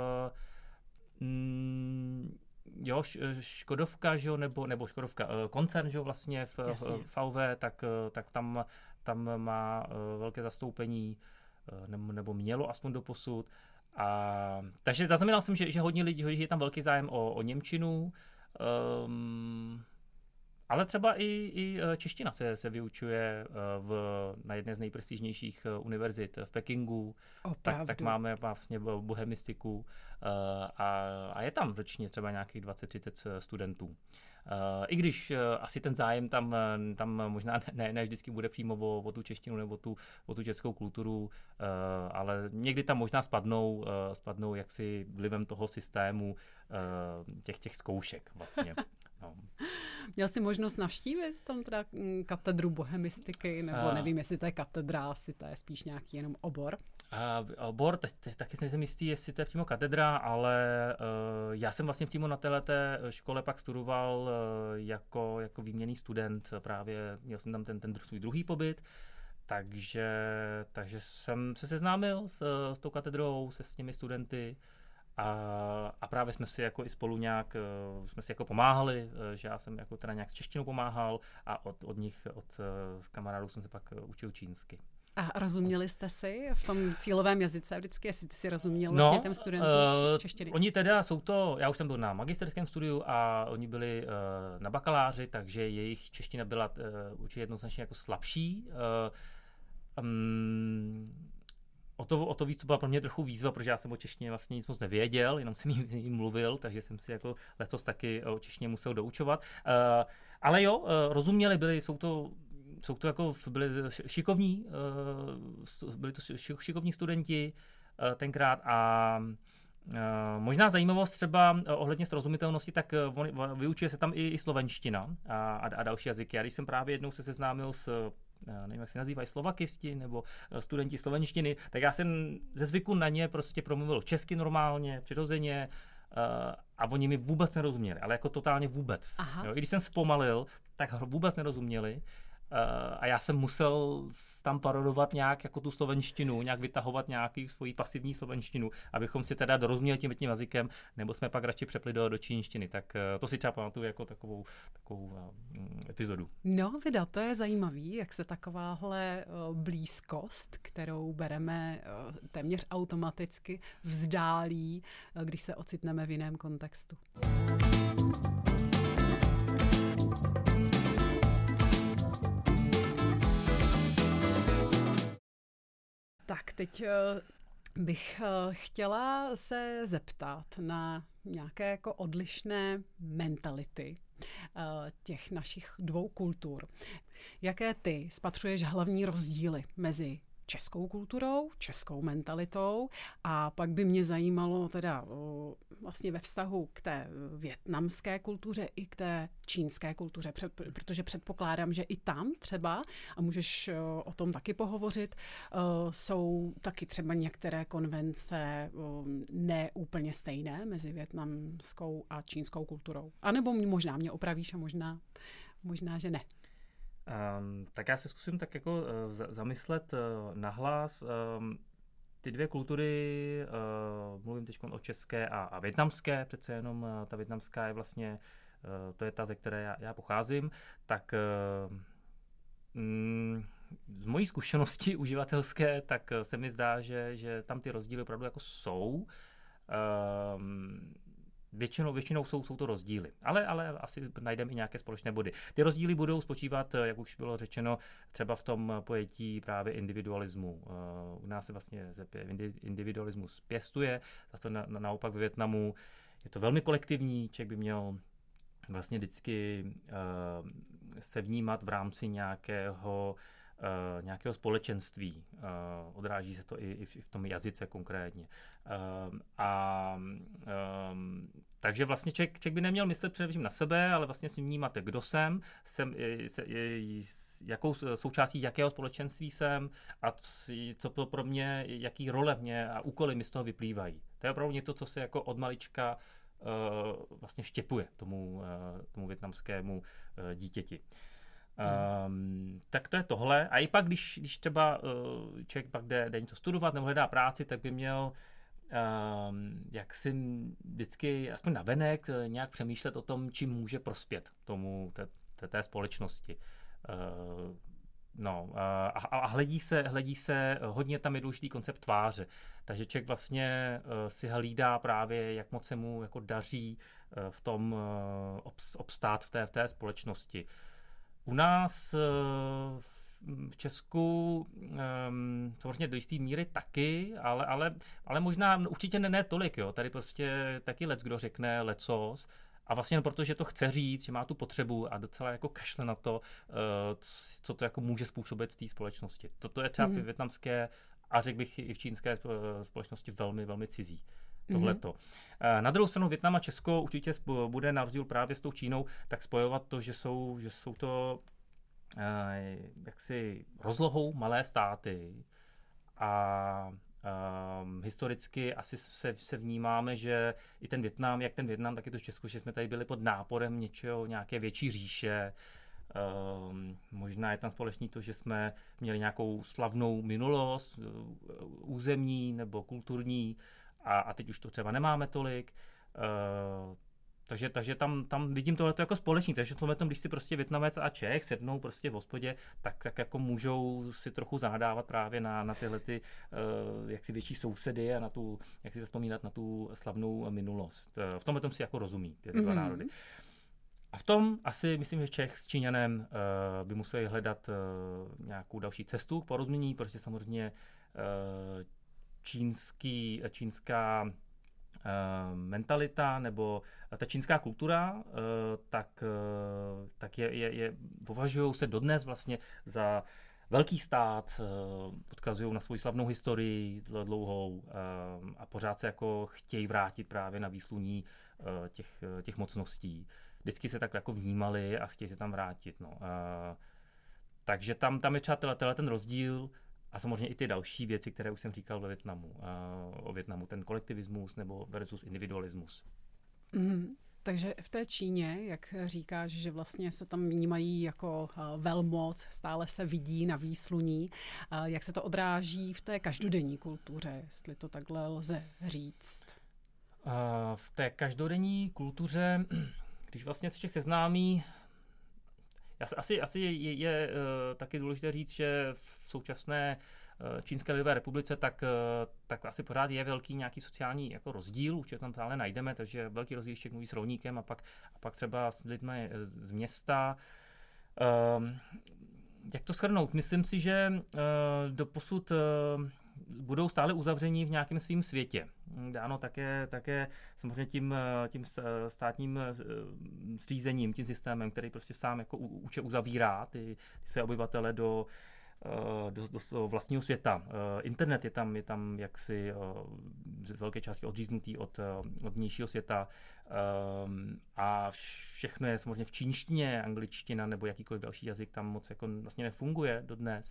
Uh, mm, jo, Škodovka, že jo, nebo, nebo Škodovka, uh, koncern, že jo, vlastně v, v V, tak, uh, tak tam, tam má uh, velké zastoupení, uh, nebo, nebo mělo aspoň doposud. A, takže zaznamenal jsem, že, že hodně lidí, že je tam velký zájem o, o němčinu, um, ale třeba i, i čeština se, se vyučuje v, na jedné z nejprestižnějších univerzit v Pekingu. Tak, tak máme vlastně bohemistiku uh, a, a je tam ročně třeba nějakých dvacet třicet studentů. Uh, I když uh, asi ten zájem tam, tam možná ne, ne vždycky bude přímo o, o tu češtinu nebo tu, o tu českou kulturu, uh, ale někdy tam možná spadnou, uh, spadnou jaksi vlivem toho systému uh, těch, těch zkoušek vlastně. No. Měl jsi možnost navštívit tam teda katedru bohemistiky, nebo uh, nevím, jestli to je katedra, jestli to je spíš nějaký jenom obor? Uh, obor, te, te, taky jsem jistý, jestli to je přímo katedra, ale uh, já jsem vlastně přímo na této škole pak studoval uh, jako, jako výměnný student, právě měl jsem tam ten, ten svůj druhý pobyt, takže, takže jsem se seznámil s, s tou katedrou, se s těmi studenty. A, a právě jsme si jako i spolu nějak, jsme si jako pomáhali, že já jsem jako teda nějak s češtinou pomáhal a od, od nich, od kamarádů jsem se pak učil čínsky. A rozuměli jste si v tom cílovém jazyce vždycky, jestli ty si rozuměl no, vlastně těm studentům uh, češtiny? Oni teda jsou to, já už jsem byl na magisterském studiu a oni byli uh, na bakaláři, takže jejich čeština byla uh, určitě jednoznačně jako slabší. Uh, um, O to, o to víc to byla pro mě trochu výzva, protože já jsem o češtině vlastně nic moc nevěděl, jenom jsem jí mluvil, takže jsem si jako lecos taky o češtině musel doučovat. Uh, ale jo, uh, rozuměli byli, jsou to, jsou to jako, byli šikovní, uh, byli to šikovní studenti uh, tenkrát a uh, možná zajímavost třeba uh, ohledně srozumitelnosti, tak uh, vyučuje se tam i, i slovenština a, a, a další jazyky. Já když jsem právě jednou se seznámil s nevím, jak se nazývají, slovakisti nebo studenti slovenštiny, tak já jsem ze zvyku na ně prostě promluvil česky normálně, přirozeně uh, a oni mi vůbec nerozuměli, ale jako totálně vůbec. Jo, i když jsem zpomalil, tak vůbec nerozuměli. Uh, a já jsem musel tam parodovat nějak jako tu slovenštinu, nějak vytahovat nějaký svoji pasivní slovenštinu, abychom si teda dorozuměli tím tím jazykem, nebo jsme pak radši přepli do, do čínštiny. Tak uh, to si třeba pamatuju jako takovou, takovou uh, epizodu. No, vida, to je zajímavý, jak se takováhle uh, blízkost, kterou bereme uh, téměř automaticky, vzdálí, uh, když se ocitneme v jiném kontextu. Tak, teď bych chtěla se zeptat na nějaké jako odlišné mentality těch našich dvou kultur. Jaké ty spatřuješ hlavní rozdíly mezi českou kulturou, českou mentalitou a pak by mě zajímalo teda o, vlastně ve vztahu k té vietnamské kultuře i k té čínské kultuře, před, protože předpokládám, že i tam třeba, a můžeš o, o tom taky pohovořit, o, jsou taky třeba některé konvence o, ne úplně stejné mezi vietnamskou a čínskou kulturou. A nebo možná mě opravíš a možná, možná že ne. Um, tak já se zkusím tak jako uh, zamyslet uh, nahlas. Um, ty dvě kultury, uh, mluvím teď o české a, a vietnamské, přece jenom uh, ta vietnamská je vlastně, uh, to je ta, ze které já, já pocházím, tak uh, mm, z mojí zkušenosti uživatelské, tak uh, se mi zdá, že, že tam ty rozdíly opravdu jako jsou. Um, Většinou, většinou jsou, jsou to rozdíly, ale, ale asi najdeme i nějaké společné body. Ty rozdíly budou spočívat, jak už bylo řečeno, třeba v tom pojetí právě individualismu. U nás se vlastně individualismus pěstuje, zase na, na, naopak ve Vietnamu je to velmi kolektivní, člověk by měl vlastně vždycky uh, se vnímat v rámci nějakého Uh, nějakého společenství. Uh, odráží se to i, i, v, i v tom jazyce konkrétně. Uh, a um, takže vlastně člověk, člověk by neměl myslet především na sebe, ale vlastně si vnímat, kdo jsem, jsem je, je, jakou součástí jakého společenství jsem a co to pro mě, jaký role mě a úkoly mi z toho vyplývají. To je opravdu něco, co se jako od malička uh, vlastně štěpuje tomu, uh, tomu vietnamskému uh, dítěti. Um, tak to je tohle. A i pak, když, když třeba uh, člověk pak jde, jde něco studovat nebo hledá práci, tak by měl um, jak si vždycky, aspoň navenek, nějak přemýšlet o tom, čím může prospět tomu, té, té, té společnosti. Uh, no, uh, a, a hledí se, hledí se, hodně tam je důležitý koncept tváře. Takže člověk vlastně uh, si hlídá právě, jak moc se mu jako daří uh, v tom uh, obstát v té, v té společnosti. U nás v Česku samozřejmě do jisté míry taky, ale, ale, ale možná určitě ne, ne tolik. Jo. Tady prostě taky lec, kdo řekne lecos a vlastně jen proto, že to chce říct, že má tu potřebu a docela jako kašle na to, co to jako může způsobit v té společnosti. Toto je třeba mm-hmm. v vietnamské a řekl bych i v čínské společnosti velmi, velmi cizí. Tohleto. Mm-hmm. Na druhou stranu Vietnam a Česko určitě bude na rozdíl právě s tou Čínou tak spojovat to, že jsou, že jsou to eh, jaksi rozlohou malé státy a eh, historicky asi se, se vnímáme, že i ten Vietnam, jak ten Vietnam, tak i to Česko, že jsme tady byli pod náporem něčeho, nějaké větší říše. Um, možná je tam společný to, že jsme měli nějakou slavnou minulost, územní nebo kulturní, A, a teď už to třeba nemáme tolik, uh, takže, takže tam, tam vidím tohleto jako společný, takže v tomhle tom, když si prostě Vietnamec a Čech sednou prostě v hospodě, tak, tak jako můžou si trochu zanádávat právě na, na tyhle ty, uh, jaksi větší sousedy a na tu, jak si vzpomínat na tu slavnou minulost. Uh, v tomhle tom si jako rozumí ty dva mm-hmm. národy. A v tom asi myslím, že Čech s Číňanem uh, by museli hledat uh, nějakou další cestu k porozumění, protože samozřejmě uh, čínský, čínská uh, mentalita nebo ta čínská kultura, uh, tak, uh, tak je, je, je, považují se dodnes vlastně za velký stát, uh, odkazují na svou slavnou historii dlouhou uh, a pořád se jako chtějí vrátit právě na výsluní uh, těch, těch mocností. Vždycky se tak jako vnímali a chtějí se tam vrátit. No. Uh, takže tam, tam je třeba tenhle ten rozdíl. A samozřejmě i ty další věci, které už jsem říkal ve Vietnamu, uh, o Vietnamu, ten kolektivismus nebo versus individualismus. Mm, takže v té Číně, jak říkáš, že vlastně se tam vnímají jako uh, velmoc, stále se vidí na výsluní, uh, jak se to odráží v té každodenní kultuře, jestli to takhle lze říct? Uh, v té každodenní kultuře, když vlastně se člověk seznámí, Asi, asi je, je uh, taky důležité říct, že v současné uh, Čínské lidové republice tak, uh, tak asi pořád je velký nějaký sociální jako rozdíl, určitě tam stále najdeme, takže velký rozdíl, když mluví s rolníkem a pak, a pak třeba s lidmi z města. Uh, jak to shrnout? Myslím si, že uh, doposud uh, budou stále uzavření v nějakém svém světě. Dáno také, také samozřejmě tím, tím státním zřízením, tím systémem, který prostě sám jako uče uzavírá ty, ty své obyvatele do, do, do vlastního světa. Internet je tam, je tam jaksi z velké části odříznutý od, od vnějšího světa a všechno je samozřejmě v čínštině, angličtina nebo jakýkoliv další jazyk tam moc jako vlastně nefunguje dodnes.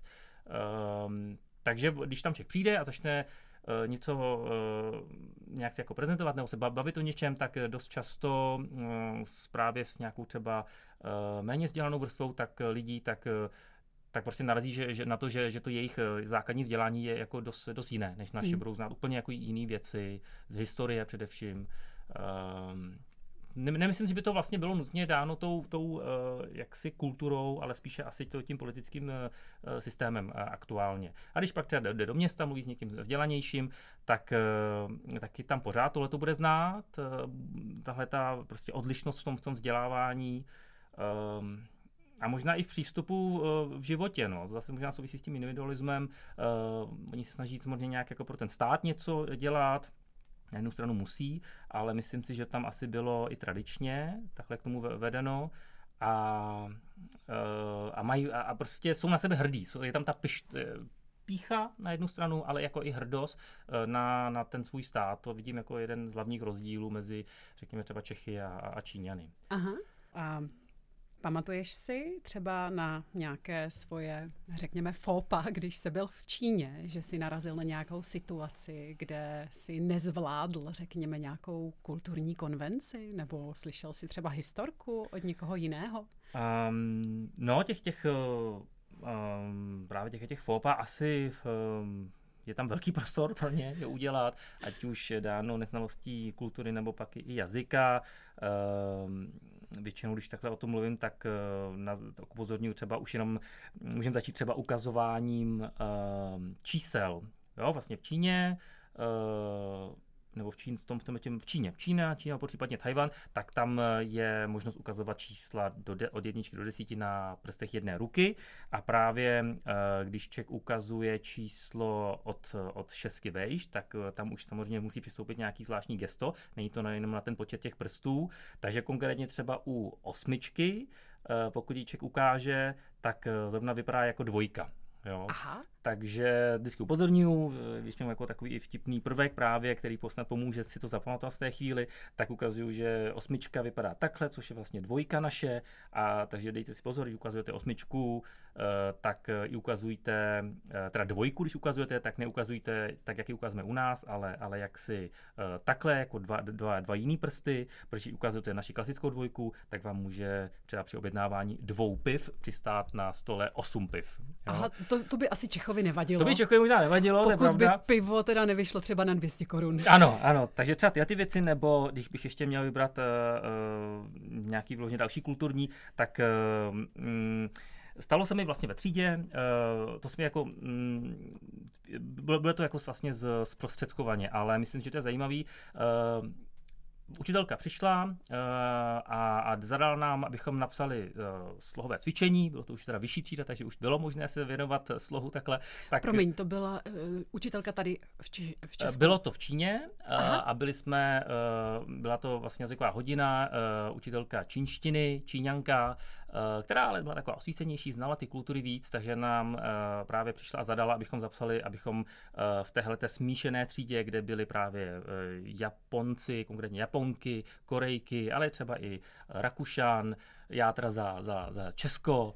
Takže když tam člověk přijde a začne něco nějak si jako prezentovat nebo se bavit o něčem, tak dost často právě s nějakou třeba méně vzdělanou vrstvou tak lidí, tak tak prostě narazí že, že na to, že, že to jejich základní vzdělání je jako dost, dost jiné, než naše. Mm. Budou znát úplně jako jiné věci, z historie především. Um, ne, nemyslím si, že by to vlastně bylo nutně dáno tou, tou uh, jaksi kulturou, ale spíše asi to, tím politickým uh, systémem uh, aktuálně. A když pak třeba jde do města, mluví s někým vzdělanějším, tak uh, taky tam pořád tohle to bude znát. Uh, tahle ta prostě odlišnost v tom, v tom vzdělávání. Um, A možná i v přístupu uh, v životě, no. Zase možná souvisí s tím individualismem. Uh, oni se snaží samozřejmě nějak jako pro ten stát něco dělat. Na jednu stranu musí, ale myslím si, že tam asi bylo i tradičně takhle k tomu vedeno. A, uh, a, mají, a, a prostě jsou na sebe hrdí. Je tam ta piš, pícha na jednu stranu, ale jako i hrdost na, na ten svůj stát. To vidím jako jeden z hlavních rozdílů mezi, řekněme, třeba Čechy a, a Číňany. Aha. A pamatuješ si třeba na nějaké svoje, řekněme, fópa, když jsi byl v Číně, že jsi narazil na nějakou situaci, kde jsi nezvládl, řekněme, nějakou kulturní konvenci, nebo slyšel jsi třeba historku od někoho jiného? Um, no, těch těch um, právě těch těch fópa asi um, je tam velký prostor pro ně je udělat, ať už dáno neznalostí kultury nebo pak i jazyka. Um, Většinou, když takhle o tom mluvím, tak na, upozorňuji třeba už jenom, můžeme začít třeba ukazováním uh, čísel. Jo, vlastně v Číně, uh, nebo v, Čín, v, tom, v, tom, v Číně, v Čína, Čína, případně Tajvan, tak tam je možnost ukazovat čísla do de, od jedničky do desíti na prstech jedné ruky a právě uh, když člověk ukazuje číslo od, od šestky vejš, tak uh, tam už samozřejmě musí přistoupit nějaký zvláštní gesto, není to jenom na ten počet těch prstů, takže konkrétně třeba u osmičky, uh, pokud ji člověk ukáže, tak uh, zrovna vypadá jako dvojka. Jo. Aha. Takže vždycky upozorňuji, většinou jako takový i vtipný prvek právě, který snad pomůže si to zapamatovat v té chvíli, tak ukazuju, že osmička vypadá takhle, což je vlastně dvojka naše, a takže dejte si pozor, když ukazujete osmičku, tak i ukazujte, teda dvojku, když ukazujete, tak neukazujte tak, jak ji ukazujeme u nás, ale, ale jak si takhle, jako dva, dva, dva jiný prsty, protože ukazujete naši klasickou dvojku, tak vám může třeba při objednávání dvou piv přistát na stole osm piv. Jo? Aha, to, to by asi Čechovi nevadilo. To by Čechovi možná nevadilo, pokud to je pravda. By pivo teda nevyšlo třeba na dvě stě korun. Ano, ano, takže třeba ty, ty věci, nebo když bych ještě měl vybrat uh, uh, nějaký vložně další kulturní, tak uh, um, stalo se mi vlastně ve třídě, uh, to se mi jako, um, bylo, bylo to jako vlastně z, zprostředkovaně, ale myslím, že to je zajímavý. Uh, Učitelka přišla uh, a, a zadala nám, abychom napsali uh, slohové cvičení, bylo to už teda vyšší třída, takže už bylo možné se věnovat slohu takhle. Tak, Promiň, to byla uh, učitelka tady v, Či- v Česku? Bylo to v Číně uh, a byli jsme, uh, byla to vlastně jazyková hodina, uh, učitelka čínštiny, Číňanka, uh, která ale byla taková osvícenější, znala ty kultury víc, takže nám uh, právě přišla a zadala, abychom zapsali, abychom uh, v téhleté smíšené třídě, kde byli právě uh, Japonci, konkrétně Japonky, Korejky, ale třeba i Rakušan, já teda za, za, za Česko, uh,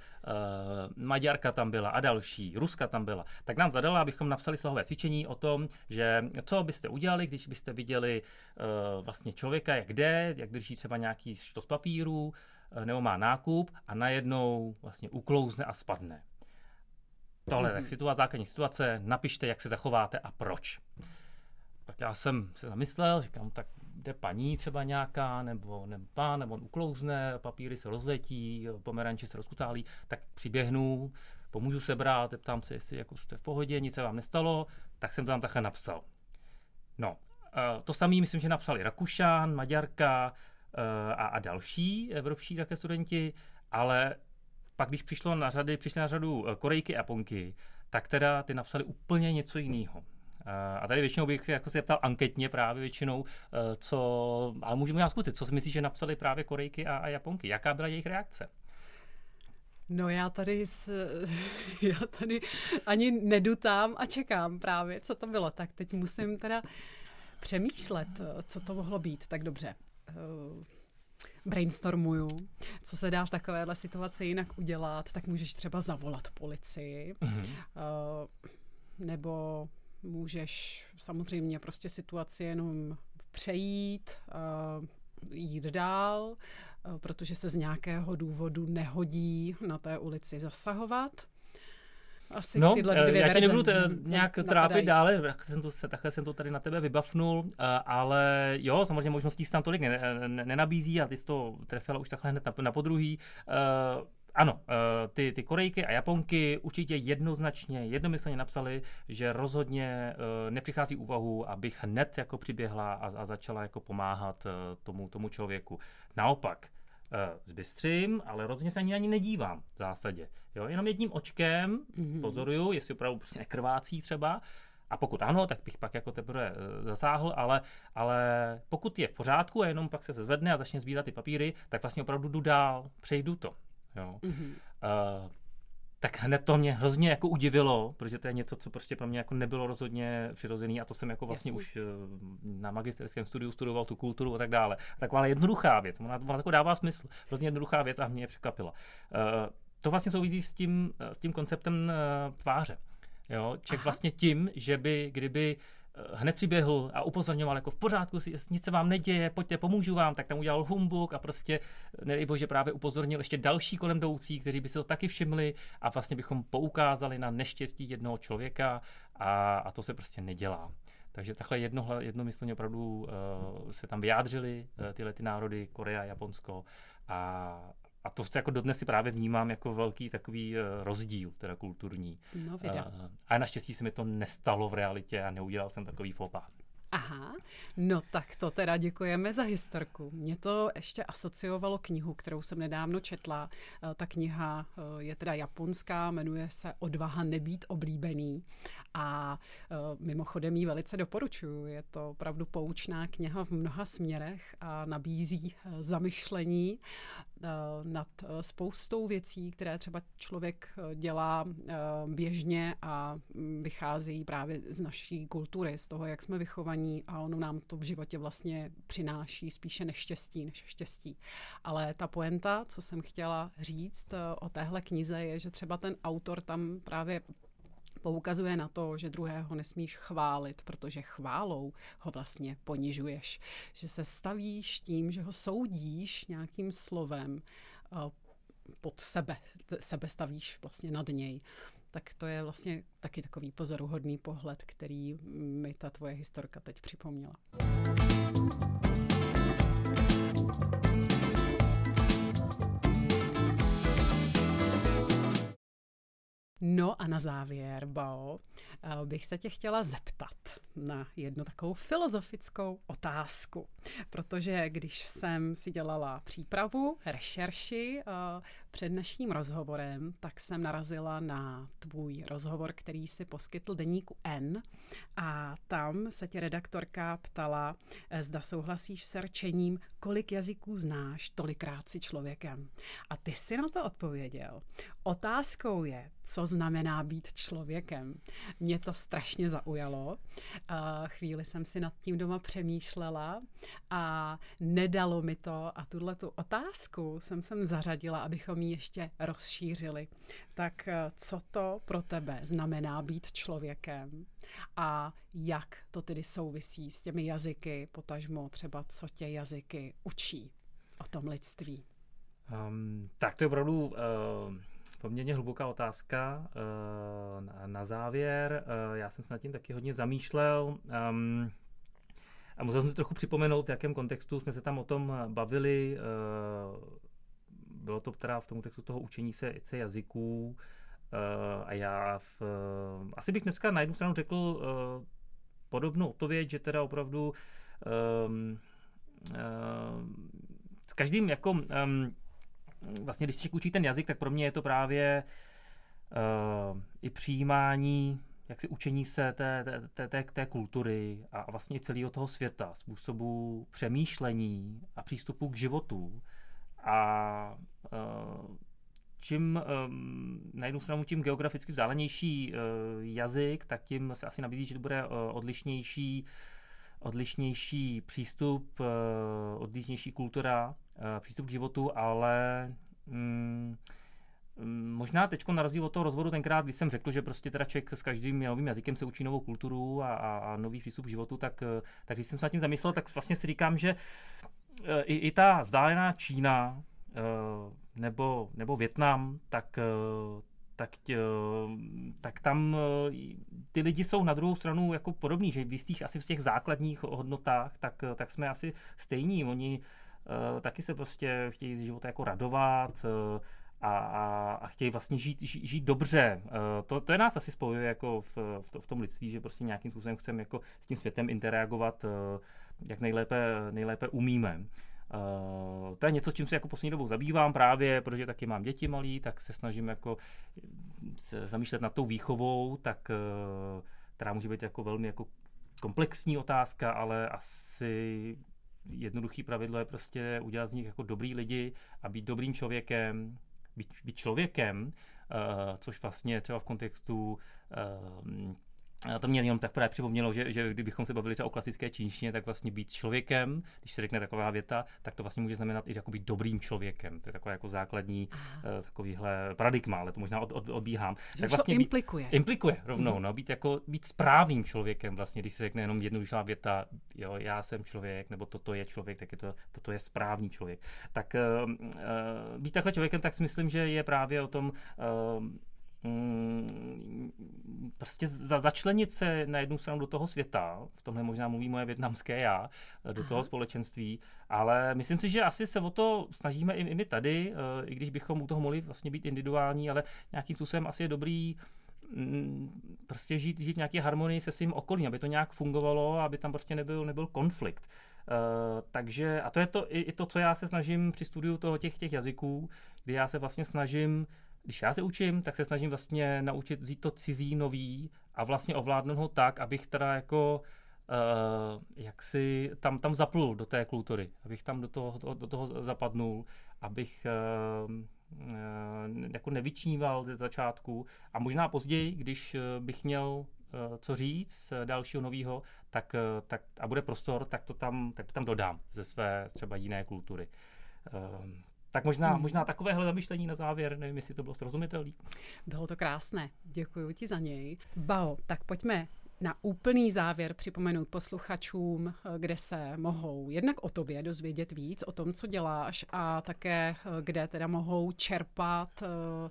Maďarka tam byla a další, Ruska tam byla, tak nám zadala, abychom napsali slohové cvičení o tom, že co byste udělali, když byste viděli uh, vlastně člověka, jak jde, jak drží třeba nějaký štos papíru, uh, nebo má nákup a najednou vlastně uklouzne a spadne. Tohle je tak situace, základní situace, napište, jak se zachováte a proč. Tak já jsem se zamyslel, říkám, tak jde paní třeba nějaká, nebo, nebo pán, nebo on uklouzne, papíry se rozletí, pomeranče se rozkutálí, tak přiběhnu, pomůžu sebrat, ptám se, jestli jako jste v pohodě, nic se vám nestalo, tak jsem to tam takhle napsal. No, to samé myslím, že napsali Rakušan, Maďarka a, a další evropští také studenti, ale pak, když přišlo na řady, přišly na řadu Korejky a Japonky, tak teda ty napsali úplně něco jiného. A tady většinou bych jako se ptal anketně právě většinou, co, ale můžeme nám zkusit, co si myslíš, že napsali právě Korejky a, a Japonky, jaká byla jejich reakce? No já tady, s, já tady ani nedutám a čekám právě, co to bylo. Tak teď musím teda přemýšlet, co to mohlo být. Tak dobře. Brainstormuju, co se dá v takovéhle situaci jinak udělat, tak můžeš třeba zavolat policii, mm-hmm. nebo můžeš samozřejmě prostě situaci jenom přejít, jít dál, protože se z nějakého důvodu nehodí na té ulici zasahovat. Asi no, tyhle dvě já tě nebudu t- verze nějak trápit dále, jsem to, takhle jsem to tady na tebe vybafnul, ale jo, samozřejmě možností se tam tolik nenabízí a ty jsi to trefila už takhle hned na, na podruhý. Uh, ano, ty, ty Korejky a Japonky určitě jednoznačně, jednomyslně napsali, že rozhodně nepřichází úvahu, abych hned jako přiběhla a, a začala jako pomáhat tomu, tomu člověku. Naopak, zbystřím, ale rozhodně se ani ani nedívám v zásadě. Jo, jenom jedním očkem mm-hmm. pozoruju, jestli opravdu prostě nekrvácí třeba, a pokud ano, tak bych pak jako teprve zasáhl, ale, ale pokud je v pořádku a jenom pak se zvedne a začne sbírat ty papíry, tak vlastně opravdu jdu dál, přejdu to. Jo. Mm-hmm. Uh, tak hned to mě hrozně jako udivilo, protože to je něco, co prostě pro mě jako nebylo rozhodně přirozený a to jsem jako vlastně Jasný. už na magisterském studiu studoval tu kulturu a tak dále. Taková jednoduchá věc, ona, ona jako dává smysl, hrozně jednoduchá věc a mě je překvapila. Uh, to vlastně souvisí s tím, s tím konceptem uh, tváře. Jo, Ček vlastně tím, že by, kdyby hned přiběhl a upozorňoval jako v pořádku, nic se vám neděje, pojďte, pomůžu vám, tak tam udělal humbuk a prostě, nedej bože, právě upozornil ještě další kolem jdoucí, kteří by si to taky všimli a vlastně bychom poukázali na neštěstí jednoho člověka a, a to se prostě nedělá. Takže takhle jedno, jednomyslně opravdu uh, se tam vyjádřili uh, tyhle ty národy, Korea, Japonsko a A to jako dodnes si právě vnímám jako velký takový uh, rozdíl, teda kulturní. No, uh, a naštěstí se mi to nestalo v realitě a neudělal jsem takový faux pas. Aha, no tak to teda děkujeme za historku. Mě to ještě asociovalo knihu, kterou jsem nedávno četla. Ta kniha je teda japonská, jmenuje se Odvaha nebýt oblíbený a mimochodem ji velice doporučuji. Je to opravdu poučná kniha v mnoha směrech a nabízí zamyšlení nad spoustou věcí, které třeba člověk dělá běžně a vycházejí právě z naší kultury, z toho, jak jsme vychovaní a ono nám to v životě vlastně přináší spíše neštěstí než štěstí. Ale ta poenta, co jsem chtěla říct o téhle knize, je, že třeba ten autor tam právě poukazuje na to, že druhého nesmíš chválit, protože chválou ho vlastně ponižuješ. Že se stavíš tím, že ho soudíš nějakým slovem pod sebe, sebe stavíš vlastně nad něj. Tak to je vlastně taky takový pozoruhodný pohled, který mi ta tvoje historka teď připomněla. No a na závěr, Bao, bych se tě chtěla zeptat na jednu takovou filozofickou otázku. Protože když jsem si dělala přípravu, rešerši před naším rozhovorem, tak jsem narazila na tvůj rozhovor, který si poskytl deníku N. A tam se tě redaktorka ptala, zda souhlasíš s rčením, kolik jazyků znáš, tolikrát si člověkem. A ty si na to odpověděl. Otázkou je, co znamená být člověkem. Mě to strašně zaujalo. Chvíli jsem si nad tím doma přemýšlela a nedalo mi to a tuhletu otázku jsem sem zařadila, abychom ji ještě rozšířili. Tak co to pro tebe znamená být člověkem a jak to tedy souvisí s těmi jazyky, potažmo třeba co tě jazyky učí o tom lidství? Um, tak to je opravdu uh, poměrně hluboká otázka. Uh, na, na závěr, uh, já jsem se nad tím taky hodně zamýšlel um, a musel jsem si trochu připomenout, v jakém kontextu jsme se tam o tom bavili. Uh, bylo to teda v tom textu toho učení se, se jazyků uh, a já v, uh, asi bych dneska na jednu stranu řekl uh, podobnou odpověď, že teda opravdu um, uh, s každým jako um, vlastně, když člověk učí ten jazyk, tak pro mě je to právě uh, i přijímání, jak si učení se té, té, té, té kultury a vlastně i celého toho světa, způsobu přemýšlení a přístupu k životu. A uh, čím um, na jednu stranu tím geograficky vzdálenější uh, jazyk, tak tím se asi nabízí, že to bude uh, odlišnější, odlišnější přístup, uh, odlišnější kultura, uh, přístup k životu, ale um, možná teď na rozdíl od toho rozvodu tenkrát, když jsem řekl, že prostě teda člověk s každým novým jazykem se učí novou kulturu a, a, a nový přístup k životu, tak, tak když jsem se nad tím zamyslel, tak vlastně si říkám, že i, i ta vzdálená Čína nebo, nebo Vietnam, tak, tak, tak tam ty lidi jsou na druhou stranu jako podobní, že v jistých asi v těch základních hodnotách, tak, tak jsme asi stejní. Oni taky se prostě chtějí z života jako radovat, A, a, a chtějí vlastně žít, žít, žít dobře. Uh, to, to je nás asi spojuje jako v, v, to, v tom lidství, že prostě nějakým způsobem chceme jako s tím světem interagovat, uh, jak nejlépe, nejlépe umíme. Uh, to je něco, s čím se jako poslední dobou zabývám právě, protože taky mám děti malý, tak se snažím jako se zamýšlet nad tou výchovou, tak, uh, která může být jako velmi jako komplexní otázka, ale asi jednoduchý pravidlo je prostě udělat z nich jako dobrý lidi a být dobrým člověkem, Být, být člověkem, uh, což vlastně třeba v kontextu uh, to mě jenom tak právě připomnělo, že, že kdybychom se bavili třeba o klasické čínštině, tak vlastně být člověkem, když se řekne taková věta, tak to vlastně může znamenat i jako být dobrým člověkem. To je taková jako základní uh, takovýhle paradigma, ale to možná od, od, odbíhám. Že tak vlastně to implikuje. Být, implikuje rovnou, mm-hmm. no, být jako být správným člověkem vlastně, když se řekne jenom jednoduchá věta, jo, já jsem člověk, nebo toto je člověk, tak je to, toto je správný člověk. Tak uh, uh, být takhle člověkem, tak si myslím, že je právě o tom uh, prostě za, začlenit se na jednu stranu do toho světa, v tomhle možná mluví moje vietnamské já, do toho společenství, ale myslím si, že asi se o to snažíme i, i my tady, i když bychom u toho mohli vlastně být individuální, ale nějakým způsobem asi je dobrý prostě žít, žít nějaké harmonii se svým okolím, aby to nějak fungovalo, aby tam prostě nebyl, nebyl konflikt. Uh, takže, a to je to i, i to, co já se snažím při studiu toho těch, těch jazyků, kdy já se vlastně snažím, když já se učím, tak se snažím vlastně naučit vzít to cizí nový a vlastně ovládnout ho tak, abych teda jako uh, jak si tam, tam zaplul do té kultury, abych tam do toho, do, do toho zapadnul, abych uh, uh, jako nevyčníval ze začátku a možná později, když bych měl co říct dalšího nového, tak, tak, a bude prostor, tak to tam, tak to tam dodám ze své třeba jiné kultury. Um, tak možná, hmm. možná takovéhle zamyšlení na závěr, nevím, jestli to bylo srozumitelné. Bylo to krásné, děkuji ti za něj. Bao, tak pojďme na úplný závěr připomenout posluchačům, kde se mohou jednak o tobě dozvědět víc, o tom, co děláš a také kde teda mohou čerpat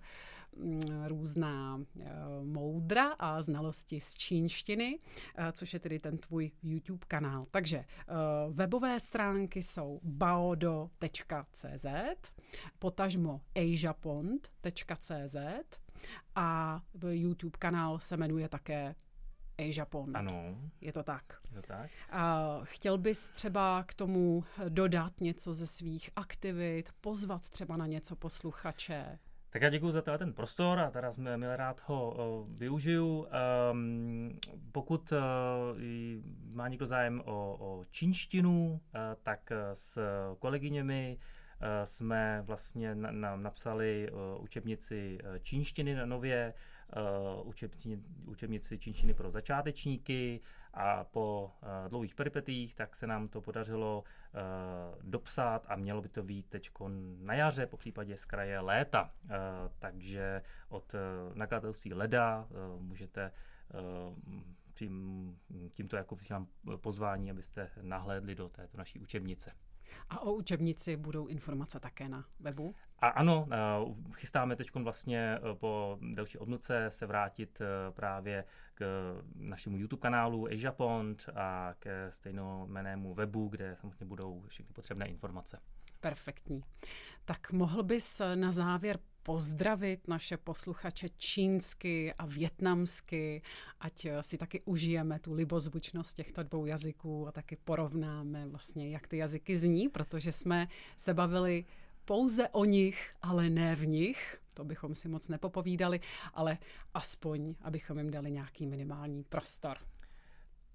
různá moudra a znalosti z čínštiny, což je tedy ten tvůj YouTube kanál. Takže webové stránky jsou baodo tečka cé zet, potažmo asiapond tečka cé zet a YouTube kanál se jmenuje také Asiapond. Ano. Je to tak. Je to tak. A chtěl bys třeba k tomu dodat něco ze svých aktivit, pozvat třeba na něco posluchače? Tak já děkuji za ten prostor a teda jsme milé rád ho uh, využiju. Um, pokud uh, má někdo zájem o, o čínštinu, uh, tak s kolegyněmi uh, jsme vlastně na, na, napsali uh, učebnici čínštiny na nově, uh, učebnici, učebnici čínštiny pro začátečníky a po uh, dlouhých peripetích tak se nám to podařilo uh, dopsat a mělo by to být teďko na jaře, po případě z kraje léta. Uh, takže od uh, nakladatelství Leda uh, můžete uh, tím, tímto jako vysílám pozvání, abyste nahlédli do této naší učebnice. A o učebnici budou informace také na webu? A ano, chystáme teď vlastně po delší odmlce se vrátit právě k našemu YouTube kanálu Asiapond a ke stejnojmennému webu, kde samozřejmě budou všechny potřebné informace. Perfektní. Tak mohl bys na závěr pozdravit naše posluchače čínsky a vietnamsky, ať si taky užijeme tu libozvučnost těchto dvou jazyků a taky porovnáme vlastně, jak ty jazyky zní, protože jsme se bavili pouze o nich, ale ne v nich. To bychom si moc nepopovídali, ale aspoň, abychom jim dali nějaký minimální prostor.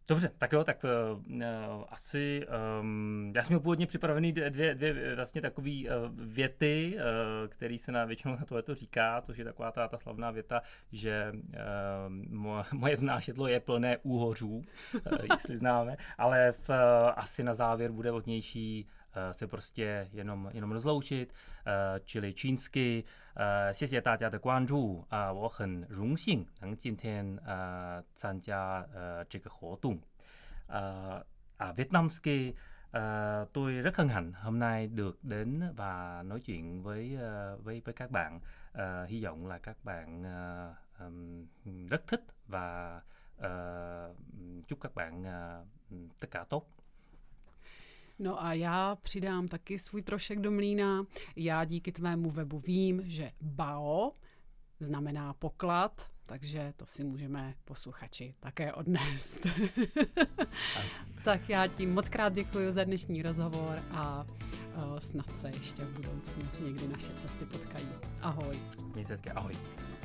Dobře, tak jo, tak uh, asi, um, já jsem měl původně připravený dvě, dvě vlastně takové uh, věty, uh, které se na většinou na tohleto říká, což je taková ta, ta slavná věta, že uh, mo, moje vznášedlo je plné úhořů, uh, jestli známe, ale v, uh, asi na závěr bude vhodnější se prostě jenom, jenom rozloučit, čili čínsky 谢谢大家的关注啊，我很荣幸能今天参加这个活动. À, Vietnamsky tôi rất hân hạnh hôm nay được đến và nói chuyện với với với các bạn. À, hy vọng là các bạn um, rất thích và uh, chúc các bạn uh, tất cả tốt. No a já přidám taky svůj trošek do mlýna. Já díky tvému webu vím, že bao znamená poklad, takže to si můžeme posluchači také odnést. Tak já ti moc krát děkuji za dnešní rozhovor a uh, snad se ještě v budoucnu někdy naše cesty potkají. Ahoj. Měj se hezky, ahoj.